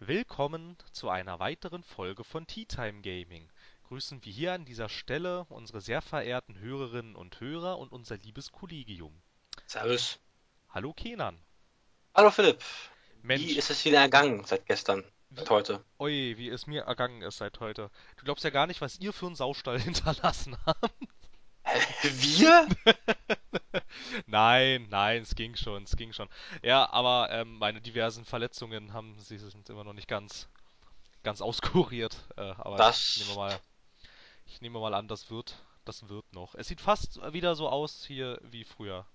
Willkommen zu einer weiteren Folge von Tea Time Gaming. Grüßen wir hier an dieser Stelle unsere sehr verehrten Hörerinnen und Hörer und unser liebes Kollegium. Servus. Hallo Kenan. Hallo Philipp. Wie Mensch, ist es wieder ergangen seit gestern, wie, seit heute? oi, wie es mir ergangen ist seit heute. Du glaubst ja gar nicht, was ihr für einen Saustall hinterlassen habt. Wir? Nein, nein, es ging schon, es ging schon. Ja, aber meine diversen Verletzungen sie sind immer noch nicht ganz auskuriert. Aber Das, ich nehme mal an, das wird noch. Es sieht fast wieder so aus hier wie früher.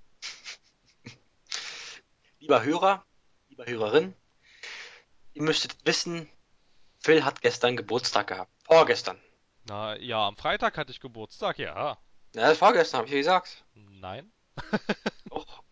lieber Hörer, lieber Hörerin, ihr müsstet wissen, Phil hat gestern Geburtstag gehabt. Vorgestern. Na ja, am Freitag hatte ich Geburtstag, ja. Ja, vorgestern, habe ich ja gesagt. Nein. Doch.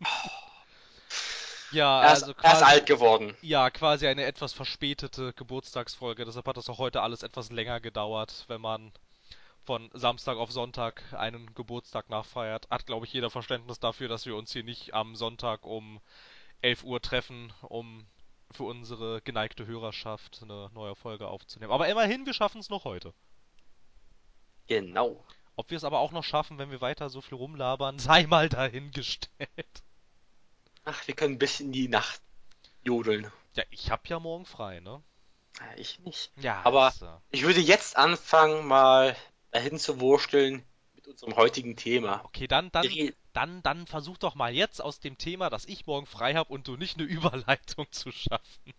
Ja, Er ist, also er ist alt quasi, geworden. ja, quasi eine etwas verspätete Geburtstagsfolge. Deshalb hat das auch heute alles etwas länger gedauert, wenn man von Samstag auf Sonntag einen Geburtstag nachfeiert. Hat, glaube ich, jeder Verständnis dafür, dass wir uns hier nicht am Sonntag um 11 Uhr treffen, um für unsere geneigte Hörerschaft eine neue Folge aufzunehmen. Aber immerhin, wir schaffen es noch heute. Genau. Ob wir es aber auch noch schaffen, wenn wir weiter so viel rumlabern, sei mal dahingestellt. Ach, wir können bis in die Nacht jodeln. Ja, ich hab ja morgen frei, ne? Ich nicht. Ja, Aber ist. ich würde jetzt anfangen, mal dahin zu wursteln mit unserem heutigen Thema. Okay, dann versuch doch mal jetzt aus dem Thema, dass ich morgen frei hab und du nicht eine Überleitung zu schaffen.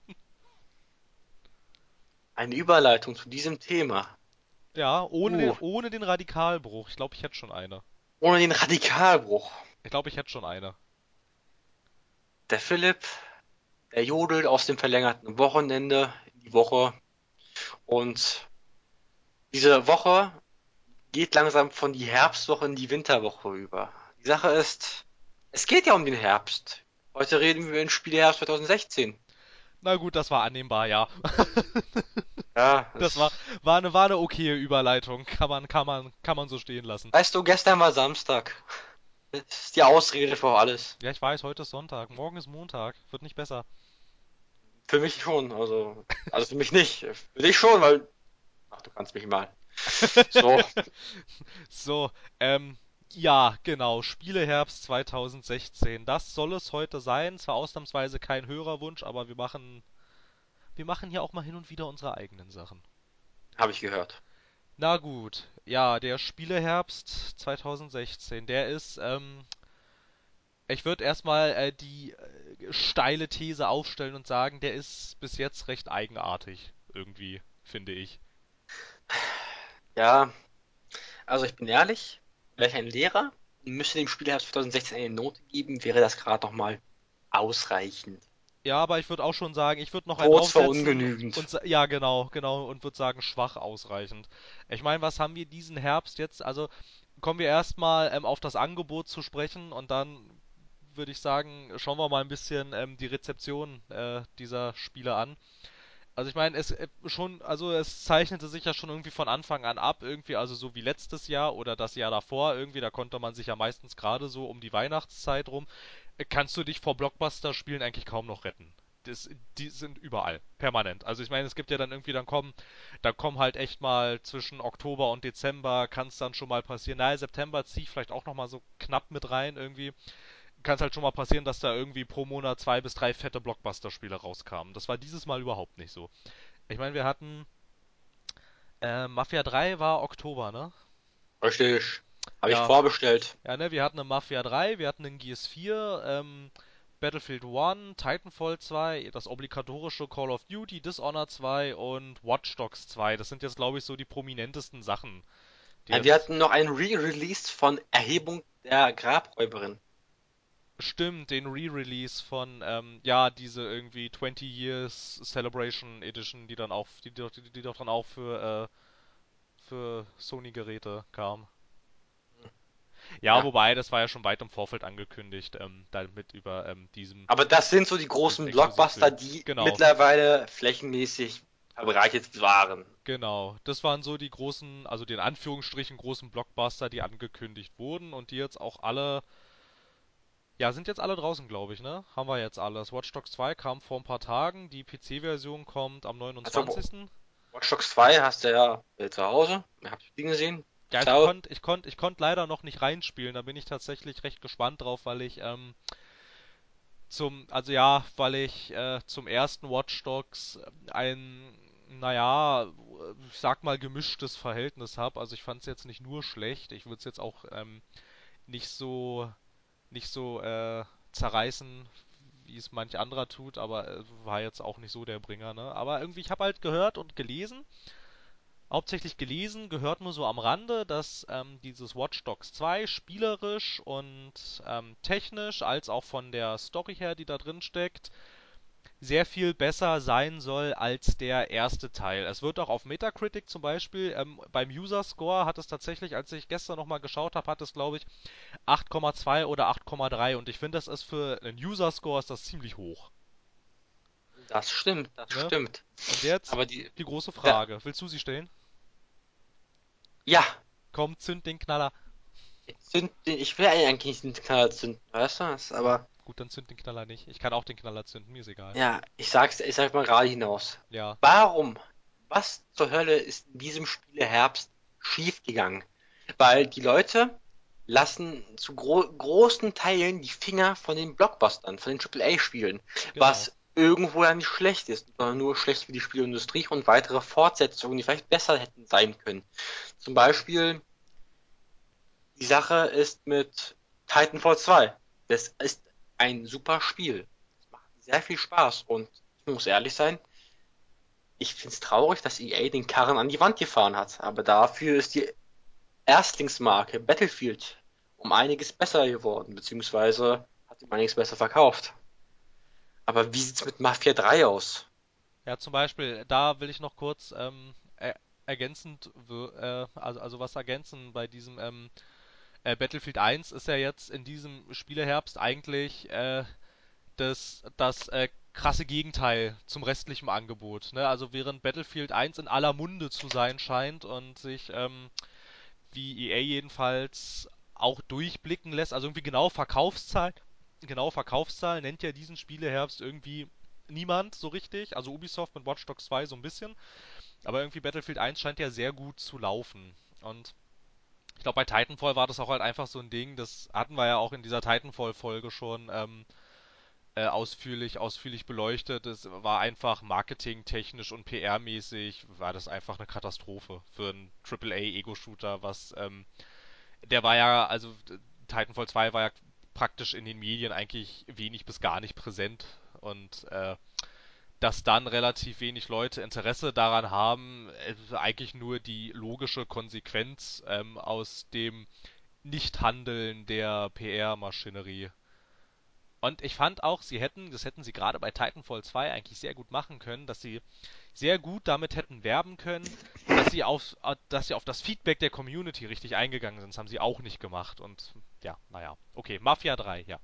Eine Überleitung zu diesem Thema. Ja, Uh, ohne den Radikalbruch. Ich glaube, ich hätte schon eine. ohne den Radikalbruch. Ich glaube, ich hätte schon eine. Der Philipp, der jodelt aus dem verlängerten Wochenende in die Woche und diese Woche geht langsam von die Herbstwoche in die Winterwoche über. Die Sache ist, es geht ja um den Herbst. Heute reden wir über den Spieleherbst 2016. Na gut, das war annehmbar, ja. Ja, Das war eine okaye Überleitung. Kann man so stehen lassen. weißt du, gestern war Samstag. Das ist die Ausrede für alles. Ja, ich weiß, heute ist Sonntag. Morgen ist Montag. Wird nicht besser. Für mich schon, also für mich nicht. Für dich schon, weil, ach, du kannst mich mal. So, So, ja, genau. Spieleherbst 2016. Das soll es heute sein. Zwar ausnahmsweise kein Hörerwunsch, aber wir machen hier auch mal hin und wieder unsere eigenen Sachen. habe ich gehört. Na gut, ja, der Spieleherbst 2016, der ist, ich würde erstmal die steile These aufstellen und sagen, der ist bis jetzt recht eigenartig, irgendwie, finde ich. Ja, also ich bin ehrlich, wäre ich ein Lehrer und müsste dem Spielherbst 2016 eine Note geben, wäre das gerade noch mal ausreichend. Ja, aber ich würde auch schon sagen, ich würde noch einen Kurz vor draufsetzen und ungenügend. ja, genau, und würde sagen, schwach ausreichend. Ich meine, was haben wir diesen Herbst jetzt? Also kommen wir erstmal auf das Angebot zu sprechen und dann würde ich sagen, schauen wir mal ein bisschen die Rezeption dieser Spiele an. Also ich meine, also es zeichnete sich ja schon irgendwie von Anfang an ab, irgendwie, also so wie letztes Jahr oder das Jahr davor, irgendwie, da konnte man sich ja meistens gerade so um die Weihnachtszeit rum, kannst du dich vor Blockbuster-Spielen eigentlich kaum noch retten. Die sind überall, permanent. Also ich meine, es gibt ja dann irgendwie, dann kommen halt echt mal zwischen Oktober und Dezember, kann es dann schon mal passieren. Naja, September ziehe ich vielleicht auch noch mal so knapp mit rein irgendwie, kann es halt schon mal passieren, dass da irgendwie pro Monat 2 bis 3 fette Blockbuster-Spiele rauskamen. Das war dieses Mal überhaupt nicht so. Ich meine, wir hatten Mafia 3 war Oktober, ne? Richtig. Habe ich Ja, vorbestellt. ja, ne, wir hatten eine Mafia 3, wir hatten einen Gears 4, Battlefield 1, Titanfall 2, das obligatorische Call of Duty, Dishonored 2 und Watch Dogs 2. Das sind jetzt, glaube ich, so die prominentesten Sachen, die Wir jetzt. hatten noch einen Re-Release von Erhebung der Grabräuberin. Stimmt, den Re-Release von, ja, diese irgendwie 20 Years Celebration Edition, die doch dann auch für Sony-Geräte kam. Ja, Ja. wobei, das war ja schon weit im Vorfeld angekündigt, damit über Aber das sind so die diesem großen Blockbuster, Exklusivtitel. die Genau, mittlerweile flächenmäßig verbreitet waren. genau. Das waren so die großen, also den Anführungsstrichen großen Blockbuster, die angekündigt wurden und die jetzt auch alle Ja, sind jetzt alle draußen, glaube ich, ne? Haben wir jetzt alles. Watch Dogs 2 kam vor ein paar Tagen, die PC-Version kommt am Also 29. Watch Dogs 2 hast du ja zu Hause. Habt ihr die gesehen? Ja, Ich ich habe. konnte ich konnt, ich konnt leider noch nicht reinspielen, da bin ich tatsächlich recht gespannt drauf, weil ich also ja, weil ich zum ersten Watch Dogs naja, ich sag mal gemischtes Verhältnis habe. Also ich fand es jetzt nicht nur schlecht, ich würde es jetzt auch nicht so zerreißen, wie es manch anderer tut, aber war jetzt auch nicht so der Bringer, ne? Aber irgendwie, ich habe halt gehört und gelesen, hauptsächlich gelesen, gehört nur so am Rande, dass dieses Watch Dogs 2 spielerisch und technisch als auch von der Story her, die da drin steckt, sehr viel besser sein soll als der erste Teil. Es wird auch auf Metacritic zum Beispiel, beim User Score hat es tatsächlich, als ich gestern nochmal geschaut habe, hat es glaube ich 8,2 oder 8,3 und ich finde, das ist für einen User Score ist das ziemlich hoch. Das stimmt, das Ne? stimmt. Und jetzt Aber die, die große ja, Frage. Willst du sie stellen? ja, Komm, zünd den Knaller. ich will eigentlich nicht den Knall zünden, weißt du was? Aber Gut, dann zünd den Knaller nicht. Ich kann auch den Knaller zünden, mir ist egal. ja, ich sag mal gerade hinaus. Ja, Warum? Was zur Hölle ist in diesem Spiele Herbst schiefgegangen? Weil die Leute lassen zu großen Teilen die Finger von den Blockbustern, von den AAA-Spielen, genau. was irgendwo ja nicht schlecht ist, sondern nur schlecht für die Spieleindustrie und weitere Fortsetzungen, die vielleicht besser hätten sein können. Zum Beispiel, die Sache ist mit Titanfall 2. Das ist ein super Spiel. Es macht sehr viel Spaß und ich muss ehrlich sein, ich finde es traurig, dass EA den Karren an die Wand gefahren hat, aber dafür ist die Erstlingsmarke Battlefield um einiges besser geworden, beziehungsweise hat um einiges besser verkauft. Aber wie sieht's mit Mafia 3 aus? Ja, zum Beispiel, da will ich noch kurz also was ergänzen bei diesem Battlefield 1 ist ja jetzt in diesem Spieleherbst eigentlich das krasse Gegenteil zum restlichen Angebot. Ne? Also während Battlefield 1 in aller Munde zu sein scheint und sich wie EA jedenfalls auch durchblicken lässt. Also irgendwie genau Verkaufszahlen nennt ja diesen Spieleherbst irgendwie niemand so richtig. Also Ubisoft mit Watch Dogs 2 so ein bisschen. Aber irgendwie Battlefield 1 scheint ja sehr gut zu laufen. Und ich glaube, bei Titanfall war das auch halt einfach so ein Ding, das hatten wir ja auch in dieser Titanfall-Folge schon ausführlich beleuchtet. Es war einfach marketingtechnisch und PR-mäßig, war das einfach eine Katastrophe für einen AAA-Ego-Shooter, der war ja, also Titanfall 2 war ja praktisch in den Medien eigentlich wenig bis gar nicht präsent und dass dann relativ wenig Leute Interesse daran haben, ist eigentlich nur die logische Konsequenz aus dem Nichthandeln der PR-Maschinerie. Und ich fand auch, das hätten sie gerade bei Titanfall 2 eigentlich sehr gut machen können, dass sie sehr gut damit hätten werben können, dass sie auf das Feedback der Community richtig eingegangen sind. Das haben sie auch nicht gemacht. Und ja, naja. Okay, Mafia 3, ja.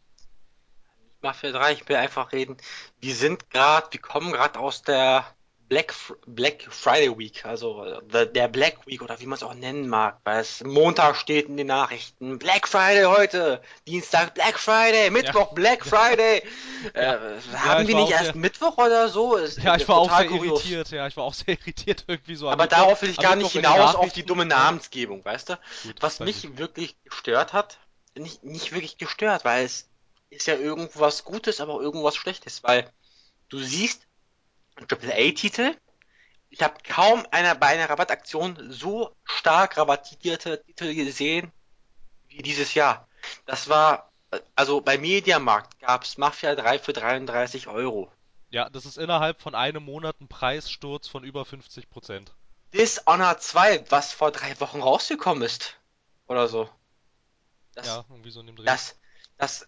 Mafia 3, ich will einfach reden. Wir kommen gerade aus der Black Friday Week, also der Black Week oder wie man es auch nennen mag, weil es Montag steht in den Nachrichten. Black Friday heute, Dienstag Black Friday, Ja, Mittwoch Black ja, Friday. ja. Ja, Haben wir nicht erst Mittwoch oder so? Ist ich war auch total sehr kurios. irritiert. Ja, ich war auch sehr irritiert irgendwie so Aber darauf will ich Am gar nicht Mittwoch in den hinaus auf die Nachrichten. dumme Ne? Namensgebung, weißt du? Gut, Was dann nicht. mich wirklich gestört hat, nicht wirklich gestört, weil es ist ja irgendwas Gutes, aber auch irgendwas Schlechtes, weil du siehst einen AAA-Titel, ich habe kaum bei einer Rabattaktion so stark rabattierte Titel gesehen wie dieses Jahr. Das war, also bei Mediamarkt gab's Mafia 3 für 33 €. Ja, das ist innerhalb von einem Monat ein Preissturz von über 50%. Dishonored 2, was vor 3 Wochen rausgekommen ist. Oder so. Das, Ja, irgendwie so in dem Dreh. das, das,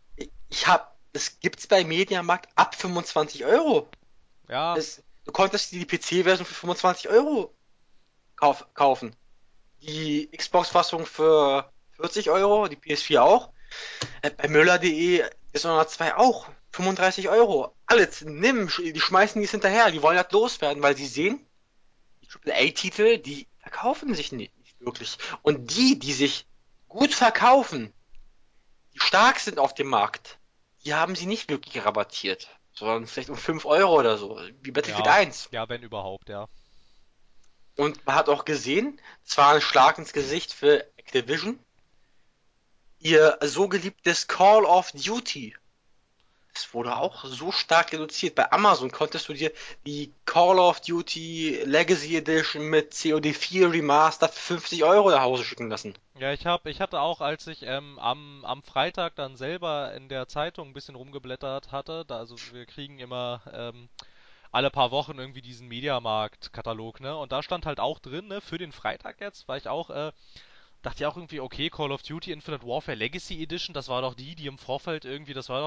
das gibt's bei Mediamarkt ab 25 €. Ja, Du konntest die PC-Version für 25 € kaufen. Die Xbox-Fassung für 40 €, die PS4 auch. Bei Müller.de Dishonored 2 auch. 35 €. Alles, nimm, die schmeißen dies hinterher. Die wollen das loswerden, weil sie sehen, die AAA-Titel, die verkaufen sich nicht wirklich. Und die sich gut verkaufen, die stark sind auf dem Markt, die haben sie nicht wirklich rabattiert, sondern vielleicht um 5 Euro oder so, wie Battlefield Ja, 1. ja, wenn überhaupt, ja. Und man hat auch gesehen, es war ein Schlag ins Gesicht für Activision, ihr so geliebtes Call of Duty. Es wurde auch so stark reduziert. Bei Amazon konntest du dir die Call of Duty Legacy Edition mit COD 4 Remastered für 50 Euro nach Hause schicken lassen. Ja, ich hatte auch, als ich am Freitag dann selber in der Zeitung ein bisschen rumgeblättert hatte, da, also wir kriegen immer alle paar Wochen irgendwie diesen Mediamarkt-Katalog, ne? Und da stand halt auch drin, ne, für den Freitag jetzt, war ich auch, dachte ich auch irgendwie, okay, Call of Duty Infinite Warfare Legacy Edition, das war doch die im Vorfeld irgendwie, das war doch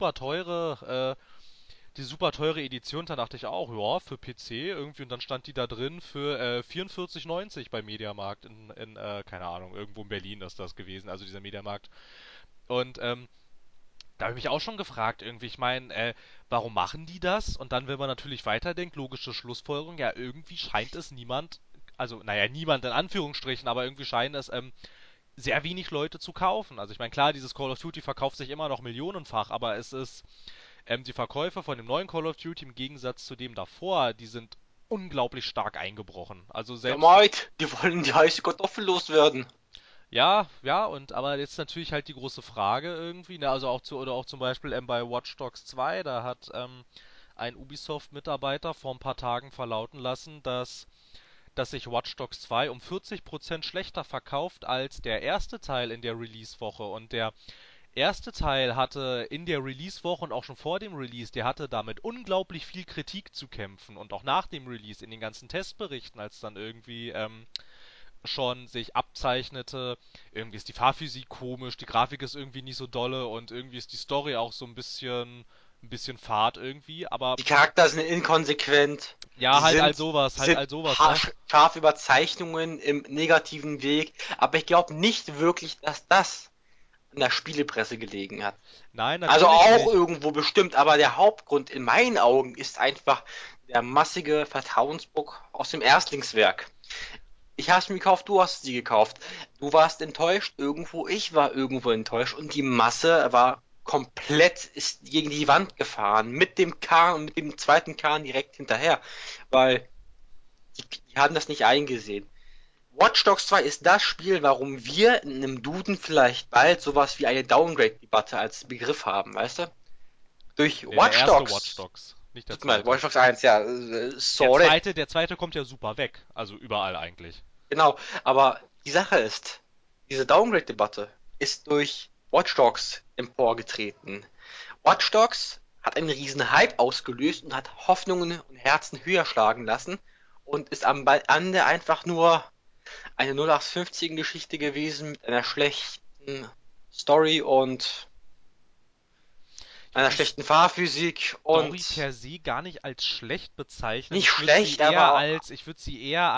diese super teure Edition, da dachte ich auch, ja, für PC irgendwie, und dann stand die da drin für 44,90 bei Mediamarkt keine Ahnung, irgendwo in Berlin ist das gewesen, also dieser Mediamarkt. Und da habe ich mich auch schon gefragt, irgendwie, ich meine, warum machen die das? Und dann, wenn man natürlich weiterdenkt, logische Schlussfolgerung, ja, irgendwie scheint es niemand, also, naja, niemand in Anführungsstrichen, aber irgendwie scheinen es sehr wenig Leute zu kaufen. Also ich meine, klar, dieses Call of Duty verkauft sich immer noch millionenfach, aber es ist die Verkäufe von dem neuen Call of Duty im Gegensatz zu dem davor, die sind unglaublich stark eingebrochen. Also Ja, selbst, Mate, die wollen die heiße Kartoffel loswerden. ja, ja, und aber jetzt natürlich halt die große Frage irgendwie, ne, also auch oder auch zum Beispiel bei Watch Dogs 2, da hat ein Ubisoft-Mitarbeiter vor ein paar Tagen verlauten lassen, dass sich Watch Dogs 2 um 40% schlechter verkauft als der erste Teil in der Release-Woche. Und der erste Teil hatte in der Release-Woche und auch schon vor dem Release, der hatte damit unglaublich viel Kritik zu kämpfen. Und auch nach dem Release in den ganzen Testberichten, als dann irgendwie schon sich abzeichnete, irgendwie ist die Fahrphysik komisch, die Grafik ist irgendwie nicht so dolle und irgendwie ist die Story auch so ein bisschen fad irgendwie, aber Die Charakter sind inkonsequent. ja, Die sind, die halt sind all sowas, ne? scharf Überzeichnungen im negativen Weg. Aber ich glaube nicht wirklich, dass das an der Spielepresse gelegen hat. Nein, Also natürlich auch nicht. irgendwo bestimmt, aber der Hauptgrund in meinen Augen ist einfach der massige Vertrauensbruch aus dem Erstlingswerk. Ich habe es mir gekauft, du hast sie gekauft. Du warst enttäuscht irgendwo, ich war irgendwo enttäuscht und die Masse war komplett ist gegen die Wand gefahren mit dem Kahn und mit dem zweiten Kahn direkt hinterher, weil die haben das nicht eingesehen. Watch Dogs 2 ist das Spiel, warum wir in einem Duden vielleicht bald sowas wie eine Downgrade-Debatte als Begriff haben, weißt du? Durch Ne, der Watch erste Watch Dogs, Dogs, nicht der tut mir leid, zweite. Watch Dogs 1, ja, sorry, Der zweite kommt ja super weg, also überall eigentlich. genau, aber die Sache ist, diese Downgrade-Debatte ist durch Watch Dogs emporgetreten. Watch Dogs hat einen riesen Hype ausgelöst und hat Hoffnungen und Herzen höher schlagen lassen und ist am Ende einfach nur eine 0815 Geschichte gewesen mit einer schlechten Story und Ich würde einer die schlechten Fahrphysik Story und per se gar nicht als schlecht bezeichnen. nicht schlecht, aber Ich würde sie eher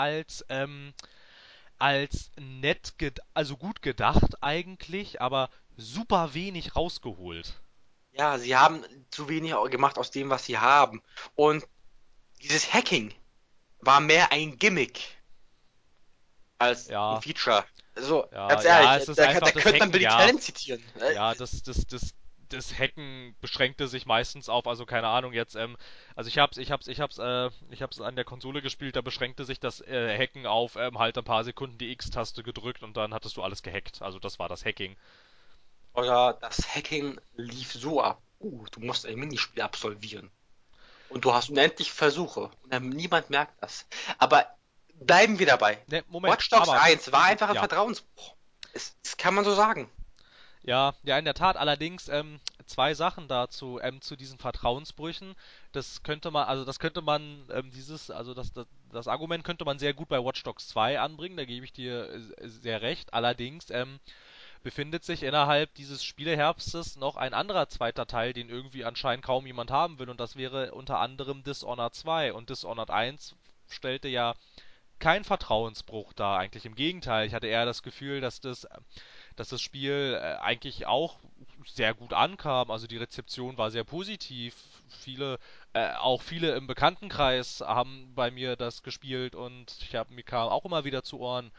als also gut gedacht eigentlich, aber super wenig rausgeholt. ja, sie haben zu wenig gemacht aus dem, was sie haben. Und dieses Hacking war mehr ein Gimmick als ein Ja, Feature. Also, ja, ganz ehrlich, ja, es ist einfach da das könnte man Hacken, Billy ja. Talent zitieren. Ja, das Hacken beschränkte sich meistens auf, also keine Ahnung jetzt, also ich hab's an der Konsole gespielt, da beschränkte sich das Hacken auf halt ein paar Sekunden die X-Taste gedrückt und dann hattest du alles gehackt. Also das war das Hacking. Oder das Hacking lief so ab. Du musst ein Minispiel absolvieren. Und du hast unendlich Versuche. Und dann niemand merkt das. Aber bleiben wir dabei. Ne, Moment, Watch Dogs aber 1 war einfach ein ja. Vertrauensbruch. Das kann man so sagen. Ja, ja, in der Tat. Allerdings zwei Sachen dazu, zu diesen Vertrauensbrüchen. Das könnte man, das Argument könnte man sehr gut bei Watch Dogs 2 anbringen, da gebe ich dir sehr recht. Allerdings befindet sich innerhalb dieses Spieleherbstes noch ein anderer zweiter Teil, den irgendwie anscheinend kaum jemand haben will, und das wäre unter anderem Dishonored 2. Und Dishonored 1 stellte ja keinen Vertrauensbruch dar, eigentlich im Gegenteil. Ich hatte eher das Gefühl, dass das Spiel eigentlich auch sehr gut ankam. Also die Rezeption war sehr positiv. Auch viele im Bekanntenkreis haben bei mir das gespielt und mir kam auch immer wieder zu Ohren,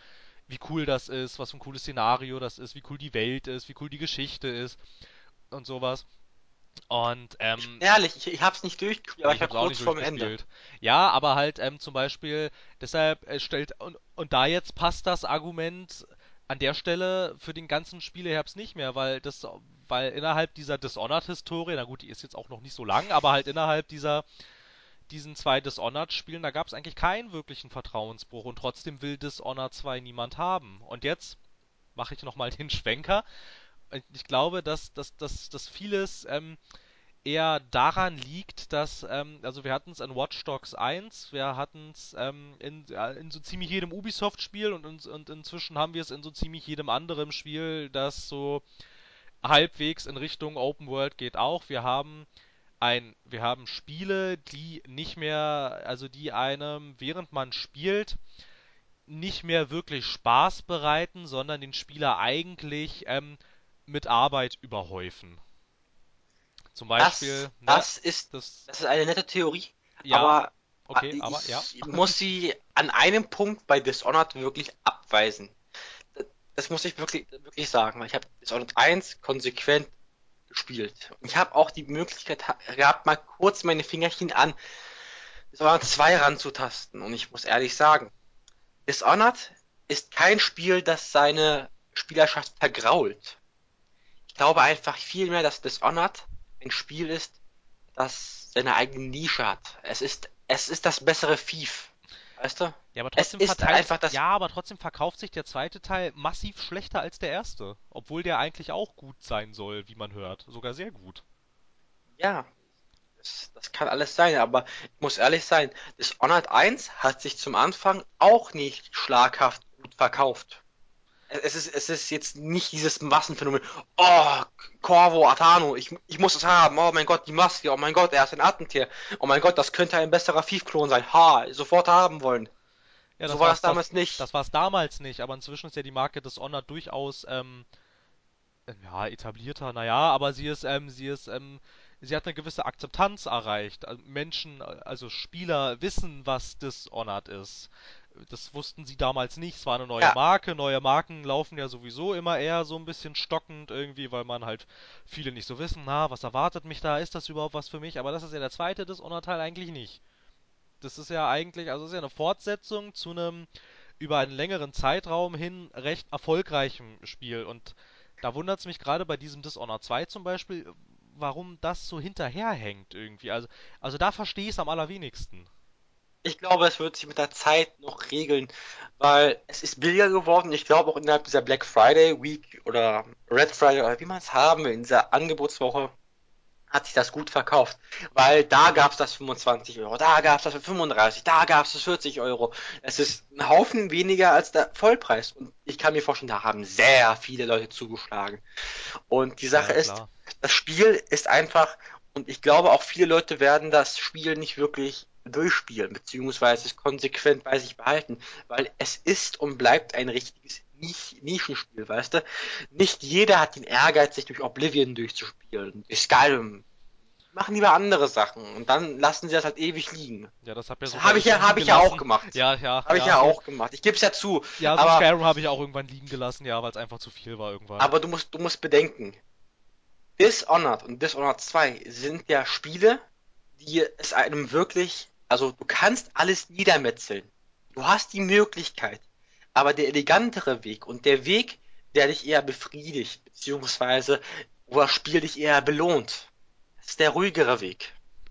wie cool das ist, was für ein cooles Szenario das ist, wie cool die Welt ist, wie cool die Geschichte ist und sowas. Und Ehrlich, ich hab's nicht durchgespielt, aber nee, ich ich war habe es auch kurz nicht vorm Ende. durchgespielt. Ja, aber halt zum Beispiel, deshalb stellt, und da jetzt passt das Argument an der Stelle für den ganzen Spieleherbst nicht mehr, weil innerhalb dieser Dishonored-Historie, na gut, die ist jetzt auch noch nicht so lang, aber halt innerhalb diesen zwei Dishonored-Spielen, da gab es eigentlich keinen wirklichen Vertrauensbruch und trotzdem will Dishonored 2 niemand haben. Und jetzt mache ich nochmal den Schwenker. Ich glaube, dass vieles eher daran liegt, dass, also wir hatten es in Watch Dogs 1, wir hatten es in so ziemlich jedem Ubisoft-Spiel und inzwischen haben wir es in so ziemlich jedem anderen Spiel, das so halbwegs in Richtung Open World geht auch. Wir haben Spiele, die nicht mehr, also die einem, während man spielt, nicht mehr wirklich Spaß bereiten, sondern den Spieler eigentlich mit Arbeit überhäufen. Zum Das, Beispiel, ne, das ist, das, das ist eine nette Theorie, ja, aber okay, aber ja. ich muss sie an einem Punkt bei Dishonored wirklich abweisen. Das muss ich wirklich sagen, weil ich habe Dishonored 1 konsequent gespielt. Und ich habe auch die Möglichkeit gehabt, mal kurz meine Fingerchen an Dishonored 2 ranzutasten. Und ich muss ehrlich sagen, Dishonored ist kein Spiel, das seine Spielerschaft vergrault. Ich glaube einfach vielmehr, dass Dishonored ein Spiel ist, das seine eigene Nische hat. Es ist das bessere Thief. Weißt du? Ja, aber Es trotzdem ist einfach das, ja, aber trotzdem verkauft sich der zweite Teil massiv schlechter als der erste. Obwohl der eigentlich auch gut sein soll, wie man hört. Sogar sehr gut. ja, das kann alles sein, aber ich muss ehrlich sein, Dishonored 1 hat sich zum Anfang auch nicht schlaghaft gut verkauft. Es ist jetzt nicht dieses Massenphänomen, oh, Corvo, Atano, ich muss es haben, oh mein Gott, die Maske, oh mein Gott, er ist ein Attentäter, oh mein Gott, das könnte ein besserer Thief-Klon sein, ha, sofort haben wollen. Ja, So war das damals nicht. das war's damals nicht, aber inzwischen ist ja die Marke Dishonored durchaus ja, etablierter, naja, aber sie hat eine gewisse Akzeptanz erreicht. Menschen, also Spieler wissen, was Dishonored ist. Das wussten sie damals nicht. Es war eine neue Ja, Marke. Neue Marken laufen ja sowieso immer eher so ein bisschen stockend irgendwie, weil man halt viele nicht so wissen, na, was erwartet mich da? Ist das überhaupt was für mich? Aber das ist ja der zweite Dishonored-Teil eigentlich nicht. Das ist ja eigentlich, also es ist ja eine Fortsetzung zu einem über einen längeren Zeitraum hin recht erfolgreichen Spiel. Und da wundert es mich gerade bei diesem Dishonored 2 zum Beispiel, warum das so hinterherhängt irgendwie. Also da verstehe ich es am allerwenigsten. ich glaube, es wird sich mit der Zeit noch regeln, weil es ist billiger geworden. Ich glaube auch innerhalb dieser Black Friday Week oder Red Friday oder wie man es haben will, in dieser Angebotswoche, hat sich das gut verkauft. Weil da gab es das 25 €, da gab es das für 35, da gab es das 40 €. Es ist ein Haufen weniger als der Vollpreis. Und ich kann mir vorstellen, da haben sehr viele Leute zugeschlagen. Und die Sache Ja, ist, klar. das Spiel ist einfach, und ich glaube auch viele Leute werden das Spiel nicht wirklich durchspielen, beziehungsweise es konsequent bei sich behalten, weil es ist und bleibt ein richtiges Nischenspiel, weißt du? Nicht jeder hat den Ehrgeiz, sich durch Oblivion durchzuspielen, durch Skyrim. Die machen lieber andere Sachen und dann lassen sie das halt ewig liegen. Ja, das habe ja Das sogar ich liegen habe ich ja auch gelassen. gemacht. Ja, ja, Habe ich ja, ja auch gemacht. Ich gebe es ja zu. ja, so ein Aber, Skyrim habe ich auch irgendwann liegen gelassen, ja, weil es einfach zu viel war irgendwann. aber du musst bedenken, Dishonored und Dishonored 2 sind ja Spiele, die es einem wirklich, also du kannst alles niedermetzeln. Du hast die Möglichkeit. Aber der elegantere Weg und der Weg, der dich eher befriedigt, beziehungsweise wo das Spiel dich eher belohnt, das ist der ruhigere Weg.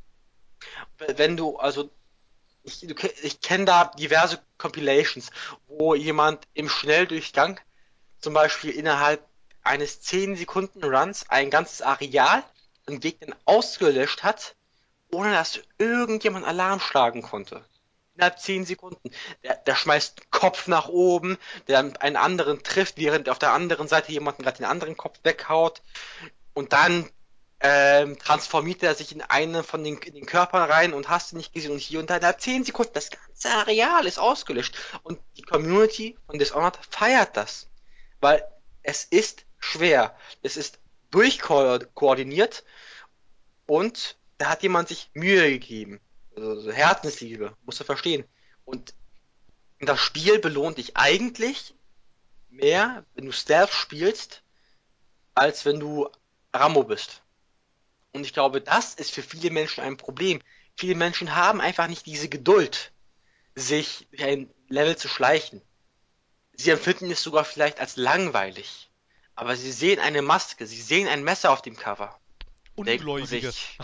Wenn du, also ich kenne da diverse Compilations, wo jemand im Schnelldurchgang zum Beispiel innerhalb eines 10 Sekunden Runs ein ganzes Areal an Gegnern ausgelöscht hat, ohne dass irgendjemand Alarm schlagen konnte. Innerhalb 10 Sekunden. Der schmeißt den Kopf nach oben, der einen anderen trifft, während auf der anderen Seite jemanden gerade den anderen Kopf weghaut. Und dann transformiert er sich in einen von in den Körpern rein und hast du nicht gesehen. Und hier und da innerhalb 10 Sekunden, das ganze Areal ist ausgelöscht. Und die Community von Dishonored feiert das. Weil es ist schwer. Es ist durchkoordiniert und da hat jemand sich Mühe gegeben. Also Herzensliebe, musst du verstehen. Und das Spiel belohnt dich eigentlich, mehr, wenn du Stealth spielst, als wenn du Rambo bist. Und ich glaube, das ist für viele Menschen ein Problem. Viele Menschen haben einfach nicht diese Geduld, sich durch ein Level zu schleichen. Sie empfinden es sogar vielleicht als langweilig. Aber sie sehen eine Maske, sie sehen ein Messer auf dem Cover und denken Ungläubige. sich,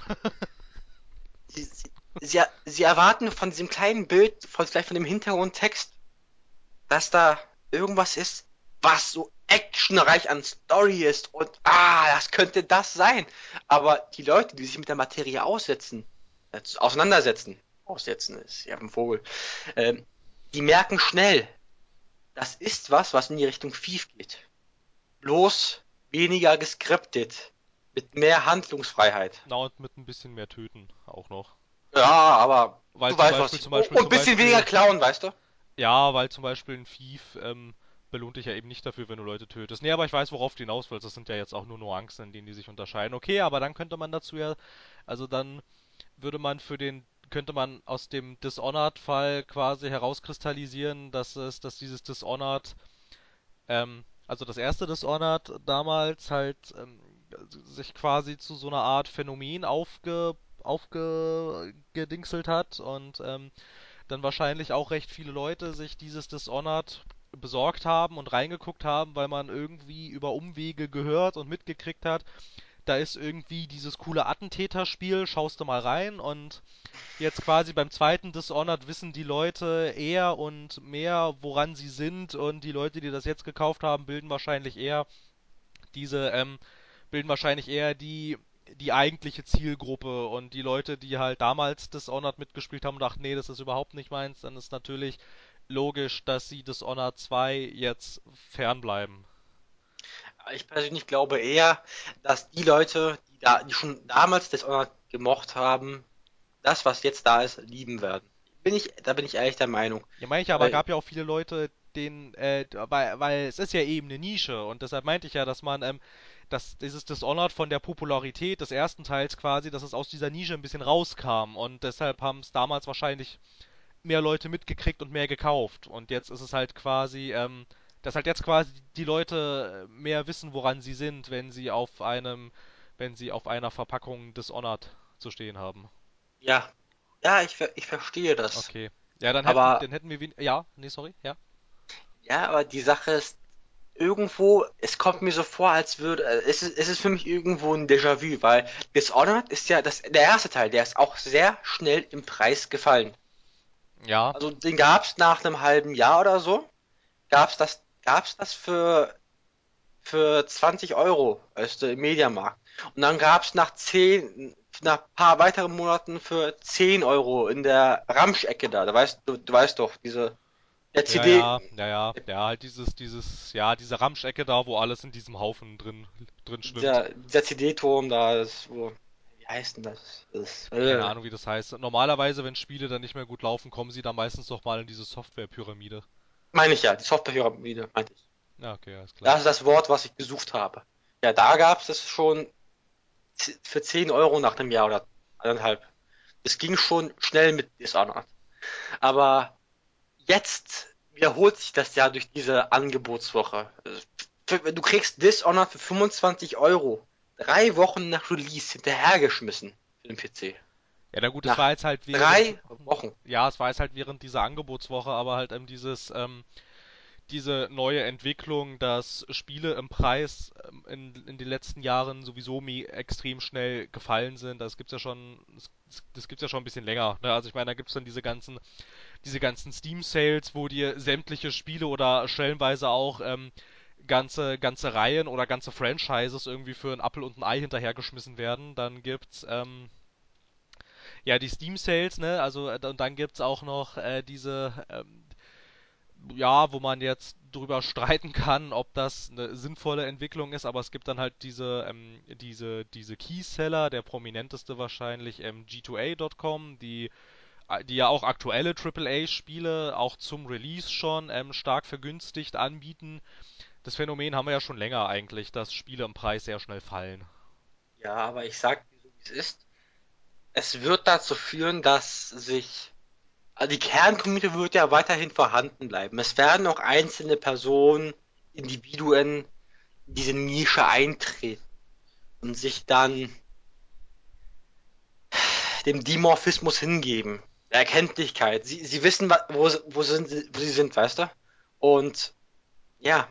sie erwarten von diesem kleinen Bild, vielleicht von dem Hintergrundtext, dass da irgendwas ist, was so actionreich an Story ist und das könnte das sein. Aber die Leute, die sich mit der Materie aussetzen ist ja ein Vogel, ähm, die merken schnell, das ist was in die Richtung Thief geht. Bloß weniger geskriptet, mit mehr Handlungsfreiheit. Na, und mit ein bisschen mehr Töten auch noch. Ja, aber Weil du zum weißt was Beispiel, ich. Und ein bisschen weniger klauen, weißt du? ja, weil zum Beispiel ein Thief belohnt dich ja eben nicht dafür, wenn du Leute tötest. Nee, aber ich weiß, worauf du hinaus willst. Das sind ja jetzt auch nur Nuancen, in denen die sich unterscheiden. Okay, aber dann könnte man dazu ja, also dann würde man könnte man aus dem Dishonored-Fall quasi herauskristallisieren, dass dieses Dishonored, also das erste Dishonored damals halt sich quasi zu so einer Art Phänomen aufgedingselt hat und dann wahrscheinlich auch recht viele Leute sich dieses Dishonored besorgt haben und reingeguckt haben, weil man irgendwie über Umwege gehört und mitgekriegt hat, da ist irgendwie dieses coole Attentäterspiel, schaust du mal rein und jetzt quasi beim zweiten Dishonored wissen die Leute eher und mehr, woran sie sind und die Leute, die das jetzt gekauft haben, diese, bilden wahrscheinlich eher die eigentliche Zielgruppe und die Leute, die halt damals Dishonored mitgespielt haben und dachten, nee, das ist überhaupt nicht meins, dann ist natürlich logisch, dass sie Dishonored 2 jetzt fernbleiben. Ich persönlich glaube eher, dass die Leute, die schon damals Dishonored gemocht haben, das, was jetzt da ist, lieben werden. Da bin ich ehrlich der Meinung. Ja, meine ich ja, aber Weil, gab ja auch viele Leute, weil es ist ja eben eine Nische und deshalb meinte ich ja, dass dieses Dishonored von der Popularität des ersten Teils quasi, dass es aus dieser Nische ein bisschen rauskam und deshalb haben es damals wahrscheinlich mehr Leute mitgekriegt und mehr gekauft und jetzt ist es halt quasi, dass halt jetzt quasi die Leute mehr wissen, woran sie sind, wenn sie auf einer Verpackung Dishonored zu stehen haben. ja, ich verstehe das. Okay. Aber, Dann hätten wir ja, nee, sorry, ja. ja, aber die Sache ist, irgendwo, es kommt mir so vor, als würde, es ist für mich irgendwo ein Déjà-vu, weil Dishonored ist ja der erste Teil, der ist auch sehr schnell im Preis gefallen. Ja, Also den gab's nach einem halben Jahr oder so, gab's das für 20 Euro, weißt du, im Mediamarkt. Und dann gab's nach ein paar weiteren Monaten für 10 Euro in der Ramsch-Ecke da. Du weißt doch, der CD, halt ja, diese Ramschecke da, wo alles in diesem Haufen drin schwimmt. dieser CD-Turm da, wie heißt denn das? Keine Ahnung, wie das heißt. Normalerweise, wenn Spiele dann nicht mehr gut laufen, kommen sie dann meistens doch mal in diese Softwarepyramide. Meine ich ja, die Softwarepyramide, meinte ich. Ja, okay, alles klar. Das ist das Wort, was ich gesucht habe. Ja, da gab's es schon für 10 Euro nach einem Jahr oder anderthalb. Es ging schon schnell mit Dishonored. Aber jetzt wiederholt sich das ja durch diese Angebotswoche. Du kriegst Dishonored für 25 Euro. 3 Wochen nach Release hinterhergeschmissen für den PC. Ja, na gut, es Nach war jetzt halt während, 3 Wochen. ja, es war jetzt halt während dieser Angebotswoche, aber halt diese neue Entwicklung, dass Spiele im Preis in den letzten Jahren sowieso extrem schnell gefallen sind. Das gibt's ja schon ein bisschen länger. Ne? Also ich meine, da gibt's dann diese ganzen Steam-Sales, wo dir sämtliche Spiele oder stellenweise auch ganze Reihen oder ganze Franchises irgendwie für ein Apfel und ein Ei hinterhergeschmissen werden. Dann gibt's ja die Steam-Sales, ne? Also und dann gibt's auch noch ja, wo man jetzt drüber streiten kann, ob das eine sinnvolle Entwicklung ist, aber es gibt dann halt diese Keyseller, der prominenteste wahrscheinlich G2A.com, die ja auch aktuelle AAA-Spiele auch zum Release schon stark vergünstigt anbieten. Das Phänomen haben wir ja schon länger eigentlich, dass Spiele im Preis sehr schnell fallen. Ja, aber ich sag dir so, wie es ist. Es wird dazu führen, also die Kerncommunity wird ja weiterhin vorhanden bleiben. Es werden auch einzelne Personen Individuen in diese Nische eintreten und sich dann dem Dimorphismus hingeben. Der Erkenntlichkeit. Sie wissen, wo sie sind, weißt du? Und ja,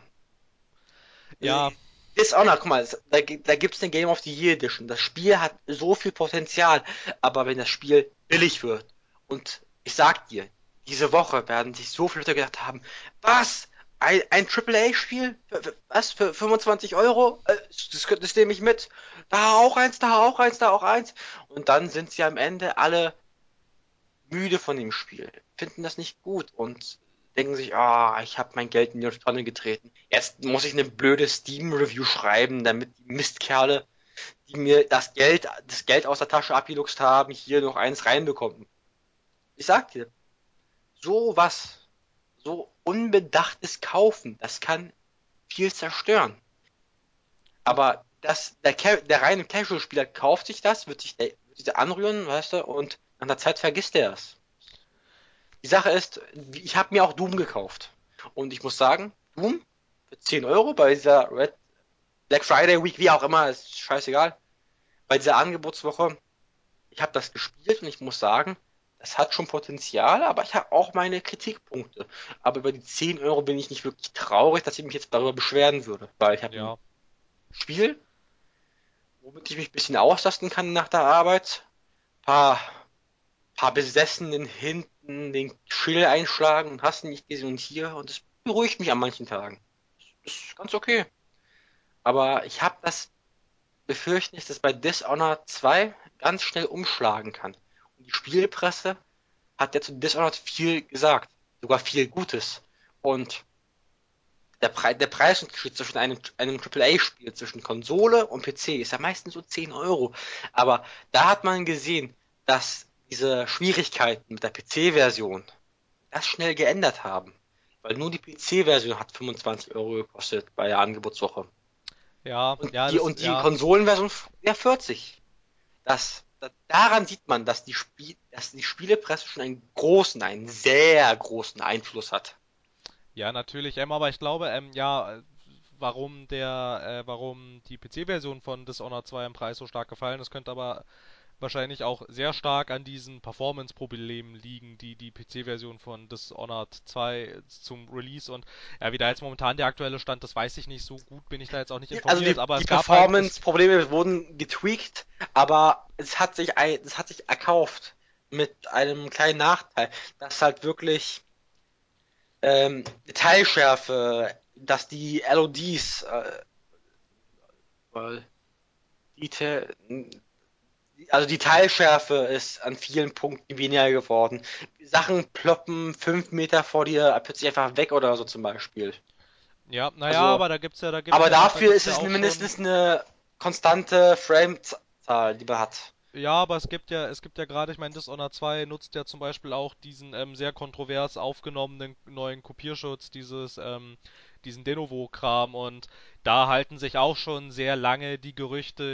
Ja, Dishonored, guck mal, da gibt's eine Game of the Year Edition. Das Spiel hat so viel Potenzial, aber wenn das Spiel billig wird und ich sag dir, diese Woche werden sich so viele Leute gedacht haben, was? Ein AAA-Spiel? Was? Für 25 Euro? Das nehme ich mit. Da auch eins, da auch eins, da auch eins. Und dann sind sie am Ende alle müde von dem Spiel, finden das nicht gut und denken sich, ah, ich habe mein Geld in die Tonne getreten. Jetzt muss ich eine blöde Steam-Review schreiben, damit die Mistkerle, die mir das Geld aus der Tasche abgeluchst haben, hier noch eins reinbekommen. Ich sag dir, sowas, so unbedachtes Kaufen, das kann viel zerstören. gut, Aber der reine Casual-Spieler kauft sich das, wird sich da anrühren, weißt du, und nach einer Zeit vergisst er es. Die Sache ist, ich habe mir auch Doom gekauft. Und ich muss sagen, Doom für 10 Euro bei dieser Red Black Friday Week, wie auch immer, ist scheißegal. Bei dieser Angebotswoche, ich habe das gespielt und ich muss sagen, das hat schon Potenzial, aber ich habe auch meine Kritikpunkte. Aber über die 10 Euro bin ich nicht wirklich traurig, dass ich mich jetzt darüber beschweren würde. Weil ich habe ein ja. Spiel, womit ich mich ein bisschen auslasten kann nach der Arbeit. Paar, paar Besessenen hinten den Schill einschlagen und hast nicht gesehen und hier. Und das beruhigt mich an manchen Tagen. Das ist ganz okay. Aber ich habe das Befürchten, dass das bei Dishonored 2 ganz schnell umschlagen kann. Und die Spielpresse hat ja zu Dishonored viel gesagt. Sogar viel Gutes. Und der Preisunterschied zwischen einem AAA-Spiel, zwischen Konsole und PC, ist ja meistens so 10 Euro. Aber da hat man gesehen, dass diese Schwierigkeiten mit der PC-Version das schnell geändert haben. Weil nur die PC-Version hat 25 Euro gekostet bei der Angebotswoche. Ja, Und ja, die Konsolenversion ja 40. Daran sieht man, dass die Spielepresse schon einen sehr großen Einfluss hat. ja, natürlich, aber ich glaube, ja, warum die PC-Version von Dishonored 2 im Preis so stark gefallen ist, könnte aber wahrscheinlich auch sehr stark an diesen Performance-Problemen liegen, die die PC-Version von Dishonored 2 zum Release und ja, wie da jetzt momentan der aktuelle Stand, das weiß ich nicht, so gut bin ich da jetzt auch nicht Also informiert, aber die es gab halt, Performance-Probleme wurden getweakt, aber es hat sich erkauft mit einem kleinen Nachteil, dass halt wirklich Detailschärfe, dass die LODs, Detail, also die Teilschärfe ist an vielen Punkten weniger geworden. Sachen ploppen 5 Meter vor dir plötzlich einfach weg oder so zum Beispiel. ja, naja, Also, aber aber da dafür gibt's ist ja es auch schon. mindestens eine konstante Framezahl, die man hat. Ja, aber es gibt ja gerade, ich meine, Dishonored 2 nutzt ja zum Beispiel auch diesen sehr kontrovers aufgenommenen neuen Kopierschutz, diesen Denuvo-Kram und da halten sich auch schon sehr lange die Gerüchte,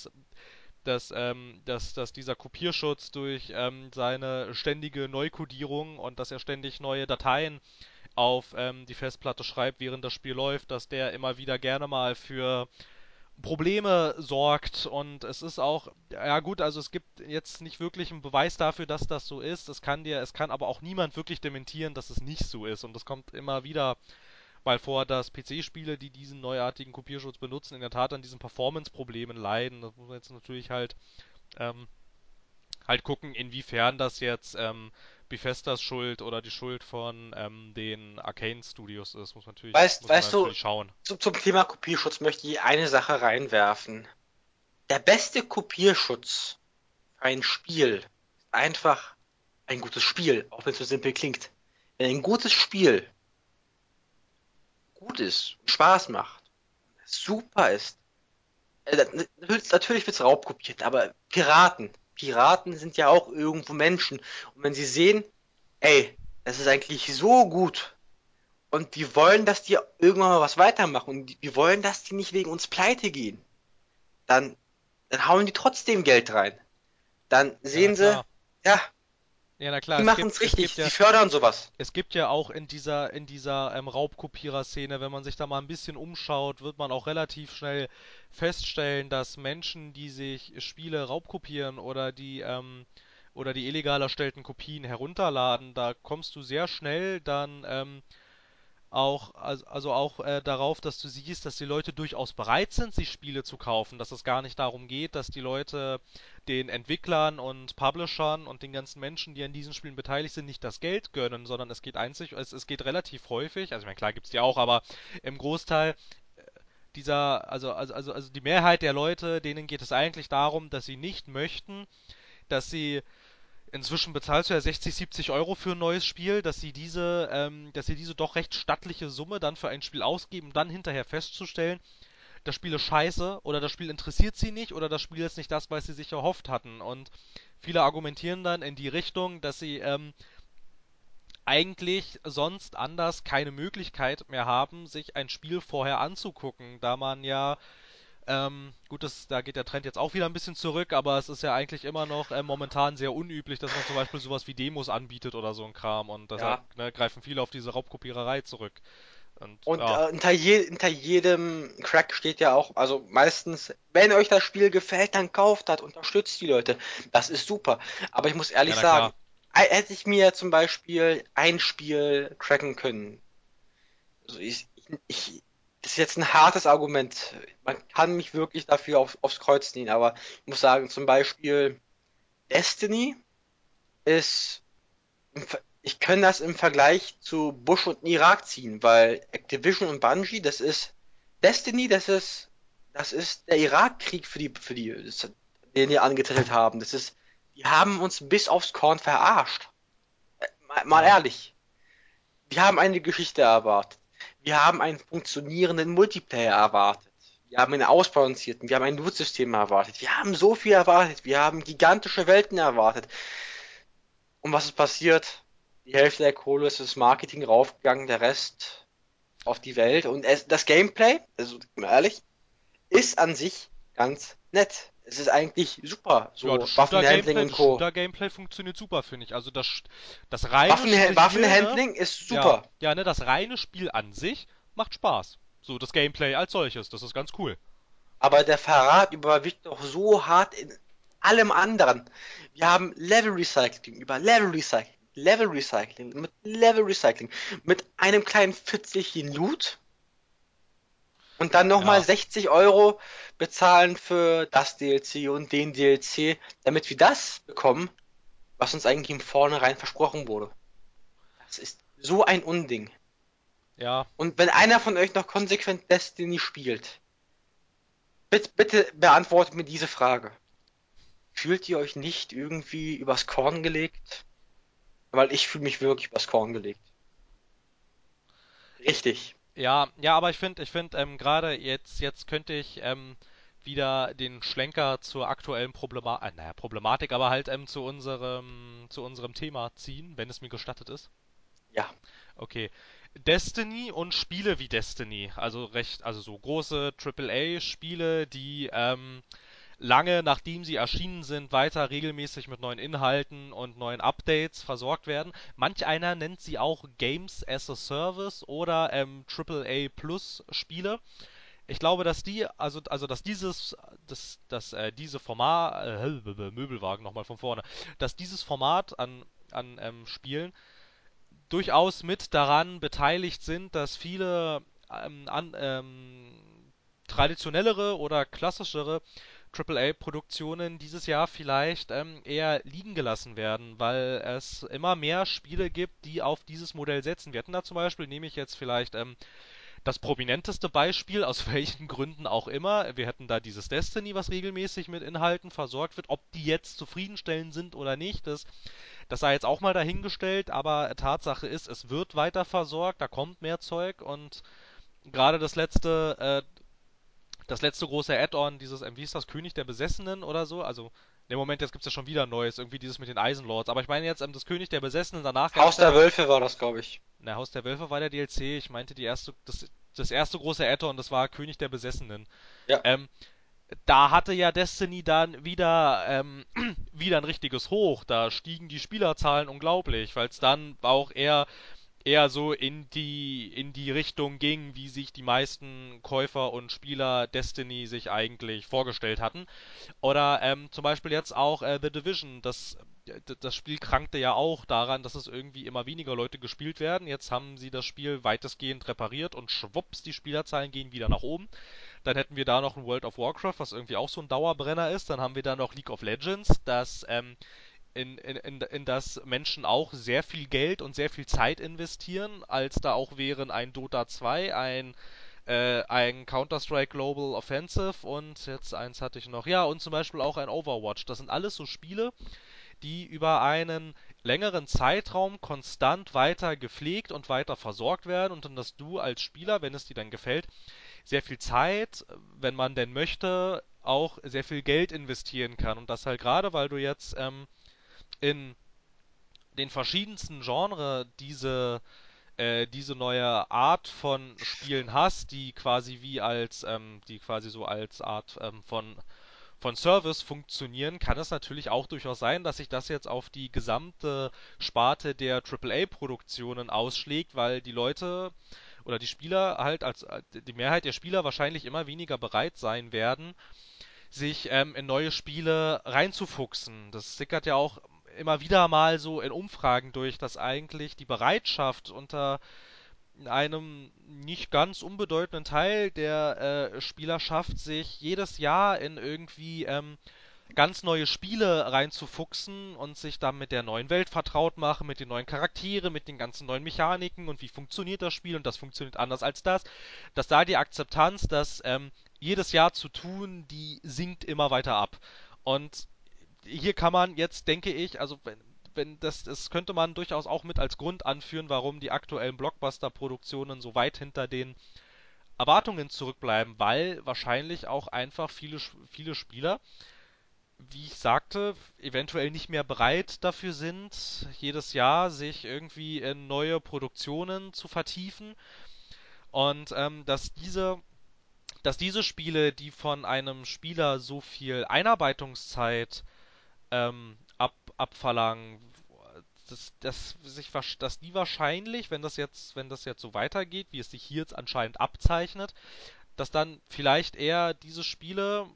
dass dieser Kopierschutz durch seine ständige Neukodierung und dass er ständig neue Dateien auf die Festplatte schreibt, während das Spiel läuft, dass der immer wieder gerne mal für Probleme sorgt und es ist auch, ja gut, also es gibt jetzt nicht wirklich einen Beweis dafür, dass das so ist. Es kann aber auch niemand wirklich dementieren, dass es nicht so ist und es kommt immer wieder mal vor, dass PC-Spiele, die diesen neuartigen Kopierschutz benutzen, in der Tat an diesen Performance-Problemen leiden. Das muss man jetzt natürlich ähm, halt gucken, inwiefern das jetzt Bethesdas Schuld oder die Schuld von den Arcane Studios ist, muss man Weißt du, natürlich schauen. zum Thema Kopierschutz möchte ich eine Sache reinwerfen. Der beste Kopierschutz für ein Spiel ist einfach ein gutes Spiel, auch wenn es so simpel klingt. Wenn ein gutes Spiel gut ist und Spaß macht, super ist, natürlich wird es raubkopiert, aber Piraten sind ja auch irgendwo Menschen. Und wenn sie sehen, ey, das ist eigentlich so gut und wir wollen, dass die irgendwann mal was weitermachen und wir wollen, dass die nicht wegen uns pleite gehen, dann, dann hauen die trotzdem Geld rein. Dann Ja, na sehen sie, klar. ja, Ja, na klar, Die machen es es richtig, gibt sie ja, fördern sowas. es gibt ja auch in dieser Raubkopierer-Szene, wenn man sich da mal ein bisschen umschaut, wird man auch relativ schnell feststellen, dass Menschen, die sich Spiele raubkopieren oder die illegal erstellten Kopien herunterladen, da kommst du sehr schnell dann auch, also auch darauf, dass du siehst, dass die Leute durchaus bereit sind, sich Spiele zu kaufen, dass es gar nicht darum geht, dass die Leute den Entwicklern und Publishern und den ganzen Menschen, die an diesen Spielen beteiligt sind, nicht das Geld gönnen, sondern es geht relativ häufig, also ich meine, klar gibt's die auch, aber im Großteil also die Mehrheit der Leute, denen geht es eigentlich darum, dass sie nicht möchten, dass sie inzwischen bezahlst du ja 60, 70 Euro für ein neues Spiel, dass sie diese doch recht stattliche Summe dann für ein Spiel ausgeben, um dann hinterher festzustellen, das Spiel ist scheiße oder das Spiel interessiert sie nicht oder das Spiel ist nicht das, was sie sich erhofft hatten. Und viele argumentieren dann in die Richtung, dass sie eigentlich sonst anders keine Möglichkeit mehr haben, sich ein Spiel vorher anzugucken, da man ja gut, da geht der Trend jetzt auch wieder ein bisschen zurück, aber es ist ja eigentlich immer noch momentan sehr unüblich, dass man zum Beispiel sowas wie Demos anbietet oder so ein Kram und deshalb Ja. greifen viele auf diese Raubkopiererei zurück. Und Und ja, hinter jedem Crack steht ja auch, also meistens, wenn euch das Spiel gefällt, dann kauft das, unterstützt die Leute. Das ist super. Aber ich muss ja, ehrlich na sagen, klar. hätte ich mir zum Beispiel ein Spiel cracken können. Also das ist jetzt ein hartes Argument. Man kann mich wirklich dafür aufs Kreuz nehmen, aber ich muss sagen, zum Beispiel Destiny ist ich kann das im Vergleich zu Bush und Irak ziehen, weil Activision und Bungie, das ist Destiny, das ist der Irakkrieg den die angezettelt haben. Die haben uns bis aufs Korn verarscht. Mal Ja, ehrlich. Wir haben eine Geschichte erwartet. Wir haben einen funktionierenden Multiplayer erwartet. Wir haben einen ausbalancierten, wir haben ein Loot-System erwartet. Wir haben so viel erwartet. Wir haben gigantische Welten erwartet. Und was ist passiert? Die Hälfte der Kohle ist ins Marketing raufgegangen, der Rest auf die Welt. Und das Gameplay, also mal ehrlich, ist an sich ganz nett. Es ist eigentlich super, ja, so Waffenhandling und Das Co. Shooter-Gameplay funktioniert super, finde ich. Also das reine Spiel, ne? Waffenhandling ist Ja, super. ja, ne, das reine Spiel an sich macht Spaß. So, das Gameplay als solches, das ist ganz cool. Aber der Verrat überwiegt doch so hart in allem anderen. Wir haben Level Recycling über Level Recycling, Level Recycling, mit Level Recycling, mit einem kleinen Fitzelchen Loot und dann nochmal Ja, 60 Euro bezahlen für das DLC und den DLC, damit wir das bekommen, was uns eigentlich im Vornherein versprochen wurde. Das ist so ein Unding. ja, Und wenn einer von euch noch konsequent Destiny spielt, bitte beantwortet mir diese Frage. Fühlt ihr euch nicht irgendwie übers Korn gelegt? Weil ich fühle mich wirklich übers Korn gelegt. Richtig. ja, aber ich finde, gerade jetzt könnte ich wieder den Schlenker zur aktuellen Problematik, aber halt zu unserem Thema ziehen, wenn es mir gestattet ist. Ja. Okay. Destiny und Spiele wie Destiny, also so große AAA-Spiele, die lange nachdem sie erschienen sind, weiter regelmäßig mit neuen Inhalten und neuen Updates versorgt werden. Manch einer nennt sie auch Games as a Service oder AAA Plus Spiele. Ich glaube, dass diese Format, Möbelwagen nochmal von vorne, dass dieses Format an Spielen durchaus mit daran beteiligt sind, dass viele traditionellere oder klassischere AAA-Produktionen dieses Jahr vielleicht eher liegen gelassen werden, weil es immer mehr Spiele gibt, die auf dieses Modell setzen. Wir hatten da zum Beispiel, nehme ich jetzt vielleicht das prominenteste Beispiel, aus welchen Gründen auch immer. Wir hätten da dieses Destiny, was regelmäßig mit Inhalten versorgt wird. Ob die jetzt zufriedenstellend sind oder nicht, das sei jetzt auch mal dahingestellt, aber Tatsache ist, es wird weiter versorgt, da kommt mehr Zeug und gerade das letzte große Add-on, wie ist das, König der Besessenen oder so? Also, im Moment, jetzt gibt's ja schon wieder Neues, irgendwie dieses mit den Eisenlords. Aber ich meine jetzt das König der Besessenen, danach gab's Haus der ja, Wölfe war das, glaube ich. na, Haus der Wölfe war der DLC, ich meinte das erste große Add-on, das war König der Besessenen. Ja. Ähm, da hatte ja Destiny dann wieder, wieder ein richtiges Hoch. Da stiegen die Spielerzahlen unglaublich, weil es dann auch eher so in die Richtung ging, wie sich die meisten Käufer und Spieler Destiny sich eigentlich vorgestellt hatten. Oder zum Beispiel jetzt auch The Division. Das Spiel krankte ja auch daran, dass es irgendwie immer weniger Leute gespielt werden. Jetzt haben sie das Spiel weitestgehend repariert und schwupps, die Spielerzahlen gehen wieder nach oben. Dann hätten wir da noch ein World of Warcraft, was irgendwie auch so ein Dauerbrenner ist. Dann haben wir da noch League of Legends, das in das Menschen auch sehr viel Geld und sehr viel Zeit investieren, als da auch wären ein Dota 2, ein Counter-Strike Global Offensive und jetzt eins hatte ich noch. Ja, und zum Beispiel auch ein Overwatch. Das sind alles so Spiele, die über einen längeren Zeitraum konstant weiter gepflegt und weiter versorgt werden und dann, dass du als Spieler, wenn es dir dann gefällt, sehr viel Zeit, wenn man denn möchte, auch sehr viel Geld investieren kann. Und das halt gerade, weil du jetzt in den verschiedensten Genres diese neue Art von Spielen hast, die quasi so als Art von Service funktionieren, kann es natürlich auch durchaus sein, dass sich das jetzt auf die gesamte Sparte der AAA-Produktionen ausschlägt, weil die Leute oder die Spieler halt die Mehrheit der Spieler wahrscheinlich immer weniger bereit sein werden, sich in neue Spiele reinzufuchsen. Das sickert ja auch immer wieder mal so in Umfragen durch, dass eigentlich die Bereitschaft unter einem nicht ganz unbedeutenden Teil der Spielerschaft, sich jedes Jahr in irgendwie ganz neue Spiele reinzufuchsen und sich dann mit der neuen Welt vertraut machen, mit den neuen Charakteren, mit den ganzen neuen Mechaniken und wie funktioniert das Spiel und das funktioniert anders als das, dass da die Akzeptanz, das jedes Jahr zu tun, die sinkt immer weiter ab. Und hier kann man jetzt, denke ich, also wenn das könnte man durchaus auch mit als Grund anführen, warum die aktuellen Blockbuster-Produktionen so weit hinter den Erwartungen zurückbleiben, weil wahrscheinlich auch einfach viele Spieler, wie ich sagte, eventuell nicht mehr bereit dafür sind, jedes Jahr sich irgendwie in neue Produktionen zu vertiefen und dass diese Spiele, die von einem Spieler so viel Einarbeitungszeit abverlangen, dass die wahrscheinlich, wenn das jetzt so weitergeht, wie es sich hier jetzt anscheinend abzeichnet, dass dann vielleicht eher diese Spiele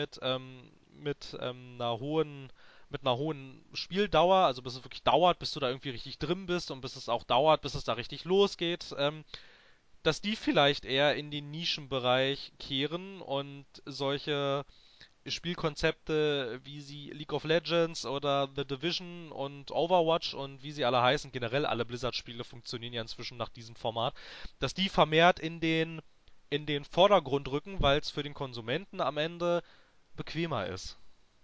mit einer hohen Spieldauer, also bis es wirklich dauert, bis du da irgendwie richtig drin bist und bis es auch dauert, bis es da richtig losgeht, dass die vielleicht eher in den Nischenbereich kehren und solche Spielkonzepte, wie sie League of Legends oder The Division und Overwatch und wie sie alle heißen, generell alle Blizzard-Spiele funktionieren ja inzwischen nach diesem Format, dass die vermehrt in den Vordergrund rücken, weil es für den Konsumenten am Ende bequemer ist.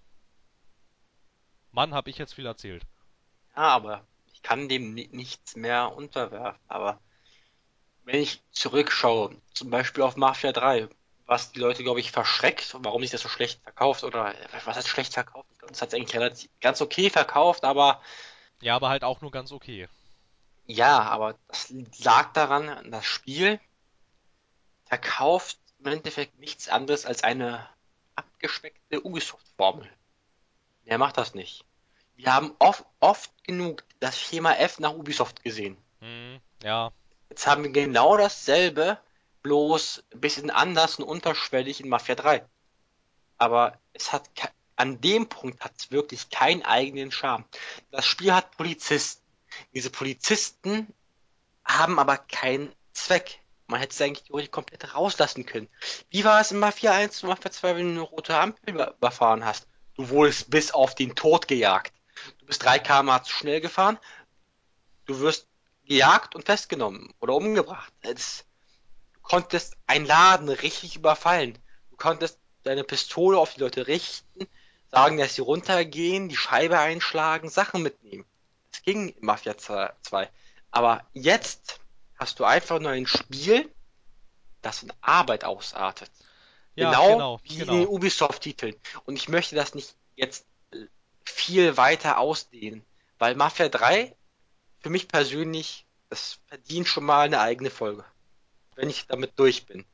Mann, hab ich jetzt viel erzählt. Ja, aber ich kann dem nichts mehr unterwerfen. Aber wenn ich zurückschaue, zum Beispiel auf Mafia 3, was die Leute, glaube ich, verschreckt und warum sich das so schlecht verkauft oder was heißt schlecht verkauft? Ich glaube, das hat eigentlich relativ ganz okay verkauft, aber Ja, aber halt auch nur ganz okay. ja, aber das lag daran, das Spiel verkauft im Endeffekt nichts anderes als eine abgespeckte Ubisoft-Formel. Mehr macht das nicht. Wir haben oft genug das Schema F nach Ubisoft gesehen. Ja, Jetzt haben wir genau dasselbe, bloß ein bisschen anders und unterschwellig in Mafia 3. Aber an dem Punkt hat es wirklich keinen eigenen Charme. Das Spiel hat Polizisten. Diese Polizisten haben aber keinen Zweck. Man hätte es eigentlich theoretisch komplett rauslassen können. Wie war es in Mafia 1 und Mafia 2, wenn du eine rote Ampel überfahren hast? Du wurdest bis auf den Tod gejagt. Du bist 3 km/h zu schnell gefahren, du wirst gejagt und festgenommen oder umgebracht. Du konntest einen Laden richtig überfallen. Du konntest deine Pistole auf die Leute richten, sagen, dass sie runtergehen, die Scheibe einschlagen, Sachen mitnehmen. Das ging in Mafia 2. Aber jetzt hast du einfach nur ein Spiel, das in Arbeit ausartet. ja, Genau genau, wie in den genau. Ubisoft-Titeln. Und ich möchte das nicht jetzt viel weiter ausdehnen, weil Mafia 3 für mich persönlich, das verdient schon mal eine eigene Folge, wenn ich damit durch bin.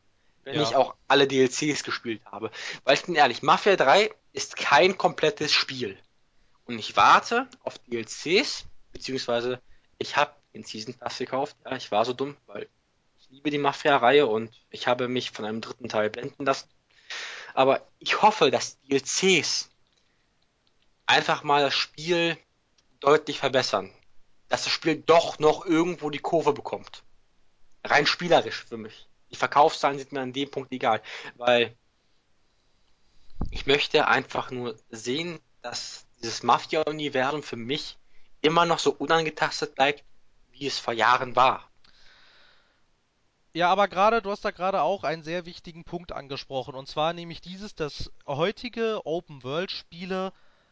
wenn ich Ja. auch alle DLCs gespielt habe. Weil ich bin ehrlich, Mafia 3 ist kein komplettes Spiel. Und ich warte auf DLCs, beziehungsweise ich habe den Season Pass gekauft. Ja, ich war so dumm, weil ich liebe die Mafia-Reihe und ich habe mich von einem dritten Teil blenden lassen. Aber ich hoffe, dass DLCs einfach mal das Spiel deutlich verbessern. Dass das Spiel doch noch irgendwo die Kurve bekommt. Rein spielerisch für mich. Die Verkaufszahlen sind mir an dem Punkt egal, weil ich möchte einfach nur sehen, dass dieses Mafia-Universum für mich immer noch so unangetastet bleibt, wie es vor Jahren war. Ja, aber gerade, du hast da gerade auch einen sehr wichtigen Punkt angesprochen, und zwar nämlich dieses, dass heutige Open-World-Spiele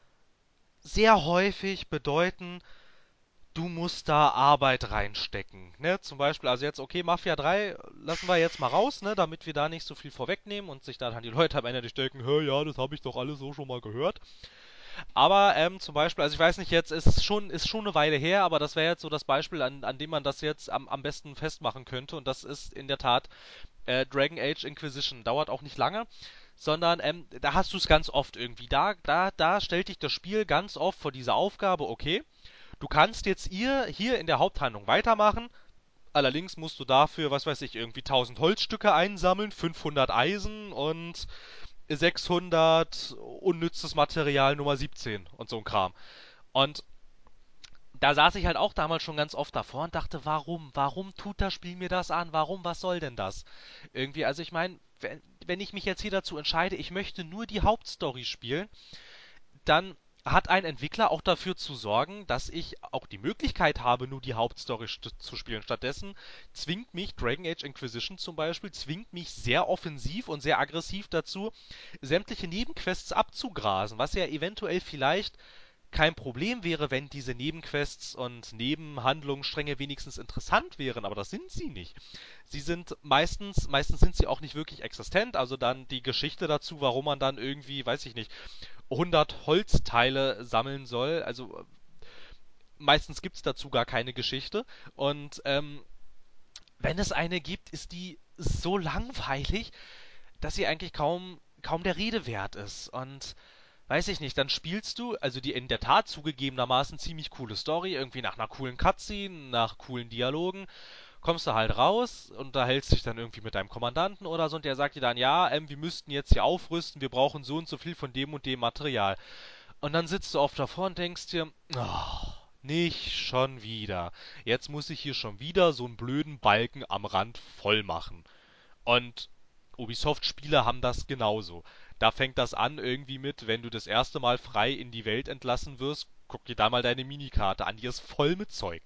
sehr häufig bedeuten, du musst da Arbeit reinstecken. Ne? Zum Beispiel, also jetzt, okay, Mafia 3 lassen wir jetzt mal raus, ne, damit wir da nicht so viel vorwegnehmen und sich dann die Leute am Ende nicht denken, hä, ja, das habe ich doch alles so schon mal gehört. Aber zum Beispiel, also ich weiß nicht, jetzt ist schon eine Weile her, aber das wäre jetzt so das Beispiel, an dem man das jetzt am besten festmachen könnte. Und das ist in der Tat Dragon Age Inquisition. Dauert auch nicht lange, sondern da hast du es ganz oft irgendwie. Da stellt dich das Spiel ganz oft vor diese Aufgabe, okay, du kannst jetzt hier in der Haupthandlung weitermachen. Allerdings musst du dafür, was weiß ich, irgendwie 1000 Holzstücke einsammeln, 500 Eisen und 600 unnützes Material Nummer 17 und so ein Kram. Und da saß ich halt auch damals schon ganz oft davor und dachte, warum? Warum tut das Spiel mir das an? Warum? Was soll denn das? Irgendwie, also ich meine, wenn ich mich jetzt hier dazu entscheide, ich möchte nur die Hauptstory spielen, dann hat ein Entwickler auch dafür zu sorgen, dass ich auch die Möglichkeit habe, nur die Hauptstory zu spielen. Stattdessen zwingt mich Dragon Age Inquisition zum Beispiel, zwingt mich sehr offensiv und sehr aggressiv dazu, sämtliche Nebenquests abzugrasen, was ja eventuell vielleicht kein Problem wäre, wenn diese Nebenquests und Nebenhandlungsstränge wenigstens interessant wären, aber das sind sie nicht. Sie sind meistens sind sie auch nicht wirklich existent, also dann die Geschichte dazu, warum man dann irgendwie, weiß ich nicht, 100 Holzteile sammeln soll. Also meistens gibt es dazu gar keine Geschichte. Und wenn es eine gibt, ist die so langweilig, dass sie eigentlich kaum der Rede wert ist. Und weiß ich nicht, dann spielst du, also die in der Tat zugegebenermaßen ziemlich coole Story, irgendwie nach einer coolen Cutscene, nach coolen Dialogen, kommst du halt raus, unterhältst dich dann irgendwie mit deinem Kommandanten oder so und der sagt dir dann, ja, wir müssten jetzt hier aufrüsten, wir brauchen so und so viel von dem und dem Material. Und dann sitzt du oft davor und denkst dir, oh, nicht schon wieder. Jetzt muss ich hier schon wieder so einen blöden Balken am Rand voll machen. Und Ubisoft-Spiele haben das genauso. Da fängt das an irgendwie mit, wenn du das erste Mal frei in die Welt entlassen wirst, guck dir da mal deine Minikarte an, die ist voll mit Zeug.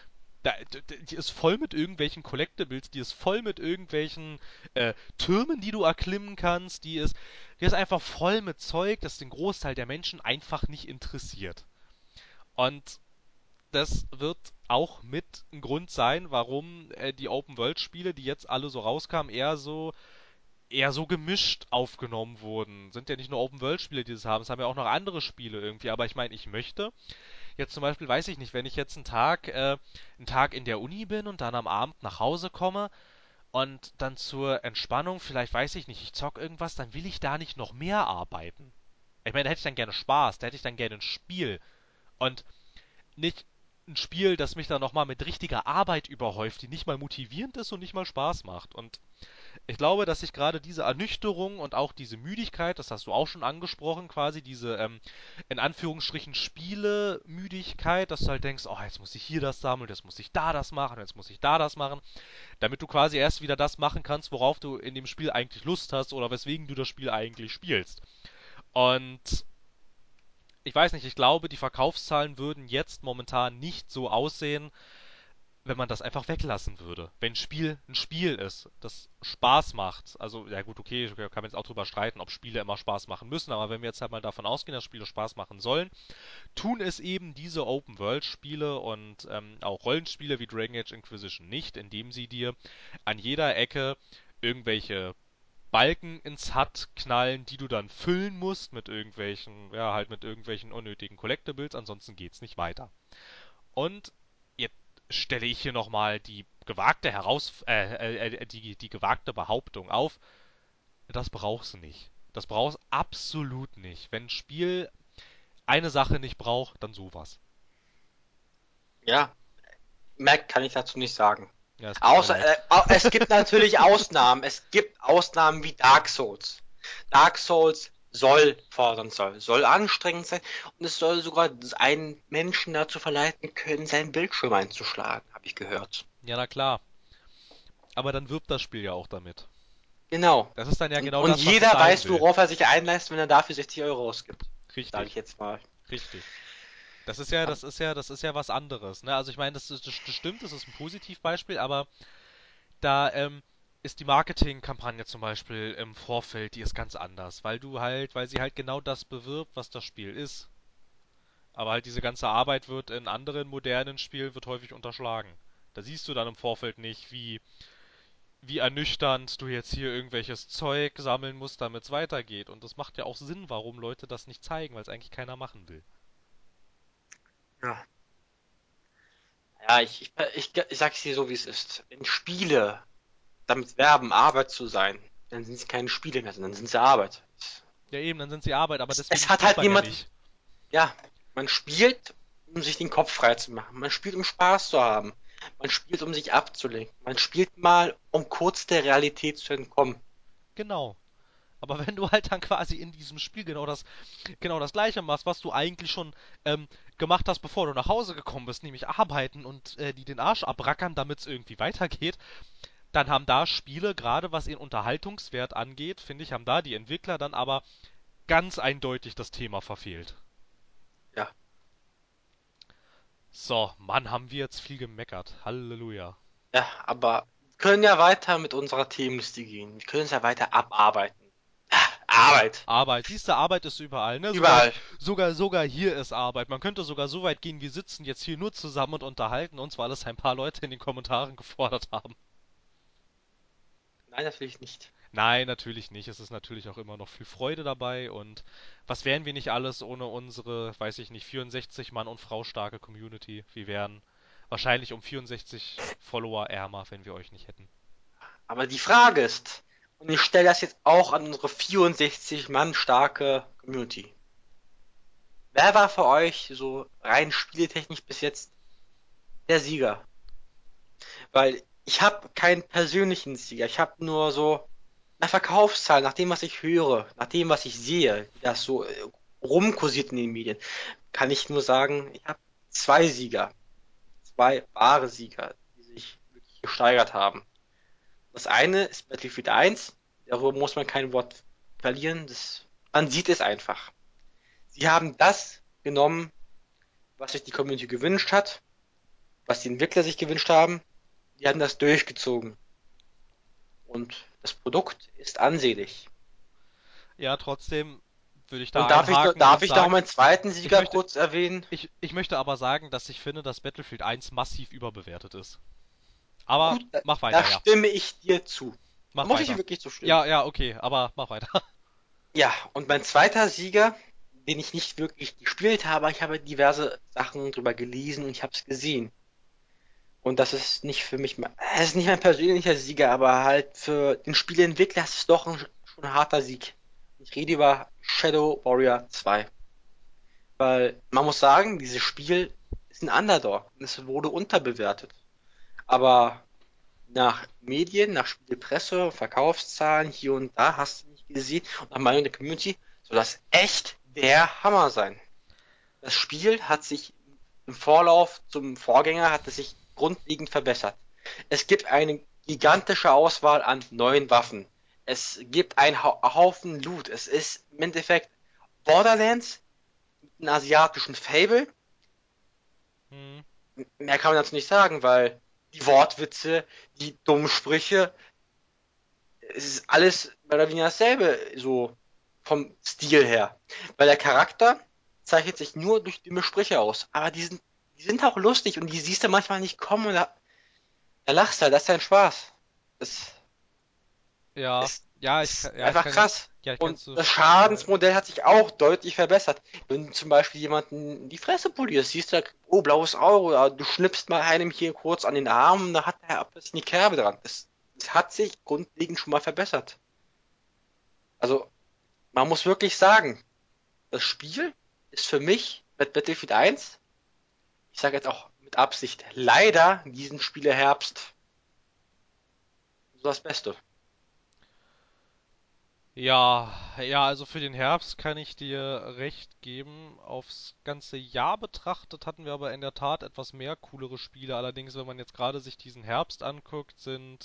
Die ist voll mit irgendwelchen Collectibles, die ist voll mit irgendwelchen Türmen, die du erklimmen kannst, die ist einfach voll mit Zeug, das den Großteil der Menschen einfach nicht interessiert. Und das wird auch mit ein Grund sein, warum die Open-World-Spiele, die jetzt alle so rauskamen, eher so gemischt aufgenommen wurden. Sind ja nicht nur Open-World-Spiele, die das haben, es haben ja auch noch andere Spiele irgendwie. Aber ich meine, ich möchte jetzt zum Beispiel, weiß ich nicht, wenn ich jetzt einen Tag in der Uni bin und dann am Abend nach Hause komme und dann zur Entspannung, vielleicht weiß ich nicht, ich zock irgendwas, dann will ich da nicht noch mehr arbeiten. Ich meine, da hätte ich dann gerne Spaß, da hätte ich dann gerne ein Spiel. Und nicht ein Spiel, das mich dann nochmal mit richtiger Arbeit überhäuft, die nicht mal motivierend ist und nicht mal Spaß macht. Und ich glaube, dass sich gerade diese Ernüchterung und auch diese Müdigkeit, das hast du auch schon angesprochen, quasi diese in Anführungsstrichen Spiele-Müdigkeit, dass du halt denkst, oh, jetzt muss ich hier das sammeln, jetzt muss ich da das machen, jetzt muss ich da das machen, damit du quasi erst wieder das machen kannst, worauf du in dem Spiel eigentlich Lust hast oder weswegen du das Spiel eigentlich spielst. Und ich weiß nicht, ich glaube, die Verkaufszahlen würden jetzt momentan nicht so aussehen, wenn man das einfach weglassen würde. Wenn ein Spiel ist, das Spaß macht. Also, ja gut, okay, ich kann man jetzt auch drüber streiten, ob Spiele immer Spaß machen müssen, aber wenn wir jetzt halt mal davon ausgehen, dass Spiele Spaß machen sollen, tun es eben diese Open-World-Spiele und auch Rollenspiele wie Dragon Age Inquisition nicht, indem sie dir an jeder Ecke irgendwelche Balken ins HUD knallen, die du dann füllen musst mit irgendwelchen, ja, halt mit irgendwelchen unnötigen Collectibles, ansonsten geht's nicht weiter. Und jetzt stelle ich hier nochmal die die gewagte Behauptung auf, das brauchst du nicht. Das brauchst absolut nicht. Wenn ein Spiel eine Sache nicht braucht, dann sowas. Ja, mehr kann ich dazu nicht sagen. Ja, es tut mir Außer, leid. es gibt natürlich Ausnahmen. Es gibt Ausnahmen wie Dark Souls. Dark Souls soll fordernd sein, soll anstrengend sein und es soll sogar einen Menschen dazu verleiten können, seinen Bildschirm einzuschlagen, habe ich gehört. Ja, na klar. Aber dann wirbt das Spiel ja auch damit. Genau. Das ist dann ja genau Und das, was es jeder sein weiß, will. worauf er sich einlässt, wenn er dafür 60 € ausgibt. Sage ich Richtig, jetzt mal. richtig. Das ist ja was anderes, ne? Also ich meine, das stimmt, das ist ein Positivbeispiel, aber da ist die Marketingkampagne zum Beispiel im Vorfeld, die ist ganz anders, weil sie halt genau das bewirbt, was das Spiel ist. Aber halt diese ganze Arbeit wird in anderen modernen Spielen wird häufig unterschlagen. Da siehst du dann im Vorfeld nicht, wie ernüchternd du jetzt hier irgendwelches Zeug sammeln musst, damit es weitergeht. Und das macht ja auch Sinn, warum Leute das nicht zeigen, weil es eigentlich keiner machen will. Ja, ja ich sag's dir so, wie es ist. Wenn Spiele damit werben, Arbeit zu sein, dann sind es keine Spiele mehr, sondern sind sie Arbeit. Ja eben, dann sind sie Arbeit, aber Es deswegen hat spielt halt man ja niemand, nicht. ja, man spielt, um sich den Kopf frei zu machen. Man spielt, um Spaß zu haben. Man spielt, um sich abzulenken. Man spielt mal, um kurz der Realität zu entkommen. Genau. Aber wenn du halt dann quasi in diesem Spiel genau das Gleiche machst, was du eigentlich schon gemacht hast, bevor du nach Hause gekommen bist, nämlich arbeiten und die den Arsch abrackern, damit es irgendwie weitergeht, dann haben da Spiele, gerade was ihren Unterhaltungswert angeht, finde ich, haben da die Entwickler dann aber ganz eindeutig das Thema verfehlt. Ja, So, Mann, haben wir jetzt viel gemeckert. Halleluja. ja, aber wir können ja weiter mit unserer Themenliste gehen. Wir können es ja weiter abarbeiten. Arbeit. Arbeit. Siehst du, Arbeit ist überall, ne? Überall. Sogar hier ist Arbeit. Man könnte sogar so weit gehen, wir sitzen jetzt hier nur zusammen und unterhalten uns, weil es ein paar Leute in den Kommentaren gefordert haben. Nein, natürlich nicht. Nein, natürlich nicht. Es ist natürlich auch immer noch viel Freude dabei und was wären wir nicht alles ohne unsere, weiß ich nicht, 64 Mann und Frau starke Community? Wir wären wahrscheinlich um 64 Follower ärmer, wenn wir euch nicht hätten. Aber die Frage ist, und ich stelle das jetzt auch an unsere 64 Mann starke Community. Wer war für euch so rein spieltechnisch bis jetzt der Sieger? Weil ich habe keinen persönlichen Sieger. Ich habe nur so nach Verkaufszahlen, nach dem, was ich höre, nach dem, was ich sehe, wie das so rumkursiert in den Medien, kann ich nur sagen, ich habe zwei Sieger, zwei wahre Sieger, die sich wirklich gesteigert haben. Das eine ist Battlefield 1, darüber muss man kein Wort verlieren, man sieht es einfach. Sie haben das genommen, was sich die Community gewünscht hat, was die Entwickler sich gewünscht haben, die haben das durchgezogen. Und das Produkt ist ansehlich. Ja, trotzdem würde ich da Und einhaken darf und ich noch sagen, meinen zweiten ich Sieger möchte, kurz erwähnen? ich möchte aber sagen, dass ich finde, dass Battlefield 1 massiv überbewertet ist. Aber Gut, mach da weiter, ja. stimme ich dir zu. Da Mach muss ich weiter. wirklich zustimmen. Ja, okay, aber mach weiter. Ja, und mein zweiter Sieger, den ich nicht wirklich gespielt habe, ich habe diverse Sachen drüber gelesen und ich habe es gesehen. Und das ist nicht für mich, es ist nicht mein persönlicher Sieger, aber halt für den Spieleentwickler ist es doch schon ein harter Sieg. Ich rede über Shadow Warrior 2. Weil man muss sagen, dieses Spiel ist ein Underdog und es wurde unterbewertet. Aber nach Medien, nach Spielepresse, Verkaufszahlen hier und da hast du nicht gesehen und nach Meinung der Community soll das echt der Hammer sein. Das Spiel hat sich im Vorlauf zum Vorgänger hat es sich grundlegend verbessert. Es gibt eine gigantische Auswahl an neuen Waffen. Es gibt einen Haufen Loot. Es ist im Endeffekt Borderlands mit einem asiatischen Fable. Hm. Mehr kann man dazu nicht sagen, weil die Wortwitze, die dummen Sprüche, es ist alles mehr oder weniger dasselbe, so vom Stil her. Weil der Charakter zeichnet sich nur durch dumme Sprüche aus. Aber die sind auch lustig und die siehst du manchmal nicht kommen und da lachst du halt, das ist dein Spaß. Das Ja, ist Ist ich einfach kann ja, krass. ja, ich Und kannst du, das ja, Schadensmodell hat sich auch deutlich verbessert. Wenn du zum Beispiel jemanden die Fresse polierst, siehst du, oh, blaues Auge, oder du schnippst mal einem hier kurz an den Arm, da hat er ab das die Kerbe dran. Es hat sich grundlegend schon mal verbessert. Also, man muss wirklich sagen, das Spiel ist für mich mit Battlefield 1, ich sage jetzt auch mit Absicht, leider diesen Spieleherbst so das Beste. ja, ja, also für den Herbst kann ich dir recht geben. Aufs ganze Jahr betrachtet hatten wir aber in der Tat etwas mehr coolere Spiele. Allerdings, wenn man jetzt gerade sich diesen Herbst anguckt, sind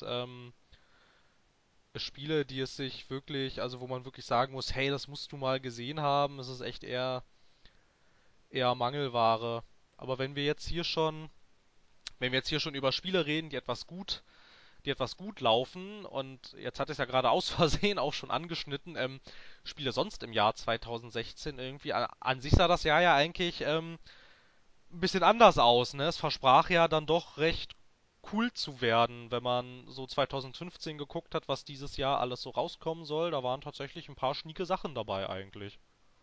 Spiele, die es sich wirklich, also wo man wirklich sagen muss, hey, das musst du mal gesehen haben. Es ist echt eher Mangelware. Aber wenn wir jetzt hier schon über Spiele reden, die etwas gut laufen, und jetzt hat es ja gerade aus Versehen auch schon angeschnitten, Spiele sonst im Jahr 2016 irgendwie. An sich sah das Jahr ja eigentlich ein bisschen anders aus, ne? Es versprach ja dann doch recht cool zu werden, wenn man so 2015 geguckt hat, was dieses Jahr alles so rauskommen soll. Da waren tatsächlich ein paar schnieke Sachen dabei eigentlich.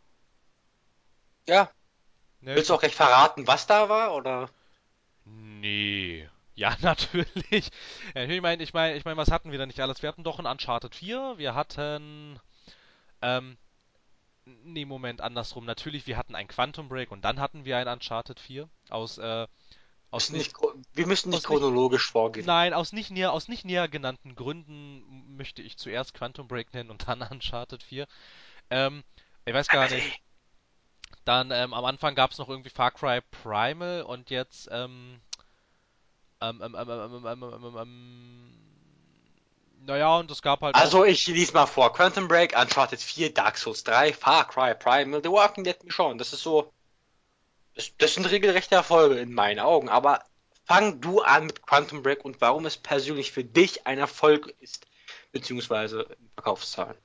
Ja, Ne, willst du auch gleich verraten, was da war, oder? nee. Ja, natürlich. Ja, ich meine, was hatten wir denn nicht alles? Wir hatten doch ein Uncharted 4, wir hatten, ähm, nee, Moment, andersrum. Natürlich, wir hatten ein Quantum Break und dann hatten wir ein Uncharted 4. Aus Müssen nicht, nicht, wir müssen nicht aus nicht, chronologisch vorgehen. nein, aus nicht näher genannten Gründen möchte ich zuerst Quantum Break nennen und dann Uncharted 4. Ähm, ich weiß gar nicht. Dann, am Anfang gab es noch irgendwie Far Cry Primal und jetzt, ähm, ähm, ähm, ähm, ähm, ähm, ähm, ähm, naja, und es gab halt auch, Also ich lese mal vor. Quantum Break, Uncharted 4, Dark Souls 3, Far Cry Primal, The Walking Dead Michonne. Das ist so, das sind regelrechte Erfolge in meinen Augen. Aber fang du an mit Quantum Break und warum es persönlich für dich ein Erfolg ist, beziehungsweise in Verkaufszahlen.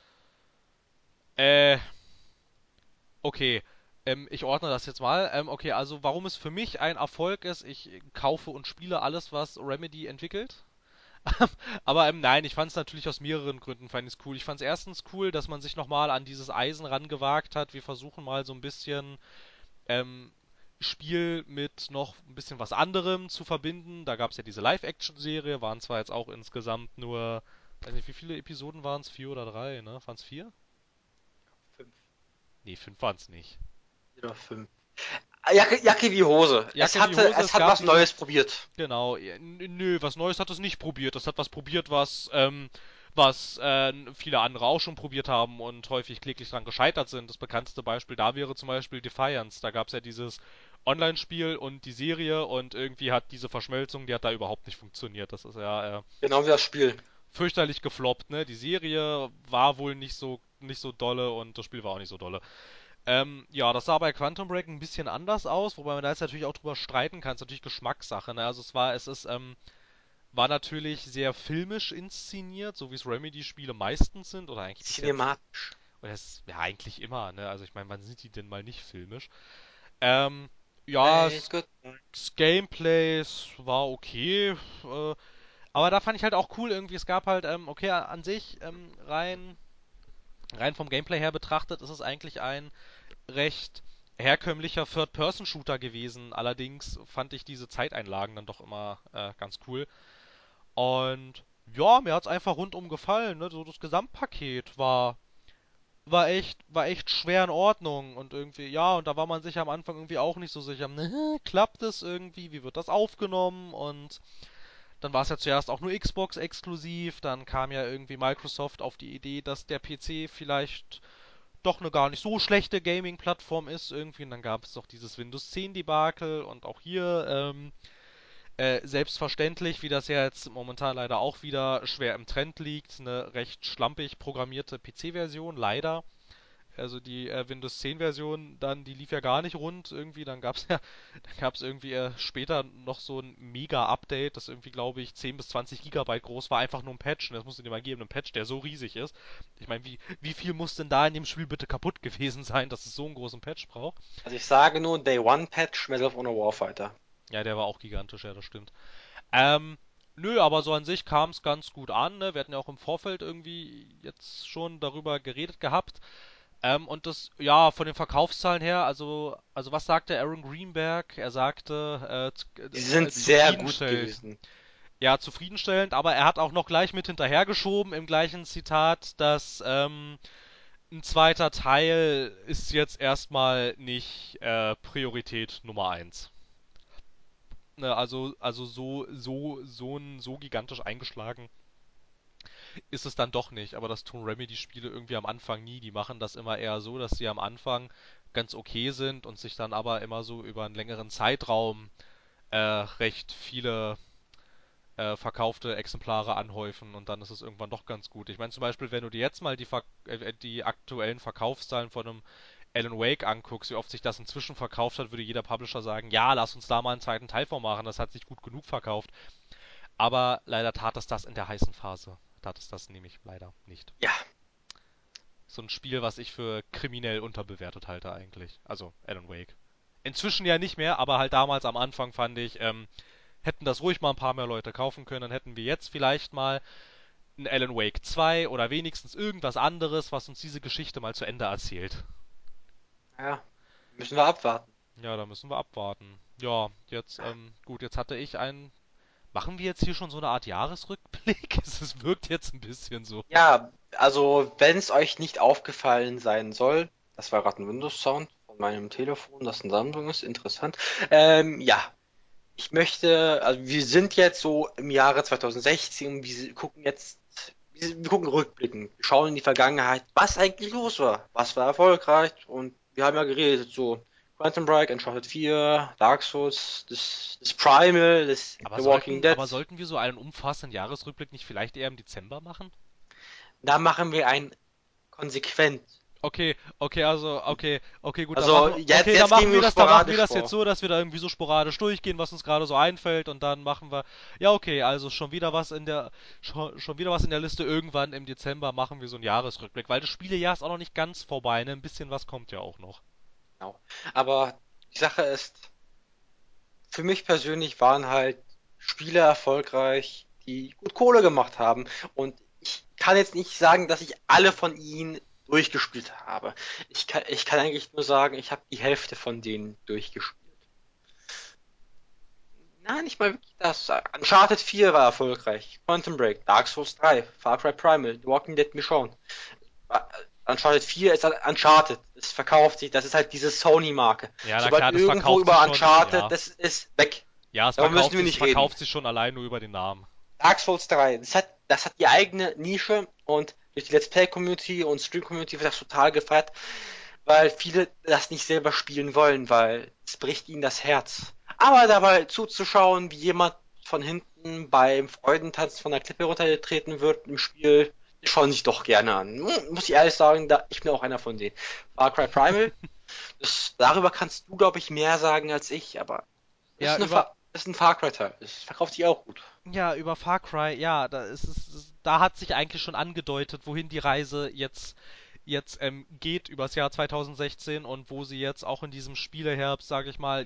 äh, okay. Ich ordne das jetzt mal. Okay, also warum es für mich ein Erfolg ist, ich kaufe und spiele alles, was Remedy entwickelt. Aber nein, ich fand es natürlich aus mehreren Gründen fand ich's cool. Ich fand es erstens cool, dass man sich nochmal an dieses Eisen rangewagt hat. Wir versuchen mal so ein bisschen ähm, Spiel mit noch ein bisschen was anderem zu verbinden. Da gab es ja diese Live-Action-Serie, waren zwar jetzt auch insgesamt nur, weiß nicht, wie viele Episoden waren es? Vier oder drei, ne? Waren es vier? 5 Nee, fünf waren es nicht. oder 5. Jacke wie Hose. Jacke wie Hose, Es es hat gab was diese, Neues probiert. genau, nö, was Neues hat es nicht probiert. Das hat was probiert, was viele andere auch schon probiert haben und häufig kläglich dran gescheitert sind. Das bekannteste Beispiel da wäre zum Beispiel Defiance. Da gab es ja dieses Online-Spiel und die Serie und irgendwie hat diese Verschmelzung, die hat da überhaupt nicht funktioniert. Das ist ja Genau wie das Spiel. fürchterlich gefloppt, ne? Die Serie war wohl nicht so dolle und das Spiel war auch nicht so dolle. Ja, das sah bei Quantum Break ein bisschen anders aus, wobei man da jetzt natürlich auch drüber streiten kann. Es ist natürlich Geschmackssache, ne? Also war natürlich sehr filmisch inszeniert, so wie es Remedy-Spiele meistens sind, oder eigentlich bis jetzt, Cinematisch. oder es, ja, eigentlich immer, ne? Also ich meine, wann sind die denn mal nicht filmisch? Ähm, ja, Hey, good. das Gameplay es war okay, aber da fand ich halt auch cool irgendwie, es gab halt, okay, an sich, rein vom Gameplay her betrachtet, ist es eigentlich ein recht herkömmlicher Third-Person-Shooter gewesen. Allerdings fand ich diese Zeiteinlagen dann doch immer ganz cool. Und ja, mir hat's einfach rundum gefallen. Ne? So das Gesamtpaket war echt schwer in Ordnung. Und irgendwie, ja, und da war man sich am Anfang irgendwie auch nicht so sicher. Ne, klappt es irgendwie? Wie wird das aufgenommen? Und dann war es ja zuerst auch nur Xbox exklusiv. Dann kam ja irgendwie Microsoft auf die Idee, dass der PC vielleicht doch eine gar nicht so schlechte Gaming-Plattform ist irgendwie. Und dann gab es doch dieses Windows 10 Debakel und auch hier selbstverständlich, wie das ja jetzt momentan leider auch wieder schwer im Trend liegt, eine recht schlampig programmierte PC-Version, leider. Also die Windows 10 Version, dann, die lief ja gar nicht rund irgendwie. Dann gab's irgendwie später noch so ein Mega-Update, das irgendwie, glaube ich, 10 bis 20 Gigabyte groß war, einfach nur ein Patch. Und das musst du dir mal geben, ein Patch, der so riesig ist. Ich meine, wie viel muss denn da in dem Spiel bitte kaputt gewesen sein, dass es so einen großen Patch braucht? Also ich sage nur Day One Patch, Medal of Honor Warfighter. Ja, der war auch gigantisch, ja, das stimmt. Ähm, Nö, aber so an sich kam es ganz gut an, ne? Wir hatten ja auch im Vorfeld irgendwie jetzt schon darüber geredet gehabt. Und das, ja, von den Verkaufszahlen her, also was sagte Aaron Greenberg? Er sagte, Die sind sehr gut zufriedenstellend. gewesen. Ja, zufriedenstellend, aber er hat auch noch gleich mit hinterhergeschoben im gleichen Zitat, dass ein zweiter Teil ist jetzt erstmal nicht Priorität Nummer eins. Ne, also so gigantisch eingeschlagen ist es dann doch nicht. Aber das tun Remedy-Spiele irgendwie am Anfang nie. Die machen das immer eher so, dass sie am Anfang ganz okay sind und sich dann aber immer so über einen längeren Zeitraum recht viele verkaufte Exemplare anhäufen und dann ist es irgendwann doch ganz gut. Ich meine zum Beispiel, wenn du dir jetzt mal die aktuellen Verkaufszahlen von einem Alan Wake anguckst, wie oft sich das inzwischen verkauft hat, würde jeder Publisher sagen, ja, lass uns da mal einen zweiten Teil von machen, das hat sich gut genug verkauft. Aber leider tat es das in der heißen Phase. Tat es das nämlich leider nicht. Ja, So ein Spiel, was ich für kriminell unterbewertet halte eigentlich. Also Alan Wake. Inzwischen ja nicht mehr, aber halt damals am Anfang fand ich, hätten das ruhig mal ein paar mehr Leute kaufen können, dann hätten wir jetzt vielleicht mal ein Alan Wake 2 oder wenigstens irgendwas anderes, was uns diese Geschichte mal zu Ende erzählt. ja, müssen wir abwarten. Ja, da müssen wir abwarten. Ja, jetzt, gut, jetzt hatte ich einen. Machen wir jetzt hier schon so eine Art Jahresrückblick? Es wirkt jetzt ein bisschen so. Ja, also wenn es euch nicht aufgefallen sein soll, das war gerade ein Windows-Sound von meinem Telefon, das ein Samsung ist, interessant. Ja, ich möchte, also wir sind jetzt so im Jahre 2016 und wir gucken jetzt, wir gucken rückblickend, wir schauen in die Vergangenheit, was eigentlich los war, was war erfolgreich und wir haben ja geredet, so Quantum Break, Uncharted 4, Dark Souls, das Primal, das The Walking Dead. Aber sollten wir so einen umfassenden Jahresrückblick nicht vielleicht eher im Dezember machen? Da machen wir ein konsequent. Okay, gut, Also jetzt gehen wir dann machen wir sporadisch das jetzt vor. so, dass wir da irgendwie so sporadisch durchgehen, was uns gerade so einfällt und dann machen wir, ja okay, also schon wieder was in der Liste, irgendwann im Dezember machen wir so einen Jahresrückblick, weil das Spielejahr ist auch noch nicht ganz vorbei, ne, ein bisschen was kommt ja auch noch. Genau. Aber die Sache ist, für mich persönlich waren halt Spiele erfolgreich, die gut Kohle gemacht haben. Und ich kann jetzt nicht sagen, dass ich alle von ihnen durchgespielt habe. Ich kann eigentlich nur sagen, ich habe die Hälfte von denen durchgespielt. Nein, nicht mal wirklich das. Uncharted 4 war erfolgreich. Quantum Break, Dark Souls 3, Far Cry Primal, The Walking Dead Michonne. Uncharted 4 ist halt Uncharted. Es verkauft sich. Das ist halt diese Sony-Marke. Ja, na Sobald klar, das irgendwo verkauft sich über schon, Uncharted, ja. das ist weg. Ja, Darüber müssen wir es nicht reden. verkauft sich schon allein nur über den Namen. Dark Souls 3, das hat die eigene Nische und durch die Let's Play Community und Stream Community wird das total gefeiert, weil viele das nicht selber spielen wollen, weil es bricht ihnen das Herz. Aber dabei zuzuschauen, wie jemand von hinten beim Freudentanz von der Klippe runtergetreten wird im Spiel, schauen sich doch gerne an. Muss ich ehrlich sagen, ich bin auch einer von denen. Far Cry Primal, darüber kannst du, glaube ich, mehr sagen als ich, aber Ja, über, das ist ein Far Cry-Teil. Das verkauft sich auch gut. Ja, über Far Cry, ja, da hat sich eigentlich schon angedeutet, wohin die Reise jetzt geht übers Jahr 2016 und wo sie jetzt auch in diesem Spieleherbst, sage ich mal,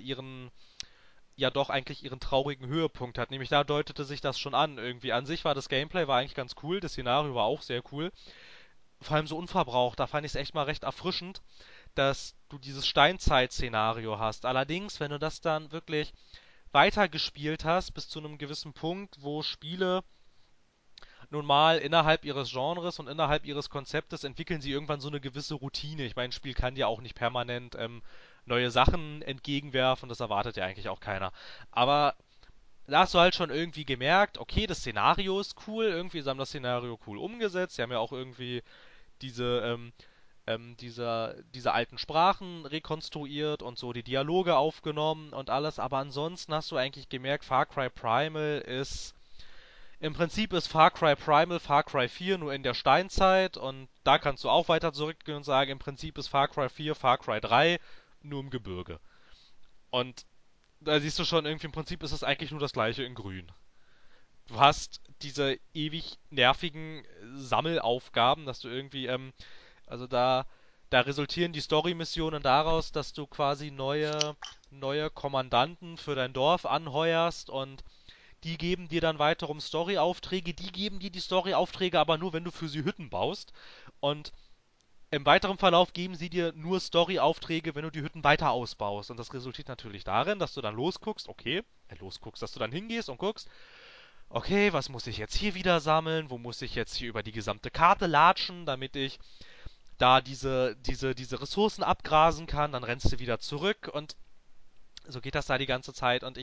ja doch eigentlich ihren traurigen Höhepunkt hat. Nämlich da deutete sich das schon an irgendwie. An sich war das Gameplay war eigentlich ganz cool, das Szenario war auch sehr cool. Vor allem so unverbraucht, da fand ich es echt mal recht erfrischend, dass du dieses Steinzeit-Szenario hast. Allerdings, wenn du das dann wirklich weitergespielt hast, bis zu einem gewissen Punkt, wo Spiele nun mal innerhalb ihres Genres und innerhalb ihres Konzeptes entwickeln sie irgendwann so eine gewisse Routine. Ich meine, ein Spiel kann ja auch nicht permanent neue Sachen entgegenwerfen, das erwartet ja eigentlich auch keiner. Aber da hast du halt schon irgendwie gemerkt, okay, das Szenario ist cool, irgendwie sie haben das Szenario cool umgesetzt, sie haben ja auch irgendwie diese, diese alten Sprachen rekonstruiert und so die Dialoge aufgenommen und alles, aber ansonsten hast du eigentlich gemerkt, Far Cry Primal ist im Prinzip ist Far Cry Primal Far Cry 4 nur in der Steinzeit und da kannst du auch weiter zurückgehen und sagen, im Prinzip ist Far Cry 4 Far Cry 3 nur im Gebirge. Und da siehst du schon, irgendwie im Prinzip ist es eigentlich nur das gleiche in grün. Du hast diese ewig nervigen Sammelaufgaben, dass du irgendwie, also da resultieren die Story-Missionen daraus, dass du quasi neue Kommandanten für dein Dorf anheuerst und Die geben dir dann weiterum Story-Aufträge, die geben dir die Story-Aufträge aber nur, wenn du für sie Hütten baust. Und im weiteren Verlauf geben sie dir nur Story-Aufträge, wenn du die Hütten weiter ausbaust. Und das resultiert natürlich darin, dass du dann losguckst, dass du dann hingehst und guckst, okay, was muss ich jetzt hier wieder sammeln? Wo muss ich jetzt hier über die gesamte Karte latschen, damit ich da diese Ressourcen abgrasen kann? Dann rennst du wieder zurück und so geht das da die ganze Zeit. Und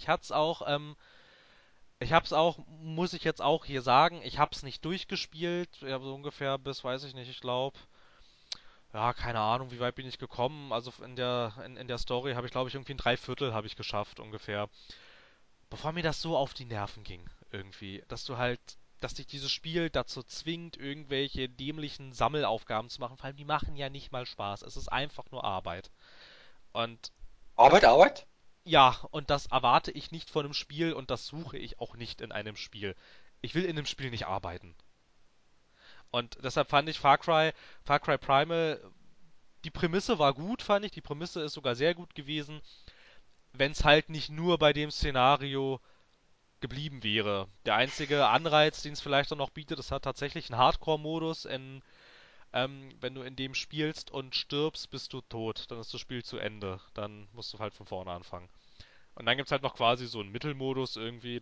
ich hab's auch, muss ich jetzt auch hier sagen, ich hab's nicht durchgespielt. Ich habe so ungefähr bis, weiß ich nicht, ich glaube, ja, keine Ahnung, wie weit bin ich gekommen. Also in der Story habe ich, glaube ich, irgendwie ein Dreiviertel habe ich geschafft ungefähr. Bevor mir das so auf die Nerven ging, irgendwie, dass dich dieses Spiel dazu zwingt, irgendwelche dämlichen Sammelaufgaben zu machen. Vor allem, die machen ja nicht mal Spaß. Es ist einfach nur Arbeit. Und Arbeit, das, Arbeit? ja, und das erwarte ich nicht von einem Spiel und das suche ich auch nicht in einem Spiel. Ich will in einem Spiel nicht arbeiten. Und deshalb fand ich Far Cry Primal, die Prämisse war gut, fand ich. Die Prämisse ist sogar sehr gut gewesen, wenn es halt nicht nur bei dem Szenario geblieben wäre. Der einzige Anreiz, den es vielleicht auch noch bietet, es hat tatsächlich einen Hardcore-Modus. Wenn du in dem spielst und stirbst, bist du tot. Dann ist das Spiel zu Ende. Dann musst du halt von vorne anfangen. Und dann gibt's halt noch quasi so einen Mittelmodus irgendwie,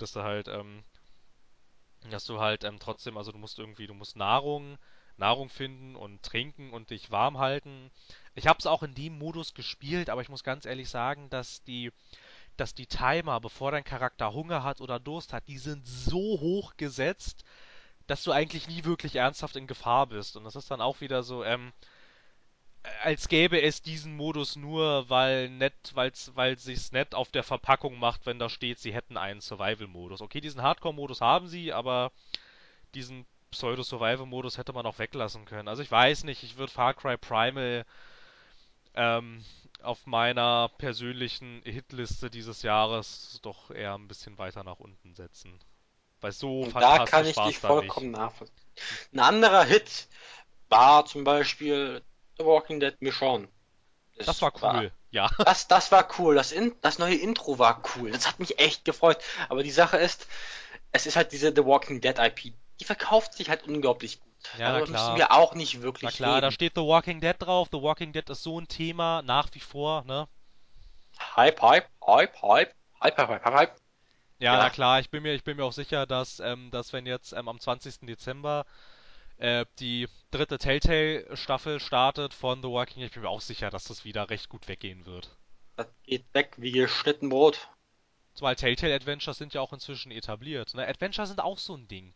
dass du halt trotzdem, also du musst Nahrung finden und trinken und dich warm halten. Ich habe es auch in dem Modus gespielt, aber ich muss ganz ehrlich sagen, dass die Timer, bevor dein Charakter Hunger hat oder Durst hat, die sind so hoch gesetzt, dass du eigentlich nie wirklich ernsthaft in Gefahr bist. Und das ist dann auch wieder so, als gäbe es diesen Modus nur, weil sich's nett auf der Verpackung macht, wenn da steht, sie hätten einen Survival-Modus. Okay, diesen Hardcore-Modus haben sie, aber diesen Pseudo-Survival-Modus hätte man auch weglassen können. Also ich weiß nicht, ich würde Far Cry Primal ähm, auf meiner persönlichen Hitliste dieses Jahres doch eher ein bisschen weiter nach unten setzen. Weil so Und da kann fantastisch ich war dich es dann nicht. vollkommen nachvollziehen. Ein anderer Hit war zum Beispiel The Walking Dead Michonne. Das Das war war, cool, ja. das war cool. Das neue Intro war cool. Das hat mich echt gefreut. Aber die Sache ist, es ist halt diese The Walking Dead IP. Die verkauft sich halt unglaublich gut. Ja, na Darüber müssen klar. wir auch nicht Na wirklich klar, da reden. steht The Walking Dead drauf. The Walking Dead ist so ein Thema nach wie vor, ne? Hype, Hype, Hype, Hype, Hype, Hype, Hype, Hype. Ja, na Ja, klar, ich bin mir auch sicher, dass wenn jetzt am 20. Dezember die dritte Telltale-Staffel startet von The Walking Dead, ich bin mir auch sicher, dass das wieder recht gut weggehen wird. das geht weg wie geschnitten Brot. Zumal Telltale Adventures sind ja auch inzwischen etabliert. Ne? Adventure sind auch so ein Ding,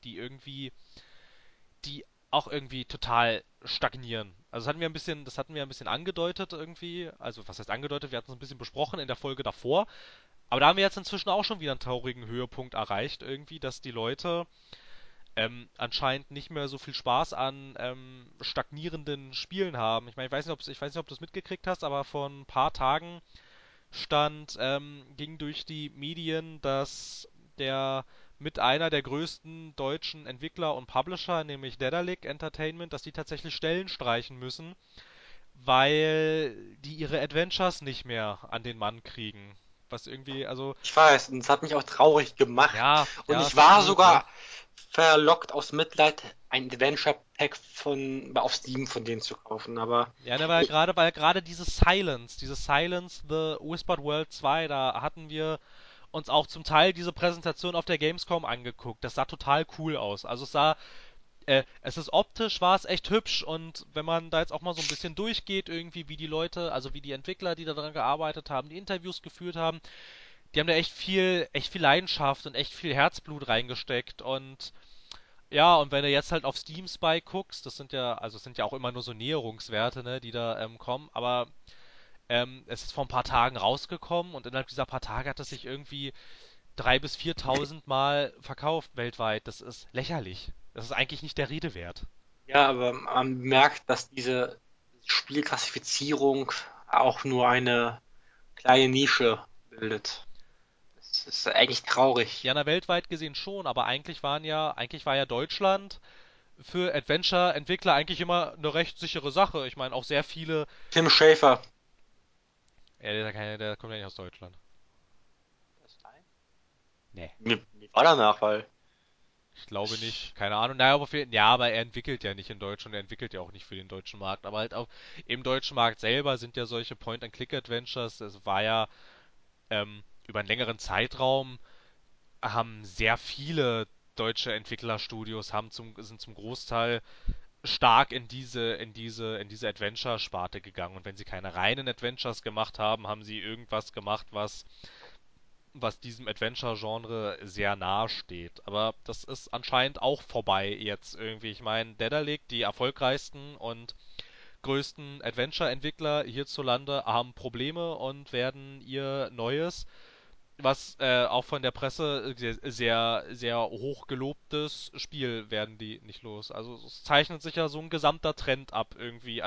die auch irgendwie total stagnieren. Also das hatten wir ein bisschen angedeutet irgendwie. Also was heißt angedeutet? Wir hatten es ein bisschen besprochen in der Folge davor. Aber da haben wir jetzt inzwischen auch schon wieder einen traurigen Höhepunkt erreicht irgendwie, dass die Leute anscheinend nicht mehr so viel Spaß an stagnierenden Spielen haben. Ich meine, ich weiß nicht, ob du es mitgekriegt hast, aber vor ein paar Tagen ging durch die Medien, dass der mit einer der größten deutschen Entwickler und Publisher, nämlich Daedalic Entertainment, dass die tatsächlich Stellen streichen müssen, weil die ihre Adventures nicht mehr an den Mann kriegen. Was irgendwie, also, Ich weiß, und es hat mich auch traurig gemacht. Und ja, ich ist halt war blöd, ne? sogar verlockt aus Mitleid, ein Adventure Pack auf Steam von denen zu kaufen. Aber Ja, ne, ich, weil gerade dieses Silence, The Whispered World 2, da hatten wir uns auch zum Teil diese Präsentation auf der Gamescom angeguckt. Das sah total cool aus. Also es ist optisch, war es echt hübsch und wenn man da jetzt auch mal so ein bisschen durchgeht, irgendwie wie die Leute, also wie die Entwickler, die daran gearbeitet haben, die Interviews geführt haben, die haben da echt viel Leidenschaft und echt viel Herzblut reingesteckt und ja, und wenn du jetzt halt auf Steam Spy guckst, es sind ja auch immer nur so Näherungswerte, ne, die da kommen, aber es ist vor ein paar Tagen rausgekommen und innerhalb dieser paar Tage hat es sich irgendwie 3.000 bis 4.000 Mal verkauft weltweit. Das ist lächerlich. Das ist eigentlich nicht der Rede wert. ja, aber man merkt, dass diese Spielklassifizierung auch nur eine kleine Nische bildet. Das ist eigentlich traurig. Ja, na, weltweit gesehen schon, aber eigentlich war ja Deutschland für Adventure-Entwickler eigentlich immer eine recht sichere Sache. Ich meine, auch sehr viele, Tim Schafer. der kommt ja nicht aus Deutschland. Das ist ein? Nee, Mir war danach, weil ich glaube ich, nicht. Keine Ahnung. Naja, ja, aber er entwickelt ja nicht in Deutschland, er entwickelt ja auch nicht für den deutschen Markt. Aber halt auch im deutschen Markt selber sind ja solche Point-and-Click-Adventures, es war ja über einen längeren Zeitraum haben sehr viele deutsche Entwicklerstudios sind zum Großteil stark in diese Adventure-Sparte gegangen. Und wenn sie keine reinen Adventures gemacht haben, haben sie irgendwas gemacht, was diesem Adventure-Genre sehr nahe steht. Aber das ist anscheinend auch vorbei jetzt irgendwie. Ich meine, Dedalic, die erfolgreichsten und größten Adventure-Entwickler hierzulande, haben Probleme und werden ihr neues, was auch von der Presse sehr, sehr hoch gelobtes Spiel, werden die nicht los. Also es zeichnet sich ja so ein gesamter Trend ab irgendwie.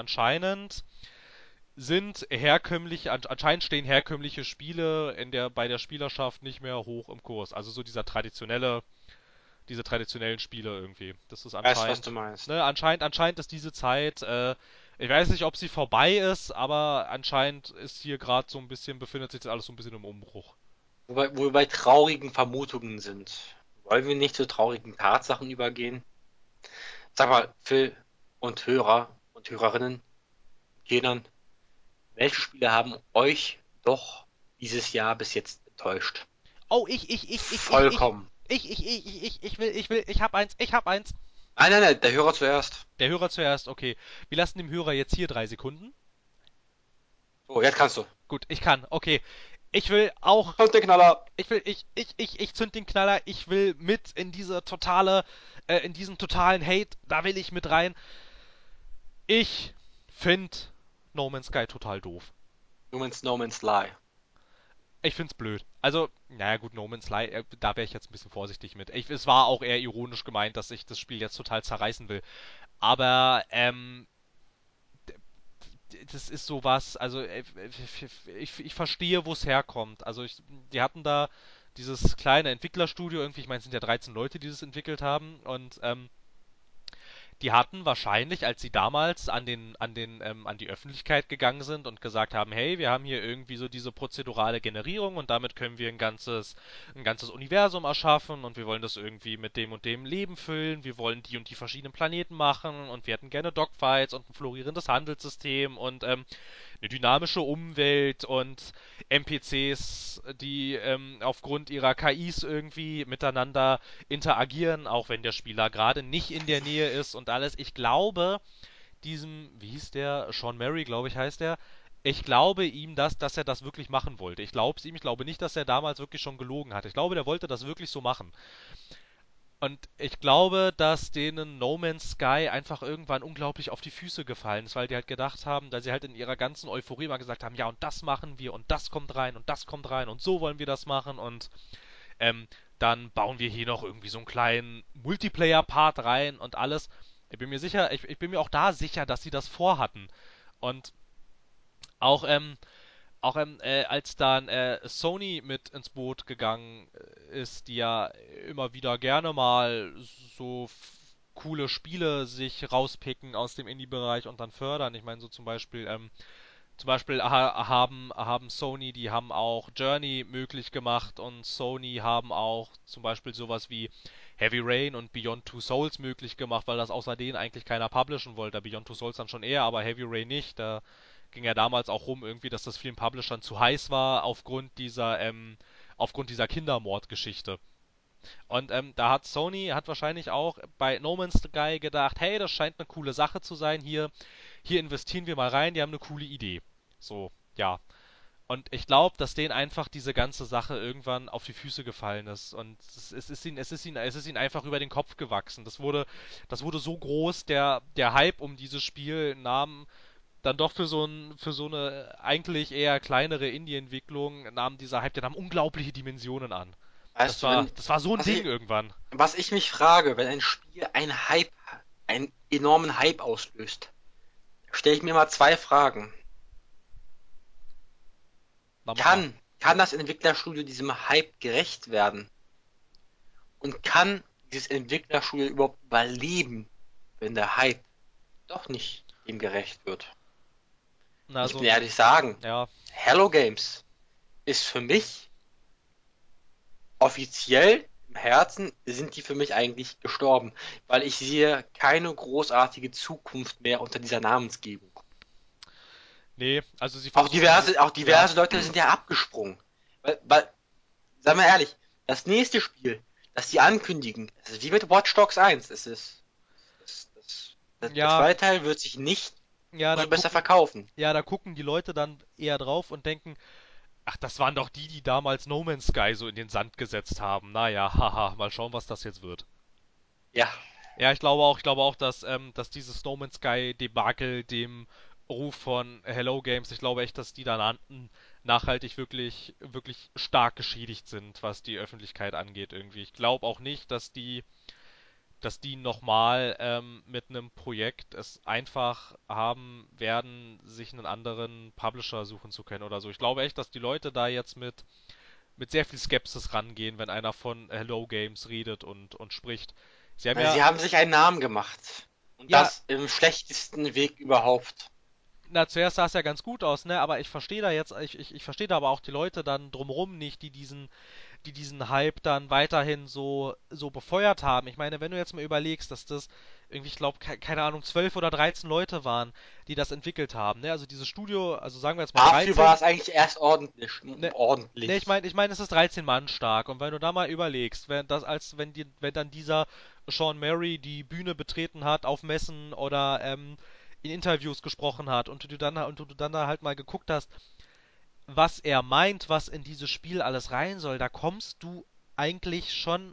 Anscheinend stehen herkömmliche Spiele bei der Spielerschaft nicht mehr hoch im Kurs. Also so diese traditionellen Spiele irgendwie. Das ist weiß, was du anscheinend, meinst. ne, anscheinend ist diese Zeit, ich weiß nicht, ob sie vorbei ist, aber anscheinend ist hier gerade so ein bisschen, befindet sich das alles so ein bisschen im Umbruch. Wo wir bei traurigen Vermutungen sind. Wollen wir nicht zu traurigen Tatsachen übergehen? Sag mal, Phil und Hörer und Hörerinnen, Kindern, welche Spiele haben euch doch dieses Jahr bis jetzt enttäuscht? Oh, Vollkommen. ich hab eins. Nein, nein, nein, der Hörer zuerst. Der Hörer zuerst, okay. Wir lassen dem Hörer jetzt hier 3 Sekunden. So, jetzt kannst du. Gut, ich kann, okay. Ich will auch, Und der Knaller. ich zünd den Knaller, ich will mit in diesen totalen Hate, da will ich mit rein. Ich find No Man's Sky total doof. No Man's Lie. Ich find's blöd. Also, naja gut, No Man's Sky, da wäre ich jetzt ein bisschen vorsichtig mit. Es war auch eher ironisch gemeint, dass ich das Spiel jetzt total zerreißen will. Aber, das ist sowas, also ich verstehe, wo es herkommt. Die hatten da dieses kleine Entwicklerstudio, irgendwie, ich meine, es sind ja 13 Leute, die das entwickelt haben und die hatten wahrscheinlich, als sie damals an die Öffentlichkeit gegangen sind und gesagt haben, hey, wir haben hier irgendwie so diese prozedurale Generierung und damit können wir ein ganzes Universum erschaffen und wir wollen das irgendwie mit dem und dem Leben füllen, wir wollen die und die verschiedenen Planeten machen und wir hätten gerne Dogfights und ein florierendes Handelssystem und eine dynamische Umwelt und NPCs, die aufgrund ihrer KIs irgendwie miteinander interagieren, auch wenn der Spieler gerade nicht in der Nähe ist und alles. Ich glaube, wie hieß der? Sean Murray, glaube ich, heißt der. Ich glaube ihm, dass er das wirklich machen wollte. Ich glaube es ihm. Ich glaube nicht, dass er damals wirklich schon gelogen hat. Ich glaube, der wollte das wirklich so machen. Und ich glaube, dass denen No Man's Sky einfach irgendwann unglaublich auf die Füße gefallen ist, weil die halt gedacht haben, da sie halt in ihrer ganzen Euphorie mal gesagt haben, ja, und das machen wir und das kommt rein und das kommt rein und so wollen wir das machen und ähm, dann bauen wir hier noch irgendwie so einen kleinen Multiplayer-Part rein und alles. Ich bin mir auch da sicher, dass sie das vorhatten. Und auch, als dann Sony mit ins Boot gegangen ist, die ja immer wieder gerne mal so coole Spiele sich rauspicken aus dem Indie-Bereich und dann fördern. Ich meine, so zum Beispiel haben Sony, die haben auch Journey möglich gemacht und Sony haben auch zum Beispiel sowas wie Heavy Rain und Beyond Two Souls möglich gemacht, weil das außer denen eigentlich keiner publishen wollte. Beyond Two Souls dann schon eher, aber Heavy Rain nicht. Da ging ja damals auch rum irgendwie, dass das vielen Publishern zu heiß war aufgrund dieser Kindermordgeschichte. Und da hat Sony hat wahrscheinlich auch bei No Man's Sky gedacht, hey, das scheint eine coole Sache zu sein hier investieren wir mal rein, die haben eine coole Idee. So, ja. Und ich glaube, dass denen einfach diese ganze Sache irgendwann auf die Füße gefallen ist. Und es ist ihnen einfach über den Kopf gewachsen. Das wurde so groß, der Hype um dieses Spiel nahm dann doch für so eine eigentlich eher kleinere Indie-Entwicklung, nahm dieser Hype, der nahm unglaubliche Dimensionen an. Weißt du, wenn, Das war so ein was Ding ich, irgendwann. was ich mich frage, wenn ein Spiel einen enormen Hype auslöst, stelle ich mir mal zwei Fragen. Na, mach mal. Kann das Entwicklerstudio diesem Hype gerecht werden? Und kann dieses Entwicklerstudio überhaupt überleben, wenn der Hype doch nicht dem gerecht wird? Na, Ich so bin ein, ehrlich sagen, ja, Hello Games ist für mich offiziell im Herzen sind die für mich eigentlich gestorben, weil ich sehe keine großartige Zukunft mehr unter dieser Namensgebung. Nee, also sie versuchen Auch ja, diverse Leute sind ja abgesprungen. Weil, sei mal ehrlich, das nächste Spiel, das die ankündigen, es ist wie mit Watch Dogs 1. Der ja, zweite Teil wird sich nicht ja, umso besser verkaufen. da gucken die Leute dann eher drauf und denken, ach, das waren doch die, die damals No Man's Sky so in den Sand gesetzt haben. Naja, haha, mal schauen, was das jetzt wird. Ja, Ja, ich glaube auch, dass dieses No Man's Sky Debakel dem Ruf von Hello Games, ich glaube echt, dass die dann nachhaltig wirklich stark geschädigt sind, was die Öffentlichkeit angeht irgendwie. Ich glaube auch nicht, dass die nochmal mit einem Projekt es einfach haben werden, sich einen anderen Publisher suchen zu können oder so. Ich glaube echt, dass die Leute da jetzt mit sehr viel Skepsis rangehen, wenn einer von Hello Games redet und spricht. Sie haben weil ja, sie haben sich einen Namen gemacht. Und ja, das im schlechtesten Weg überhaupt. na, zuerst sah es ja ganz gut aus, ne, aber ich verstehe da aber auch die Leute dann drumrum nicht, die diesen Hype dann weiterhin so befeuert haben. Ich meine, wenn du jetzt mal überlegst, dass das irgendwie, ich glaube, keine Ahnung, 12 oder 13 Leute waren, die das entwickelt haben, ne? Also dieses Studio, also sagen wir jetzt mal Dafür war 13, es eigentlich erst ordentlich. ne, ne, Ordentlich. ich meine, es ist 13 Mann stark und wenn du da mal überlegst, wenn dann dieser Sean Murray die Bühne betreten hat auf Messen oder in Interviews gesprochen hat und du dann da halt mal geguckt hast, was er meint, was in dieses Spiel alles rein soll, da kommst du eigentlich schon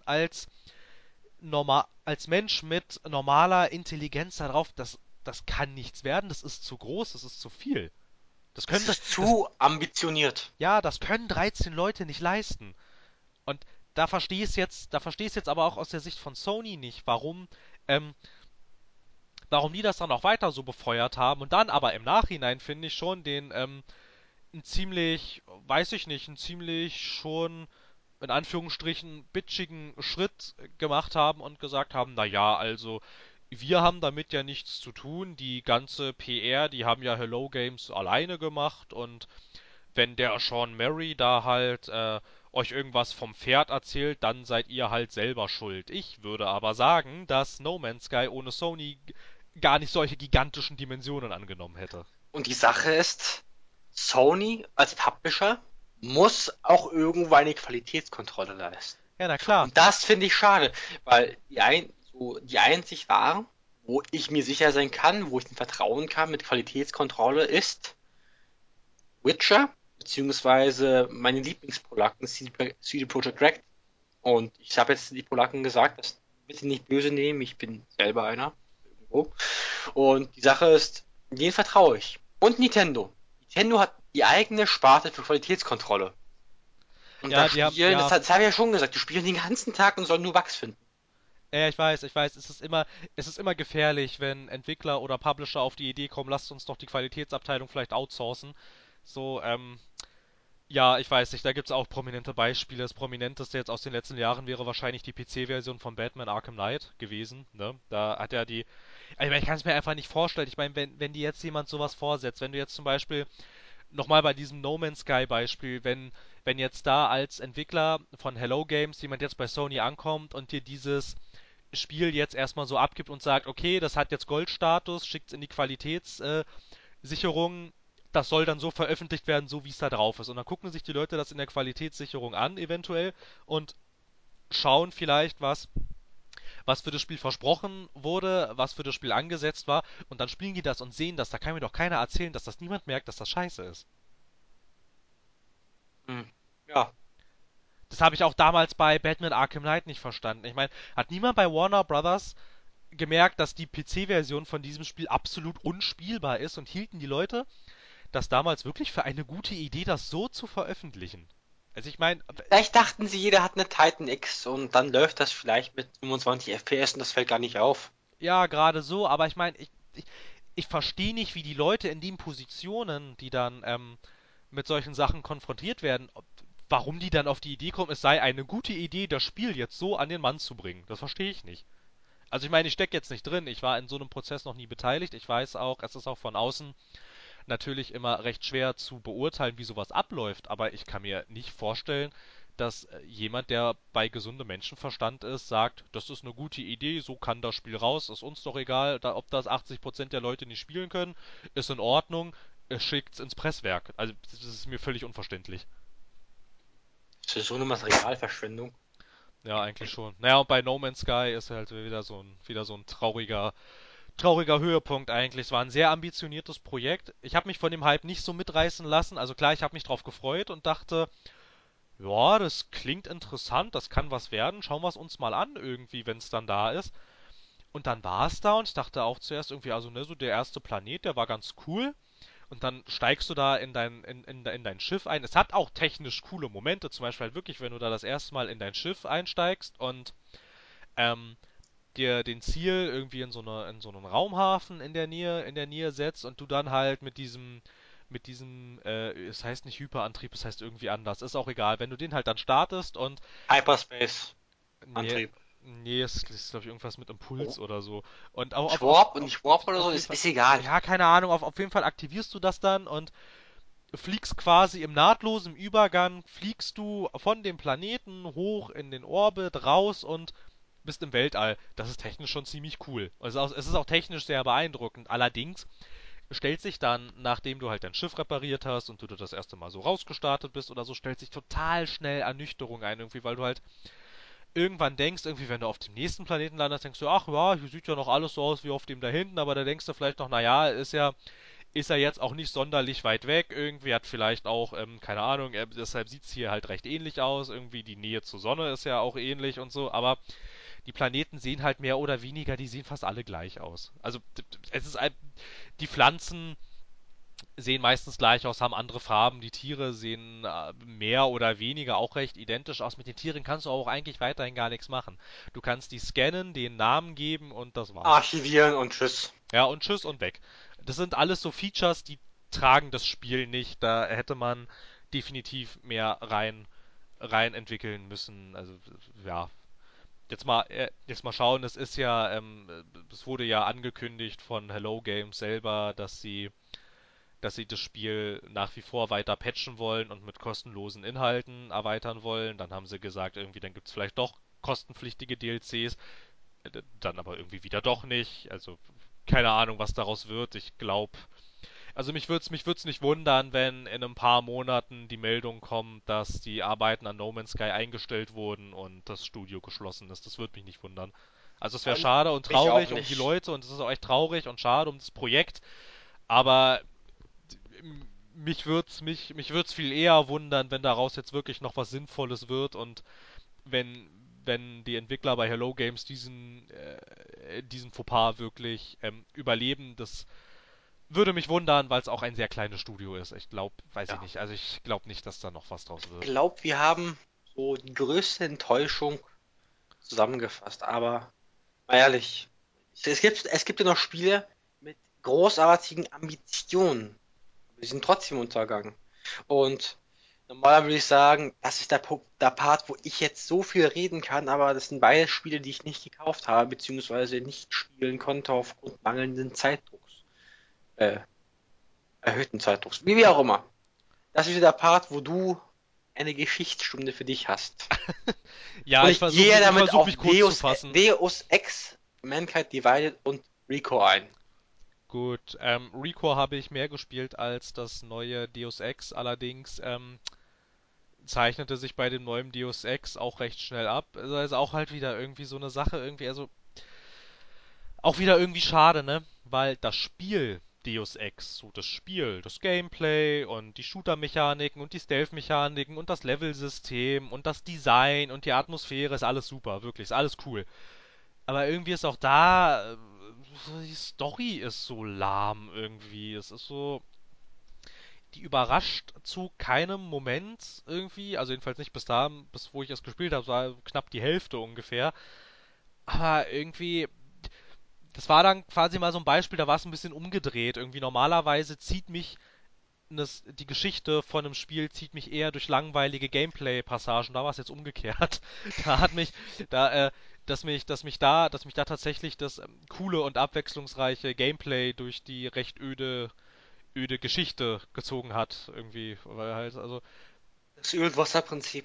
als Mensch mit normaler Intelligenz darauf, das kann nichts werden, das ist zu groß, das ist zu viel. Das Es können, ist zu ambitioniert. ja, das können 13 Leute nicht leisten. Und da verstehe ich es jetzt aber auch aus der Sicht von Sony nicht, ähm, warum die das dann auch weiter so befeuert haben und dann aber im Nachhinein finde ich schon einen ziemlich, weiß ich nicht, einen ziemlich schon in Anführungsstrichen bitchigen Schritt gemacht haben und gesagt haben, naja, also wir haben damit ja nichts zu tun, die ganze PR, die haben ja Hello Games alleine gemacht und wenn der Sean Murray da halt euch irgendwas vom Pferd erzählt, dann seid ihr halt selber schuld. Ich würde aber sagen, dass No Man's Sky ohne Sony gar nicht solche gigantischen Dimensionen angenommen hätte. Und die Sache ist, Sony als Publisher muss auch irgendwo eine Qualitätskontrolle leisten. Ja, na klar. Und das finde ich schade, weil die einzig Waren, wo ich mir sicher sein kann, wo ich dem vertrauen kann mit Qualitätskontrolle, ist Witcher, beziehungsweise meine Lieblingspolaken, CD Projekt Red. Und ich habe jetzt die Polaken gesagt, das bitte nicht böse nehmen, ich bin selber einer. Irgendwo. Und die Sache ist, denen vertraue ich. Und Nintendo. Nintendo hat die eigene Sparte für Qualitätskontrolle. Und da Ja, die haben, spielen, ja, das habe ich ja schon gesagt, die spielen den ganzen Tag und sollen nur Bugs finden. ja, ich weiß, es ist immer gefährlich, wenn Entwickler oder Publisher auf die Idee kommen, lasst uns doch die Qualitätsabteilung vielleicht outsourcen. So, ja, ich weiß nicht, da gibt's auch prominente Beispiele. Das prominenteste jetzt aus den letzten Jahren wäre wahrscheinlich die PC-Version von Batman Arkham Knight gewesen, ne? Da hat er die, ich kann es mir einfach nicht vorstellen. Ich meine, wenn dir jetzt jemand sowas vorsetzt, wenn du jetzt zum Beispiel nochmal bei diesem No Man's Sky Beispiel, wenn jetzt da als Entwickler von Hello Games jemand jetzt bei Sony ankommt und dir dieses Spiel jetzt erstmal so abgibt und sagt, okay, das hat jetzt Goldstatus, schickt's in die Qualitätssicherung, das soll dann so veröffentlicht werden, so wie es da drauf ist. Und dann gucken sich die Leute das in der Qualitätssicherung an, eventuell, und schauen vielleicht, was für das Spiel versprochen wurde, was für das Spiel angesetzt war, und dann spielen die das und sehen das. Da kann mir doch keiner erzählen, dass das niemand merkt, dass das scheiße ist. Hm. Ja, Das habe ich auch damals bei Batman Arkham Knight nicht verstanden. Ich meine, hat niemand bei Warner Brothers gemerkt, dass die PC-Version von diesem Spiel absolut unspielbar ist und hielten die Leute das damals wirklich für eine gute Idee, das so zu veröffentlichen? Also ich meine, vielleicht dachten sie, jeder hat eine Titan X und dann läuft das vielleicht mit 25 FPS und das fällt gar nicht auf. ja, gerade so, aber ich meine, ich verstehe nicht, wie die Leute in den Positionen, die dann mit solchen Sachen konfrontiert werden, warum die dann auf die Idee kommen, es sei eine gute Idee, das Spiel jetzt so an den Mann zu bringen. Das verstehe ich nicht. Also ich meine, ich stecke jetzt nicht drin, ich war in so einem Prozess noch nie beteiligt, ich weiß auch, es ist auch von außen natürlich immer recht schwer zu beurteilen, wie sowas abläuft, aber ich kann mir nicht vorstellen, dass jemand, der bei gesundem Menschenverstand ist, sagt, das ist eine gute Idee, so kann das Spiel raus, ist uns doch egal, da, ob das 80% der Leute nicht spielen können, ist in Ordnung, schickt's ins Presswerk. Also das ist mir völlig unverständlich. Das ist so eine Materialverschwendung. Ja, eigentlich schon. Naja, und bei No Man's Sky ist halt wieder so ein trauriger Höhepunkt eigentlich. Es war ein sehr ambitioniertes Projekt. Ich habe mich von dem Hype nicht so mitreißen lassen. Also klar, ich habe mich drauf gefreut und dachte, ja, das klingt interessant, das kann was werden. Schauen wir es uns mal an irgendwie, wenn es dann da ist. Und dann war es da und ich dachte auch zuerst irgendwie, also ne, so der erste Planet, der war ganz cool. Und dann steigst du da in dein Schiff ein. Es hat auch technisch coole Momente, zum Beispiel halt wirklich, wenn du da das erste Mal in dein Schiff einsteigst und ähm, dir den Ziel irgendwie in so einen Raumhafen in der Nähe setzt und du dann halt es heißt nicht Hyperantrieb, es heißt irgendwie anders, ist auch egal, wenn du den halt dann startest und nee, Hyperspace-Antrieb. nee, es ist glaube ich irgendwas mit Impuls Oh, oder so und auch Schwarp und nicht Warp oder so, auf jeden Fall, ist egal. ja, keine Ahnung, auf jeden Fall aktivierst du das dann und fliegst quasi im nahtlosen Übergang, fliegst du von dem Planeten hoch in den Orbit, raus und bist im Weltall. Das ist technisch schon ziemlich cool. Es ist auch technisch sehr beeindruckend. Allerdings stellt sich dann, nachdem du halt dein Schiff repariert hast und du das erste Mal so rausgestartet bist oder so, stellt sich total schnell Ernüchterung ein, irgendwie, weil du halt irgendwann denkst, irgendwie, wenn du auf dem nächsten Planeten landest, denkst du, ach ja, hier sieht ja noch alles so aus wie auf dem da hinten, aber da denkst du vielleicht noch, naja, ist er jetzt auch nicht sonderlich weit weg. Irgendwie hat vielleicht auch, keine Ahnung, deshalb sieht es hier halt recht ähnlich aus. Irgendwie die Nähe zur Sonne ist ja auch ähnlich und so. Aber die Planeten sehen halt mehr oder weniger, die sehen fast alle gleich aus. Also es ist ein, die Pflanzen sehen meistens gleich aus, haben andere Farben. Die Tiere sehen mehr oder weniger auch recht identisch aus. Mit den Tieren kannst du auch eigentlich weiterhin gar nichts machen. Du kannst die scannen, den Namen geben und das war's. Archivieren und tschüss. Ja, und tschüss und weg. Das sind alles so Features, die tragen das Spiel nicht. Da hätte man definitiv mehr rein entwickeln müssen. Also, ja. Jetzt mal schauen, es wurde ja angekündigt von Hello Games selber, dass sie das Spiel nach wie vor weiter patchen wollen und mit kostenlosen Inhalten erweitern wollen. Dann haben sie gesagt, irgendwie, dann gibt es vielleicht doch kostenpflichtige DLCs, dann aber irgendwie wieder doch nicht. Also keine Ahnung, was daraus wird. Ich glaube, also mich würd's nicht wundern, wenn in ein paar Monaten die Meldung kommt, dass die Arbeiten an No Man's Sky eingestellt wurden und das Studio geschlossen ist. Das würde mich nicht wundern. Also es wäre Ähm, schade und Mich auch traurig um die nicht. Leute und es ist auch echt traurig und schade um das Projekt, aber mich würd's viel eher wundern, wenn daraus jetzt wirklich noch was Sinnvolles wird und wenn, wenn die Entwickler bei Hello Games diesen Fauxpas wirklich überleben. Das würde mich wundern, weil es auch ein sehr kleines Studio ist. Ich glaube, weiß ich Ja. nicht. Also ich glaube nicht, dass da noch was draus Ich wird. glaube, wir haben so die größte Enttäuschung zusammengefasst. Aber mal ehrlich, es gibt ja noch Spiele mit großartigen Ambitionen. Wir sind trotzdem untergegangen. Und normalerweise würde ich sagen, das ist der Part, wo ich jetzt so viel reden kann, aber das sind beide Spiele, die ich nicht gekauft habe, beziehungsweise nicht spielen konnte aufgrund mangelnden Zeitdrucks. Äh, erhöhten Zeitdrucks. Wie auch immer. Das ist wieder der Part, wo du eine Geschichtsstunde für dich hast. Ja, Und ich gehe ich damit versuche auf mich kurz zu fassen. Deus Ex, Mankind Divided und Rico ein. Gut, Recore habe ich mehr gespielt als das neue Deus Ex, allerdings zeichnete sich bei dem neuen Deus Ex auch recht schnell ab. Also ist auch halt wieder irgendwie so eine Sache, irgendwie, also auch wieder irgendwie schade, ne? Weil das Spiel Deus Ex, so das Spiel, das Gameplay und die Shooter-Mechaniken und die Stealth-Mechaniken und das Level-System und das Design und die Atmosphäre ist alles super, wirklich, ist alles cool. Aber irgendwie ist auch da, die Story ist so lahm irgendwie. Es ist so, die überrascht zu keinem Moment irgendwie, also jedenfalls nicht bis da, bis wo ich es gespielt habe, war knapp die Hälfte ungefähr. Aber irgendwie, das war dann quasi mal so ein Beispiel, da war es ein bisschen umgedreht. Irgendwie normalerweise zieht mich die Geschichte von einem Spiel zieht mich eher durch langweilige Gameplay-Passagen. Da war es jetzt umgekehrt. Da hat mich, da, dass mich da tatsächlich das coole und abwechslungsreiche Gameplay durch die recht öde Geschichte gezogen hat. Irgendwie, weil halt, also, Das Öl-Wasser-Prinzip.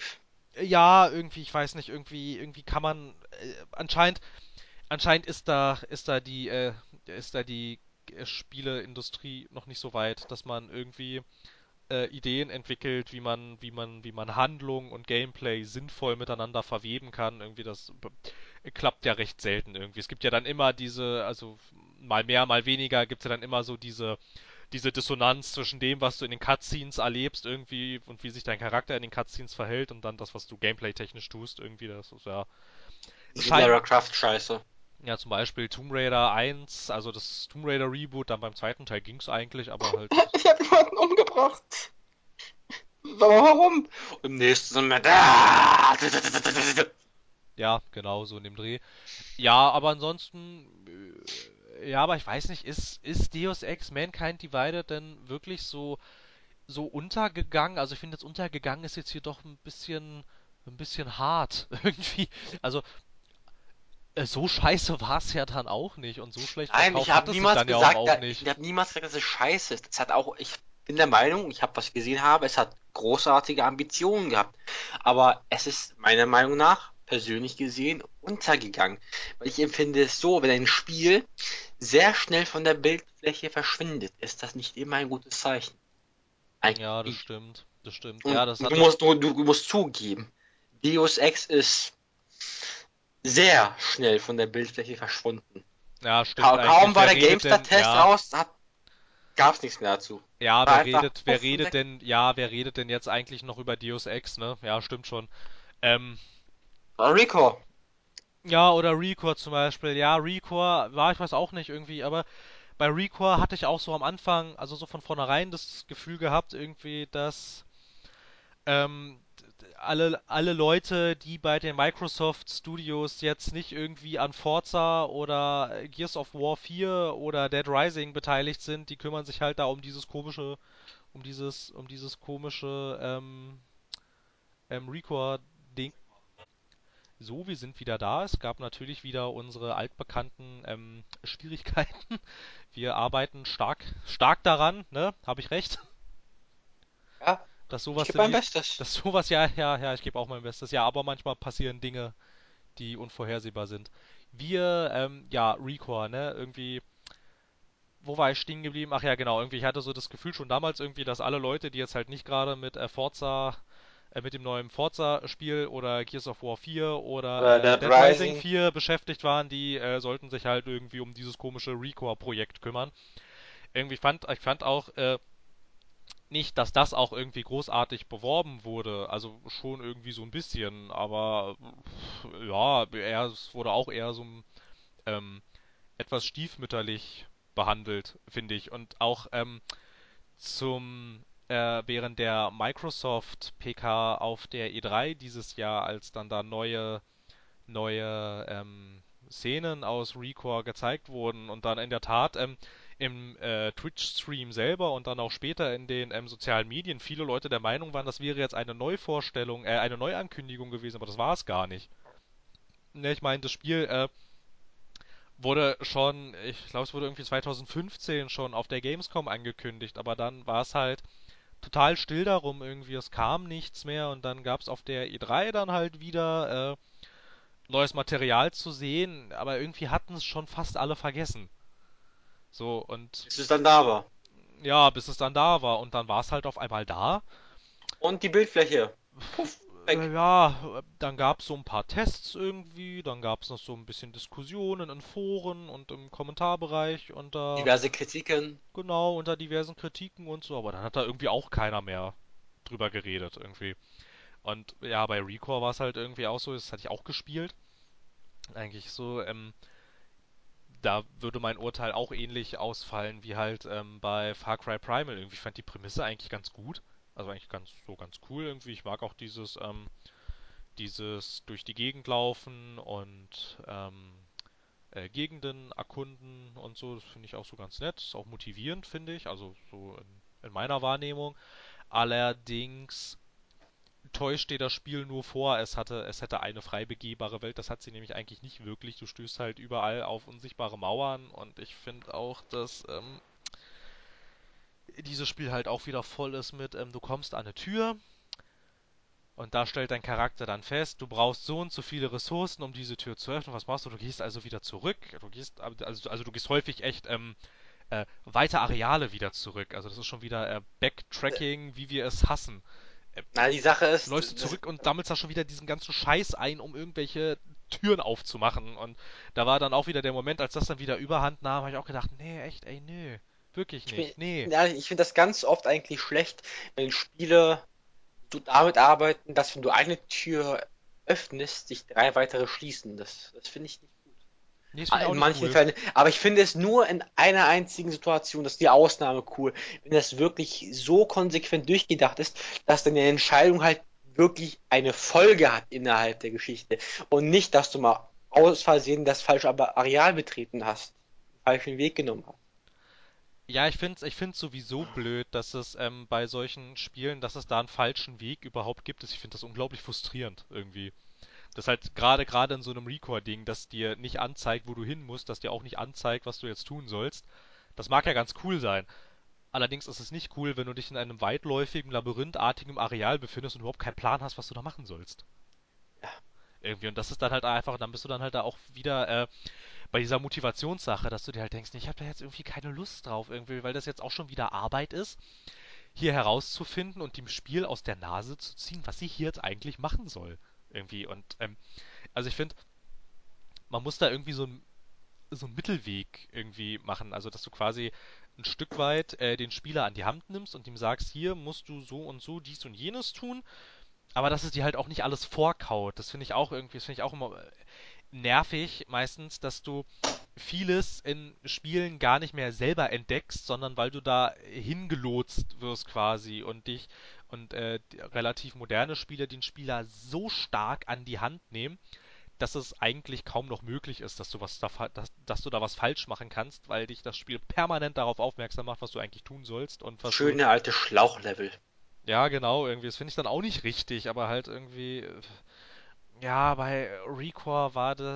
Ja, irgendwie, ich weiß nicht, irgendwie kann man, anscheinend ist da die Spieleindustrie noch nicht so weit, dass man irgendwie Ideen entwickelt, wie man Handlung und Gameplay sinnvoll miteinander verweben kann. Irgendwie klappt ja recht selten irgendwie. Es gibt ja dann immer also mal mehr, mal weniger, gibt es ja dann immer so diese Dissonanz zwischen dem, was du in den Cutscenes erlebst irgendwie und wie sich dein Charakter in den Cutscenes verhält und dann das, was du gameplay-technisch tust irgendwie. Das ist ja, das Diese scheint, Lara Croft-Scheiße. ja, zum Beispiel Tomb Raider 1, also das Tomb Raider Reboot, dann beim zweiten Teil ging's eigentlich, aber halt. Ich habe jemanden umgebracht. Aber warum? Und im nächsten sind wir da. Ja, genau, so in dem Dreh. Ja, aber ansonsten, ja, aber ich weiß nicht, ist Deus Ex Mankind Divided denn wirklich so untergegangen? Also ich finde jetzt untergegangen ist jetzt hier doch ein bisschen hart irgendwie. Also so scheiße war es ja dann auch nicht und so schlecht Nein, verkauft hat es sich dann ja auch ich nicht. habe niemals gesagt, dass es scheiße ist. Es hat auch, ich bin der Meinung, ich habe was gesehen habe, es hat großartige Ambitionen gehabt. Aber es ist meiner Meinung nach, persönlich gesehen, untergegangen. Weil ich empfinde es so, wenn ein Spiel sehr schnell von der Bildfläche verschwindet, ist das nicht immer ein gutes Zeichen. Eigentlich Ja, das nicht. stimmt. Das stimmt. Und Ja, das hatte. du musst zugeben, Deus Ex ist sehr schnell von der Bildfläche verschwunden. Ja, stimmt Kaum eigentlich. war Wer der redet denn? GameStar-Test Ja, raus, gab's nichts mehr dazu. ja, War einfach wer puff und redet weg. denn? Ja, wer redet denn jetzt eigentlich noch über Deus Ex, ne? Ja, stimmt schon. Ähm, Rico, ja, oder Recore zum Beispiel. Ja, Recore war, ich weiß auch nicht irgendwie, aber bei Recore hatte ich auch so am Anfang, also so von vornherein das Gefühl gehabt, irgendwie, dass alle Leute, die bei den Microsoft Studios jetzt nicht irgendwie an Forza oder Gears of War 4 oder Dead Rising beteiligt sind, die kümmern sich halt da um um dieses komische Recore-Ding. So, wir sind wieder da. Es gab natürlich wieder unsere altbekannten Schwierigkeiten. Wir arbeiten stark daran, ne? Habe ich recht? ja, Dass ich sowas gebe mein demnächst, Bestes. dass sowas, ja, ich gebe auch mein Bestes. Ja, aber manchmal passieren Dinge, die unvorhersehbar sind. Ja, Recore, ne? Irgendwie, wo war ich stehen geblieben? Ach ja, genau, irgendwie, ich hatte so das Gefühl schon damals irgendwie, dass alle Leute, die jetzt halt nicht gerade mit mit dem neuen Forza-Spiel oder Gears of War 4 Oder oder Dead Dead Rising Rising. 4 beschäftigt waren, die sollten sich halt irgendwie um dieses komische Recore-Projekt kümmern. Ich fand auch nicht, dass das auch irgendwie großartig beworben wurde. Also schon irgendwie so ein bisschen, aber ja, es wurde auch eher so ähm, etwas stiefmütterlich behandelt, finde ich. Und auch während der Microsoft PK auf der E3 dieses Jahr, als dann da neue Szenen aus Recore gezeigt wurden und dann in der Tat im Twitch-Stream selber und dann auch später in den sozialen Medien viele Leute der Meinung waren, das wäre jetzt eine Neuvorstellung, eine Neuankündigung gewesen, aber das war es gar nicht. Ne, ich meine, das Spiel wurde schon, ich glaube, es wurde irgendwie 2015 schon auf der Gamescom angekündigt, aber dann war es halt total still darum irgendwie, es kam nichts mehr und dann gab es auf der E3 dann halt wieder neues Material zu sehen, aber irgendwie hatten es schon fast alle vergessen. So, und Bis es dann da war. ja, bis es dann da war und dann war es halt auf einmal da. Und die Bildfläche. Puff, weg. Ja, dann gab es so ein paar Tests irgendwie, dann gab es noch so ein bisschen Diskussionen in Foren und im Kommentarbereich Diverse Kritiken. genau, unter diversen Kritiken und so, aber dann hat da irgendwie auch keiner mehr drüber geredet irgendwie. Und ja, bei Recore war es halt irgendwie auch so, das hatte ich auch gespielt. Eigentlich so, da würde mein Urteil auch ähnlich ausfallen wie halt bei Far Cry Primal. Irgendwie fand die Prämisse eigentlich ganz gut. Also eigentlich ganz cool irgendwie. Ich mag auch dieses durch die Gegend laufen und Gegenden erkunden und so. Das finde ich auch so ganz nett. Ist auch motivierend, finde ich. Also so in meiner Wahrnehmung. Allerdings täuscht dir das Spiel nur vor, es hätte eine frei begehbare Welt. Das hat sie nämlich eigentlich nicht wirklich. Du stößt halt überall auf unsichtbare Mauern und ich finde auch, dass dieses Spiel halt auch wieder voll ist mit, du kommst an eine Tür Und da stellt dein Charakter dann fest, du brauchst so und so viele Ressourcen, um diese Tür zu öffnen. Was machst du? Du gehst also wieder zurück. Also du gehst häufig echt weite Areale wieder zurück. Also das ist schon wieder Backtracking, wie wir es hassen. Äh, Na, die Sache Du ist, läufst zurück und sammelst da schon wieder diesen ganzen Scheiß ein, um irgendwelche Türen aufzumachen. Und da war dann auch wieder der Moment, als das dann wieder Überhand nahm, habe ich auch gedacht, nee, echt, ey, nö. Wirklich ich bin, nicht. Nee. ja, ich finde das ganz oft eigentlich schlecht, wenn Spiele so damit arbeiten, dass wenn du eine Tür öffnest, sich drei weitere schließen. Das finde ich nicht gut. Nee, das finde ich auch In nicht manchen cool. Fällen, aber ich finde es nur in einer einzigen Situation, das ist die Ausnahme cool, wenn das wirklich so konsequent durchgedacht ist, dass deine Entscheidung halt wirklich eine Folge hat innerhalb der Geschichte und nicht, dass du mal aus Versehen das falsche Areal betreten hast, den falschen Weg genommen hast. Ja, ich find's sowieso blöd, dass es bei solchen Spielen, dass es da einen falschen Weg überhaupt gibt. Ich finde das unglaublich frustrierend irgendwie. Das halt gerade in so einem Record-Ding, das dir nicht anzeigt, wo du hin musst, das dir auch nicht anzeigt, was du jetzt tun sollst. Das mag ja ganz cool sein. Allerdings ist es nicht cool, wenn du dich in einem weitläufigen, labyrinthartigen Areal befindest und überhaupt keinen Plan hast, was du da machen sollst. Ja, Irgendwie. Und das ist dann halt einfach, dann bist du dann halt da auch wieder bei dieser Motivationssache, dass du dir halt denkst, nee, ich habe da jetzt irgendwie keine Lust drauf, irgendwie, weil das jetzt auch schon wieder Arbeit ist, hier herauszufinden und dem Spiel aus der Nase zu ziehen, was sie hier jetzt eigentlich machen soll. Irgendwie. Und also ich finde, man muss da irgendwie so einen Mittelweg irgendwie machen. Also dass du quasi ein Stück weit den Spieler an die Hand nimmst und ihm sagst, hier musst du so und so dies und jenes tun, aber dass es dir halt auch nicht alles vorkaut. Das finde ich auch irgendwie, das finde ich auch immer nervig meistens, dass du vieles in Spielen gar nicht mehr selber entdeckst, sondern weil du da hingelotst wirst quasi und dich und relativ moderne Spiele den Spieler so stark an die Hand nehmen, dass es eigentlich kaum noch möglich ist, dass du da was falsch machen kannst, weil dich das Spiel permanent darauf aufmerksam macht, was du eigentlich tun sollst und was du. schöne alte Schlauchlevel. Ja, genau, irgendwie. Das finde ich dann auch nicht richtig, aber halt irgendwie. Ja, bei Recore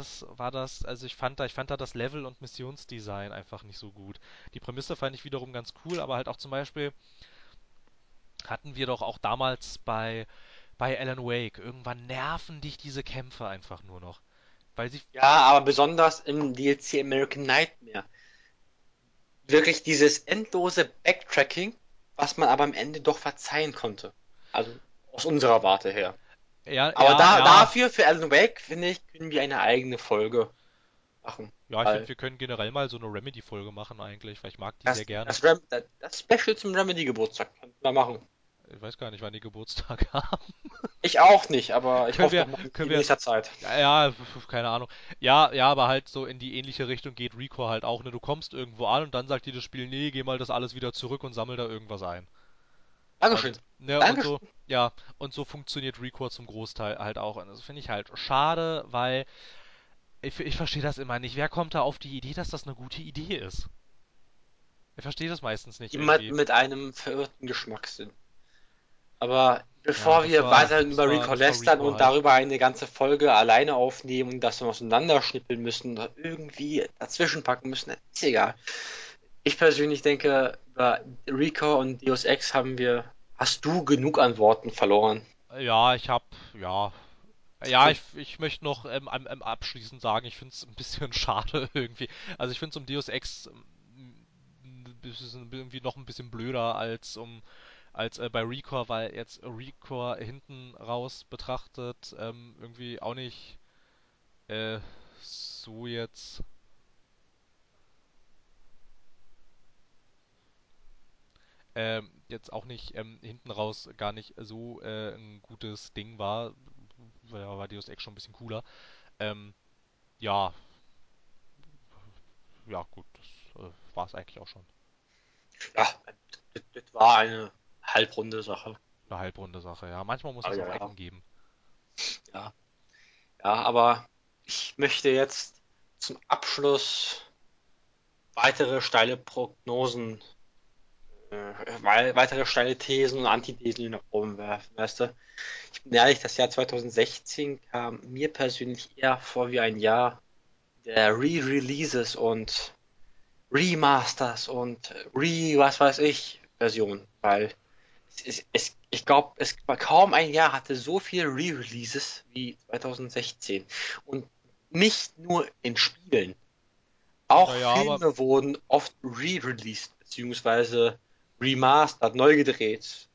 also ich fand da das Level- und Missionsdesign einfach nicht so gut. Die Prämisse fand ich wiederum ganz cool, aber halt auch zum Beispiel hatten wir doch auch damals bei Alan Wake. Irgendwann nerven dich diese Kämpfe einfach nur noch. Weil sie. Ja, aber besonders im DLC American Nightmare. Wirklich dieses endlose Backtracking, was man aber am Ende doch verzeihen konnte. Also aus unserer Warte her. Ja, Aber ja, ja. dafür, für Alan Wake, finde ich, können wir eine eigene Folge machen. Ja, ich finde, Weil wir können generell mal so eine Remedy-Folge machen eigentlich, weil ich mag die sehr gerne. das Special zum Remedy-Geburtstag könnten wir machen. Ich weiß gar nicht, wann die Geburtstag haben. Ich auch nicht, aber ich Können hoffe wir, doch mal können in wir, nächster Zeit. ja, keine Ahnung. Ja, ja, aber halt so in die ähnliche Richtung geht Recore halt auch, ne? Du kommst irgendwo an und dann sagt dir das Spiel, nee, geh mal das alles wieder zurück und sammel da irgendwas ein. Dankeschön. Und, ne, und Dankeschön. so, ja, und so funktioniert Recore zum Großteil halt auch. Und das finde ich halt schade, weil ich verstehe das immer nicht. Wer kommt da auf die Idee, dass das eine gute Idee ist? Ich verstehe das meistens nicht Jemand irgendwie. mit einem verirrten Geschmackssinn. Aber Ja, bevor wir weiterhin über Recall das war lästern Recore und halt. darüber eine ganze Folge alleine aufnehmen und das dann auseinanderschnippeln müssen oder irgendwie dazwischen packen müssen, ist egal. Ich persönlich denke, über Recall und Deus Ex hast du genug an Worten verloren. Ja, ja. Ja, Und ich möchte noch abschließend sagen, ich finde es ein bisschen schade irgendwie. Also ich finde es um Deus Ex irgendwie noch ein bisschen blöder als bei Recore, weil jetzt Recore hinten raus betrachtet irgendwie auch nicht äh, so jetzt auch nicht hinten raus gar nicht so ein gutes Ding war. War Deus Ex schon ein bisschen cooler. Ähm, ja, ja gut, das war es eigentlich auch schon. ja, das war eine halbrunde Sache. Eine halbrunde Sache, ja. Manchmal muss Aber es auch ja, Ecken geben. ja, ja, aber ich möchte jetzt zum Abschluss weitere steile Prognosen, weitere steile Thesen und Antithesen in den Raum werfen, weißt du? Ich bin ehrlich, das Jahr 2016 kam mir persönlich eher vor wie ein Jahr der Re-Releases und Remasters und was weiß ich Version, weil Ich glaube, es war kaum ein Jahr hatte so viele Re-Releases wie 2016. Und nicht nur in Spielen. Auch Naja, aber Filme wurden oft re-released, beziehungsweise remastered, neu gedreht.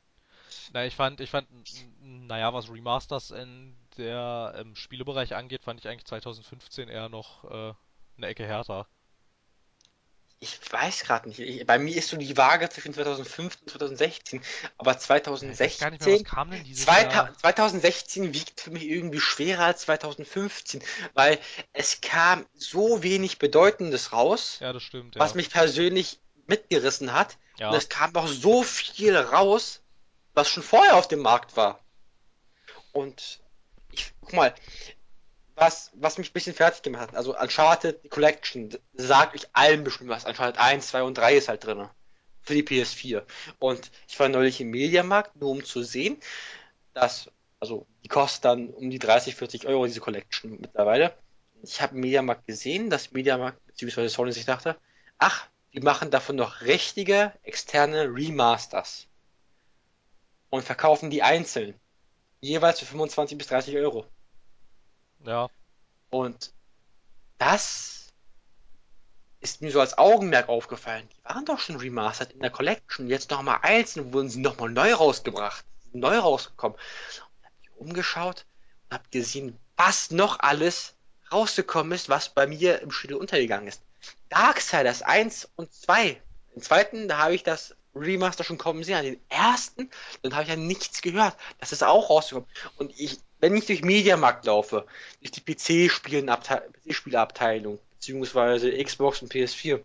naja, was Remasters in der im Spielebereich angeht, fand ich eigentlich 2015 eher noch eine Ecke härter. Ich weiß gerade nicht. Bei mir ist so die Waage zwischen 2015 und 2016, aber Ja, ich weiß gar nicht mehr, was kam denn dieses Jahr? 2016 wiegt für mich irgendwie schwerer als 2015, weil es kam so wenig Bedeutendes raus, Ja, das stimmt, was ja. mich persönlich mitgerissen hat, und Ja, es kam auch so viel raus, was schon vorher auf dem Markt war. Und guck mal, was mich ein bisschen fertig gemacht hat, also Uncharted die Collection, sagt euch allen bestimmt was. Uncharted 1, 2 und 3 ist halt drin. Für die PS4. Und ich war neulich im Mediamarkt, nur um zu sehen, dass, also die kostet dann um die 30, 40 Euro, diese Collection mittlerweile. Ich habe im Mediamarkt gesehen, dass Mediamarkt bzw. Sony sich dachte, ach, wir machen davon noch richtige externe Remasters und verkaufen die einzeln, jeweils für 25 bis 30 Euro. ja, Und das ist mir so als Augenmerk aufgefallen. Die waren doch schon remastered in der Collection. Jetzt nochmal einzeln wurden sie nochmal neu rausgebracht. Sind neu rausgekommen. Ich habe mich umgeschaut und habe gesehen, was noch alles rausgekommen ist, was bei mir im Studio untergegangen ist. Darksiders 1 und 2. Den zweiten, da habe ich das Remaster schon kommen sehen. Den ersten, dann habe ich ja nichts gehört. Das ist auch rausgekommen. Und wenn ich durch Mediamarkt laufe, durch die PC-Spieleabteilung, beziehungsweise Xbox und PS4,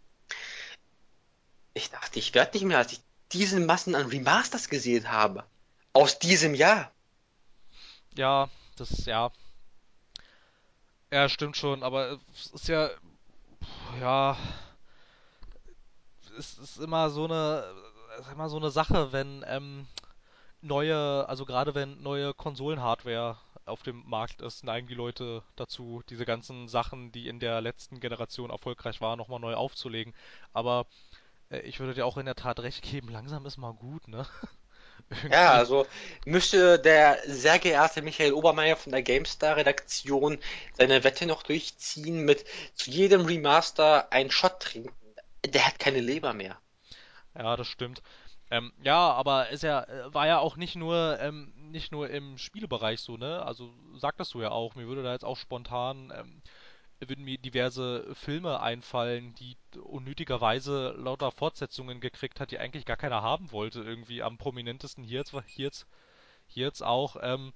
ich dachte, ich werde nicht mehr, als ich diese Massen an Remasters gesehen habe. Aus diesem Jahr. ja, ja, ja, stimmt schon, aber es ist ja, ja, es ist immer so eine Sache, wenn also gerade wenn neue Konsolen-Hardware auf dem Markt ist, neigen die Leute dazu, diese ganzen Sachen, die in der letzten Generation erfolgreich waren, nochmal neu aufzulegen. Aber ich würde dir auch in der Tat recht geben, langsam ist mal gut, ne? Ja, Irgendwie. also müsste der sehr geehrte Michael Obermeier von der GameStar-Redaktion seine Wette noch durchziehen mit zu jedem Remaster einen Shot trinken. Der hat keine Leber mehr. Ja, das stimmt. Ja, aber war ja auch nicht nur im Spielebereich so, ne? Also sagtest du ja auch, mir würde da jetzt auch spontan, würden mir diverse Filme einfallen, die unnötigerweise lauter Fortsetzungen gekriegt hat, die eigentlich gar keiner haben wollte. Irgendwie am prominentesten hier jetzt auch,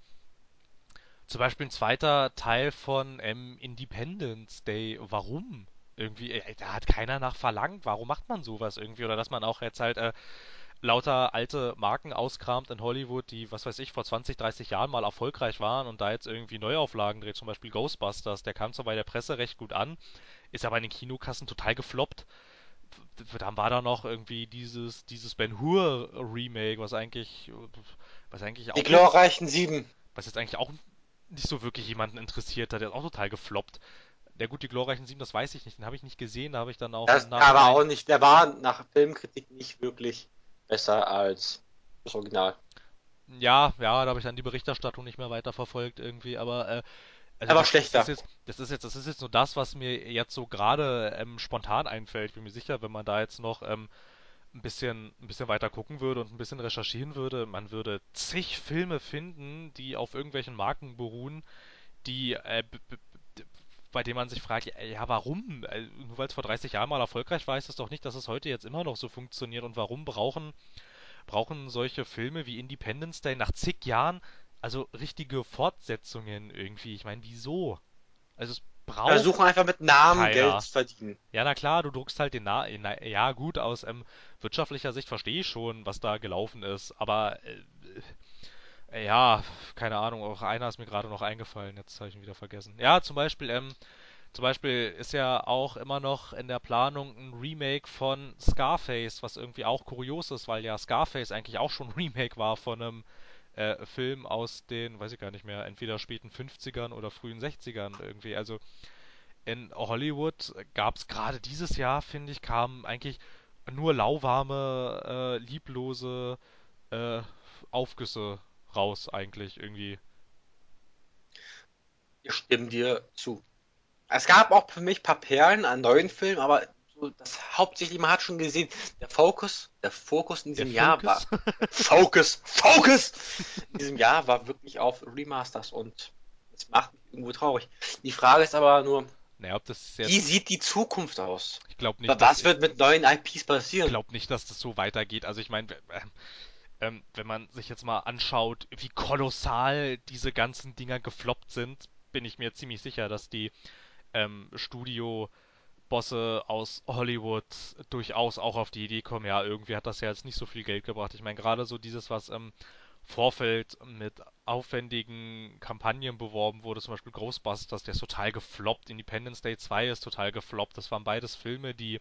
zum Beispiel ein zweiter Teil von Independence Day. Warum? Irgendwie, da hat keiner nach verlangt. Warum macht man sowas irgendwie? Oder dass man auch jetzt halt lauter alte Marken auskramt in Hollywood, die, was weiß ich, vor 20, 30 Jahren mal erfolgreich waren und da jetzt irgendwie Neuauflagen dreht, zum Beispiel Ghostbusters, der kam zwar bei der Presse recht gut an, ist aber in den Kinokassen total gefloppt. Dann war da noch irgendwie dieses Ben-Hur Remake, was eigentlich Die auch jetzt, glorreichen Sieben. was jetzt eigentlich auch nicht so wirklich jemanden interessiert hat, der ist auch total gefloppt. Der gut, die glorreichen Sieben, das weiß ich nicht, den habe ich nicht gesehen, da habe ich dann auch im Nachhinein. Der war nach Filmkritik nicht wirklich besser als das Original. Ja, da habe ich dann die Berichterstattung nicht mehr weiterverfolgt irgendwie, aber also Er war schlechter. das ist jetzt nur das, was mir jetzt so gerade spontan einfällt. Ich bin mir sicher, wenn man da jetzt noch ein bisschen weiter gucken würde und ein bisschen recherchieren würde, man würde zig Filme finden, die auf irgendwelchen Marken beruhen, die bei denen man sich fragt, ja, warum? Nur weil es vor 30 Jahren mal erfolgreich war, ist es doch nicht, dass es heute jetzt immer noch so funktioniert. Und warum brauchen solche Filme wie Independence Day nach zig Jahren also richtige Fortsetzungen irgendwie? Ich meine, wieso? Also es braucht Versuchen einfach mit Namen Geld keiner. zu verdienen. Ja, na klar, du druckst halt ja, gut, aus wirtschaftlicher Sicht verstehe ich schon, was da gelaufen ist, aber ja, keine Ahnung, auch einer ist mir gerade noch eingefallen, jetzt habe ich ihn wieder vergessen. Ja, zum Beispiel ist ja auch immer noch in der Planung ein Remake von Scarface, was irgendwie auch kurios ist, weil ja Scarface eigentlich auch schon ein Remake war von einem Film aus den, weiß ich gar nicht mehr, entweder späten 50ern oder frühen 60ern irgendwie. Also in Hollywood gab es gerade dieses Jahr, finde ich, kamen eigentlich nur lauwarme, lieblose äh, Aufgüsse raus eigentlich irgendwie. Ich stimme dir zu. Es gab auch für mich ein paar Perlen an neuen Filmen, aber so das hauptsächlich, man hat schon gesehen, der Fokus in Der diesem Jahr Focus? war, Focus in diesem Jahr war wirklich auf Remasters und das macht mich irgendwo traurig. Die Frage ist aber nur, Naja, ob das wie jetzt. sieht die Zukunft aus? Ich glaube nicht, dass. Was wird mit neuen IPs Ich passieren? glaube nicht, dass das so weitergeht. Also ich meine, wenn man sich jetzt mal anschaut, wie kolossal diese ganzen Dinger gefloppt sind, bin ich mir ziemlich sicher, dass die Studio-Bosse aus Hollywood durchaus auch auf die Idee kommen, ja, irgendwie hat das ja jetzt nicht so viel Geld gebracht. Ich meine, gerade so dieses, was im Vorfeld mit aufwendigen Kampagnen beworben wurde, zum Beispiel Ghostbusters, der ist total gefloppt. Independence Day 2 ist total gefloppt. Das waren beides Filme, die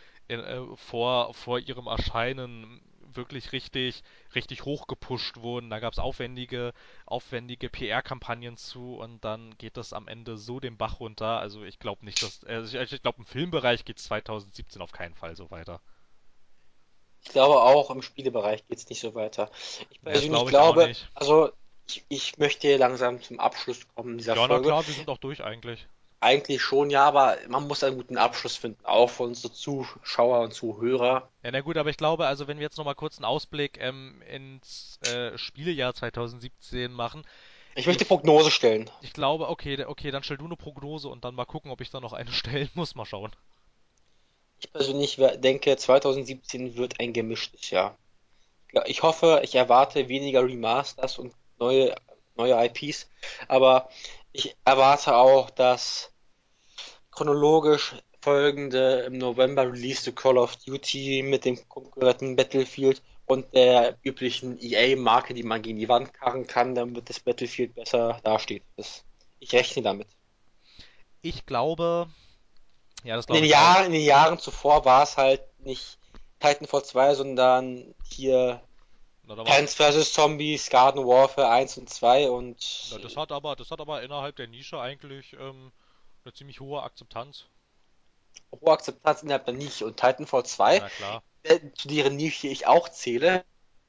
vor ihrem Erscheinen wirklich richtig hoch gepusht wurden. Da gab es aufwendige PR-Kampagnen zu und dann geht das am Ende so den Bach runter. Also ich glaube nicht, dass, ich glaube im Filmbereich geht es 2017 auf keinen Fall so weiter. Ich glaube auch im Spielebereich geht es nicht so weiter. Ich Ne, das persönlich glaube ich auch glaube, nicht. also ich möchte langsam zum Abschluss kommen dieser Ja, na Folge. klar, wir sind auch durch eigentlich. Eigentlich schon, ja, aber man muss einen guten Abschluss finden, auch für unsere Zuschauer und Zuhörer. Ja, na gut, aber ich glaube, also wenn wir jetzt nochmal kurz einen Ausblick ins Spielejahr 2017 machen, Ich möchte ich, Prognose stellen. ich glaube, okay, dann stell du eine Prognose und dann mal gucken, ob ich da noch eine stellen muss. Mal schauen. Ich persönlich denke, 2017 wird ein gemischtes Jahr. Ja, ich hoffe, ich erwarte weniger Remasters und neue IPs, aber ich erwarte auch, dass chronologisch folgende im November released Call of Duty mit dem Konkurrenten Battlefield und der üblichen EA-Marke, die man gegen die Wand karren kann, damit das Battlefield besser dasteht. Ich rechne damit. Ich glaube, ja, das In den glaube ich auch. Jahren, in den Jahren zuvor war es halt nicht Titanfall 2, sondern hier Na, da war's, Plants vs. Zombies, Garden Warfare 1 und 2 und na, das hat aber innerhalb der Nische eigentlich eine ziemlich hohe Akzeptanz. hohe Akzeptanz innerhalb der Nische. Und Titanfall Ja, 2, na klar. zu deren Nische ich auch zähle,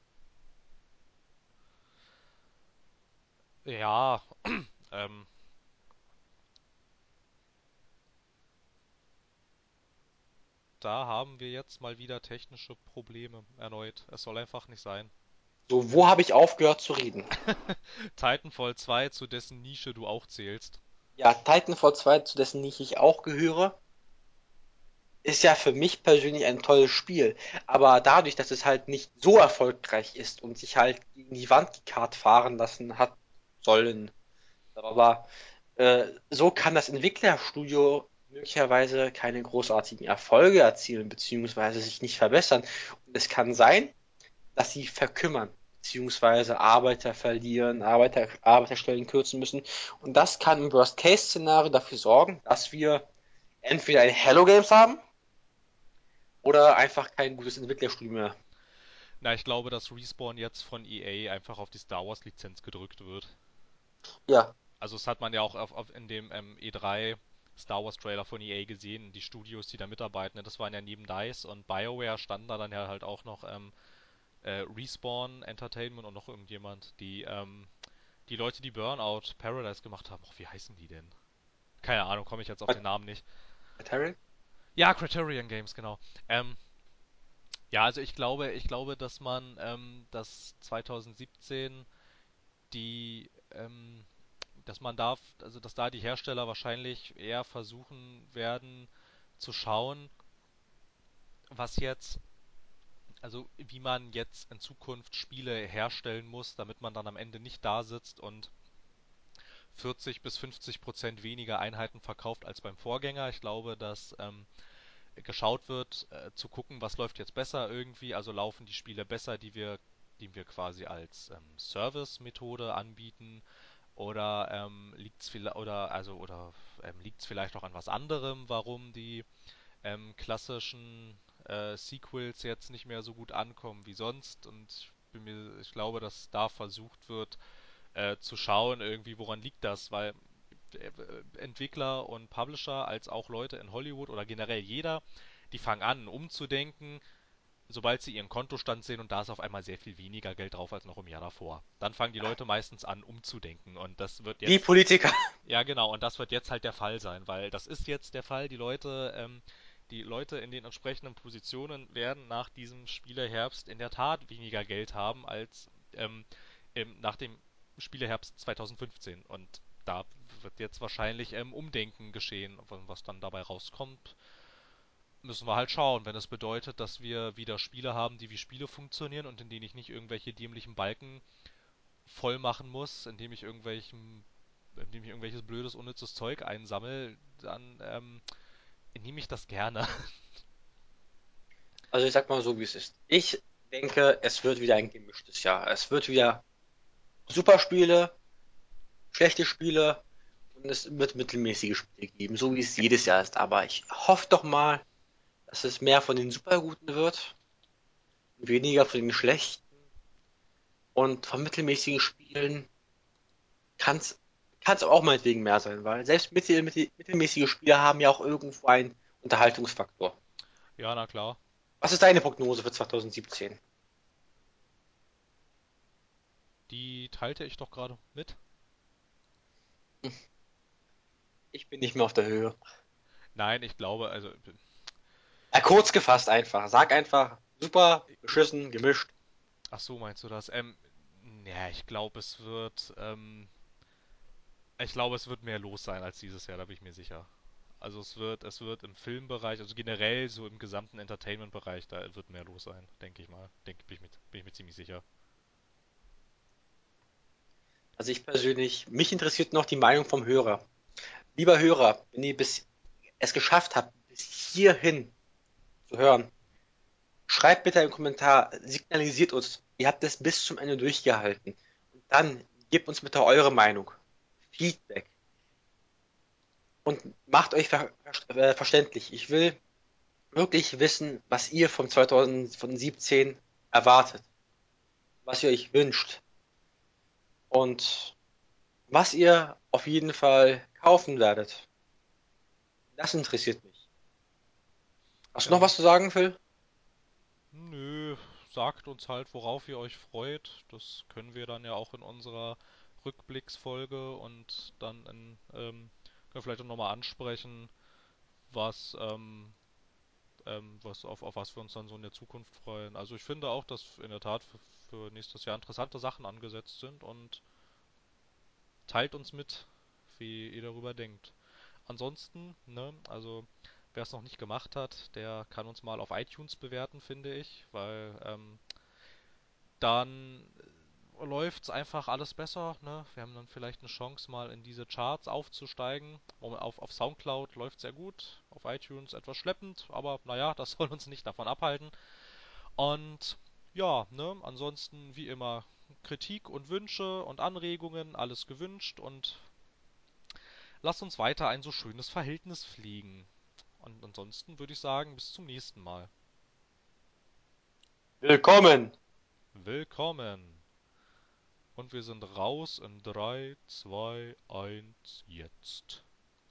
Ja, ähm, da haben wir jetzt mal wieder technische Probleme erneut. Es soll einfach nicht sein. so wo habe ich aufgehört zu reden? Titanfall 2, zu dessen Nische du auch zählst. Ja, Titanfall 2, zu dessen Nische ich auch gehöre, ist ja für mich persönlich ein tolles Spiel. Aber dadurch, dass es halt nicht so erfolgreich ist und sich halt gegen die Wand gekarrt fahren lassen hat sollen, aber so kann das Entwicklerstudio möglicherweise keine großartigen Erfolge erzielen, beziehungsweise sich nicht verbessern. Und es kann sein, dass sie verkümmern, beziehungsweise Arbeiter verlieren, Arbeiterstellen kürzen müssen. Und das kann im Worst-Case-Szenario dafür sorgen, dass wir entweder ein Hello Games haben oder einfach kein gutes Entwicklerstudio mehr. Na, ich glaube, dass Respawn jetzt von EA einfach auf die Star Wars Lizenz gedrückt wird. Ja, Also das hat man ja auch in dem E3 Star Wars Trailer von EA gesehen. Die Studios, die da mitarbeiten, ne, das waren ja neben DICE und BioWare standen da dann ja halt auch noch Respawn Entertainment und noch irgendjemand, die Leute, die Burnout Paradise gemacht haben. Och, wie heißen die denn? Keine Ahnung, komme ich jetzt auf den Namen nicht. Material? Ja, Criterion Games, genau. Ähm, ja, also ich glaube, dass dass 2017 die, dass man da, also dass da die Hersteller wahrscheinlich eher versuchen werden zu schauen, was jetzt, also wie man jetzt in Zukunft Spiele herstellen muss, damit man dann am Ende nicht da sitzt und 40 bis 50% weniger Einheiten verkauft als beim Vorgänger. Ich glaube, dass geschaut wird, zu gucken, was läuft jetzt besser irgendwie, also laufen die Spiele besser, die wir quasi als Service-Methode anbieten, oder liegt's vielleicht auch an was anderem, warum die klassischen Sequels jetzt nicht mehr so gut ankommen wie sonst, und ich glaube, dass da versucht wird, zu schauen, irgendwie, woran liegt das, weil Entwickler und Publisher als auch Leute in Hollywood oder generell jeder, die fangen an, umzudenken, sobald sie ihren Kontostand sehen und da ist auf einmal sehr viel weniger Geld drauf als noch im Jahr davor. Dann fangen die Leute meistens an, umzudenken. Und das wird Wie jetzt, Politiker. ja genau, und das wird jetzt halt der Fall sein, weil das ist jetzt der Fall. Die Leute in den entsprechenden Positionen werden nach diesem Spieleherbst in der Tat weniger Geld haben als nach dem Spieleherbst 2015. Und da wird jetzt wahrscheinlich Umdenken geschehen. Was dann dabei rauskommt, müssen wir halt schauen, wenn es bedeutet, dass wir wieder Spiele haben, die wie Spiele funktionieren und in denen ich nicht irgendwelche dämlichen Balken voll machen muss, indem ich irgendwelches blödes, unnützes Zeug einsammle, dann nehme ich das gerne. Also ich sag mal so, wie es ist. Ich denke, es wird wieder ein gemischtes Jahr. Es wird wieder super Spiele, schlechte Spiele und es wird mittelmäßige Spiele geben, so wie es jedes Jahr ist. Aber ich hoffe doch mal, dass es mehr von den Superguten wird, weniger von den schlechten. Und von mittelmäßigen Spielen kann es auch meinetwegen mehr sein, weil selbst mittelmäßige Spiele haben ja auch irgendwo einen Unterhaltungsfaktor. Ja, na klar. Was ist deine Prognose für 2017? Die teilte ich doch gerade mit. Ich bin nicht mehr auf der Höhe. Nein, ich glaube, also, Kurz gefasst einfach. Sag einfach, super, beschissen, gemischt. ach so, meinst du das? Ja, ich glaube, es wird mehr los sein als dieses Jahr, da bin ich mir sicher. Also es wird im Filmbereich, also generell so im gesamten Entertainment-Bereich, da wird mehr los sein, denke ich mal. Bin ich mir ziemlich sicher. Also ich persönlich, mich interessiert noch die Meinung vom Hörer. Lieber Hörer, wenn ihr es geschafft habt, bis hierhin zu hören, schreibt bitte einen Kommentar, signalisiert uns, ihr habt es bis zum Ende durchgehalten. Und dann gebt uns bitte eure Meinung, Feedback und macht euch verständlich. Ich will wirklich wissen, was ihr vom 2017 erwartet, was ihr euch wünscht und was ihr auf jeden Fall kaufen werdet. Das interessiert mich. Hast du noch Ja, was zu sagen, Phil? nö, sagt uns halt, worauf ihr euch freut. Das können wir dann ja auch in unserer Rückblicksfolge und dann können wir vielleicht auch nochmal ansprechen, was, auf was wir uns dann so in der Zukunft freuen. Also ich finde auch, dass in der Tat für nächstes Jahr interessante Sachen angesetzt sind und teilt uns mit, wie ihr darüber denkt. Ansonsten, ne, also wer es noch nicht gemacht hat, der kann uns mal auf iTunes bewerten, finde ich, weil dann läuft's einfach alles besser, ne? Wir haben dann vielleicht eine Chance, mal in diese Charts aufzusteigen. Auf Soundcloud läuft sehr gut, auf iTunes etwas schleppend, aber naja, das soll uns nicht davon abhalten. Und ja, ne, ansonsten wie immer Kritik und Wünsche und Anregungen, alles gewünscht und lasst uns weiter ein so schönes Verhältnis pflegen. Und ansonsten würde ich sagen, bis zum nächsten Mal. Willkommen! Willkommen! Und wir sind raus in 3, 2, 1, jetzt.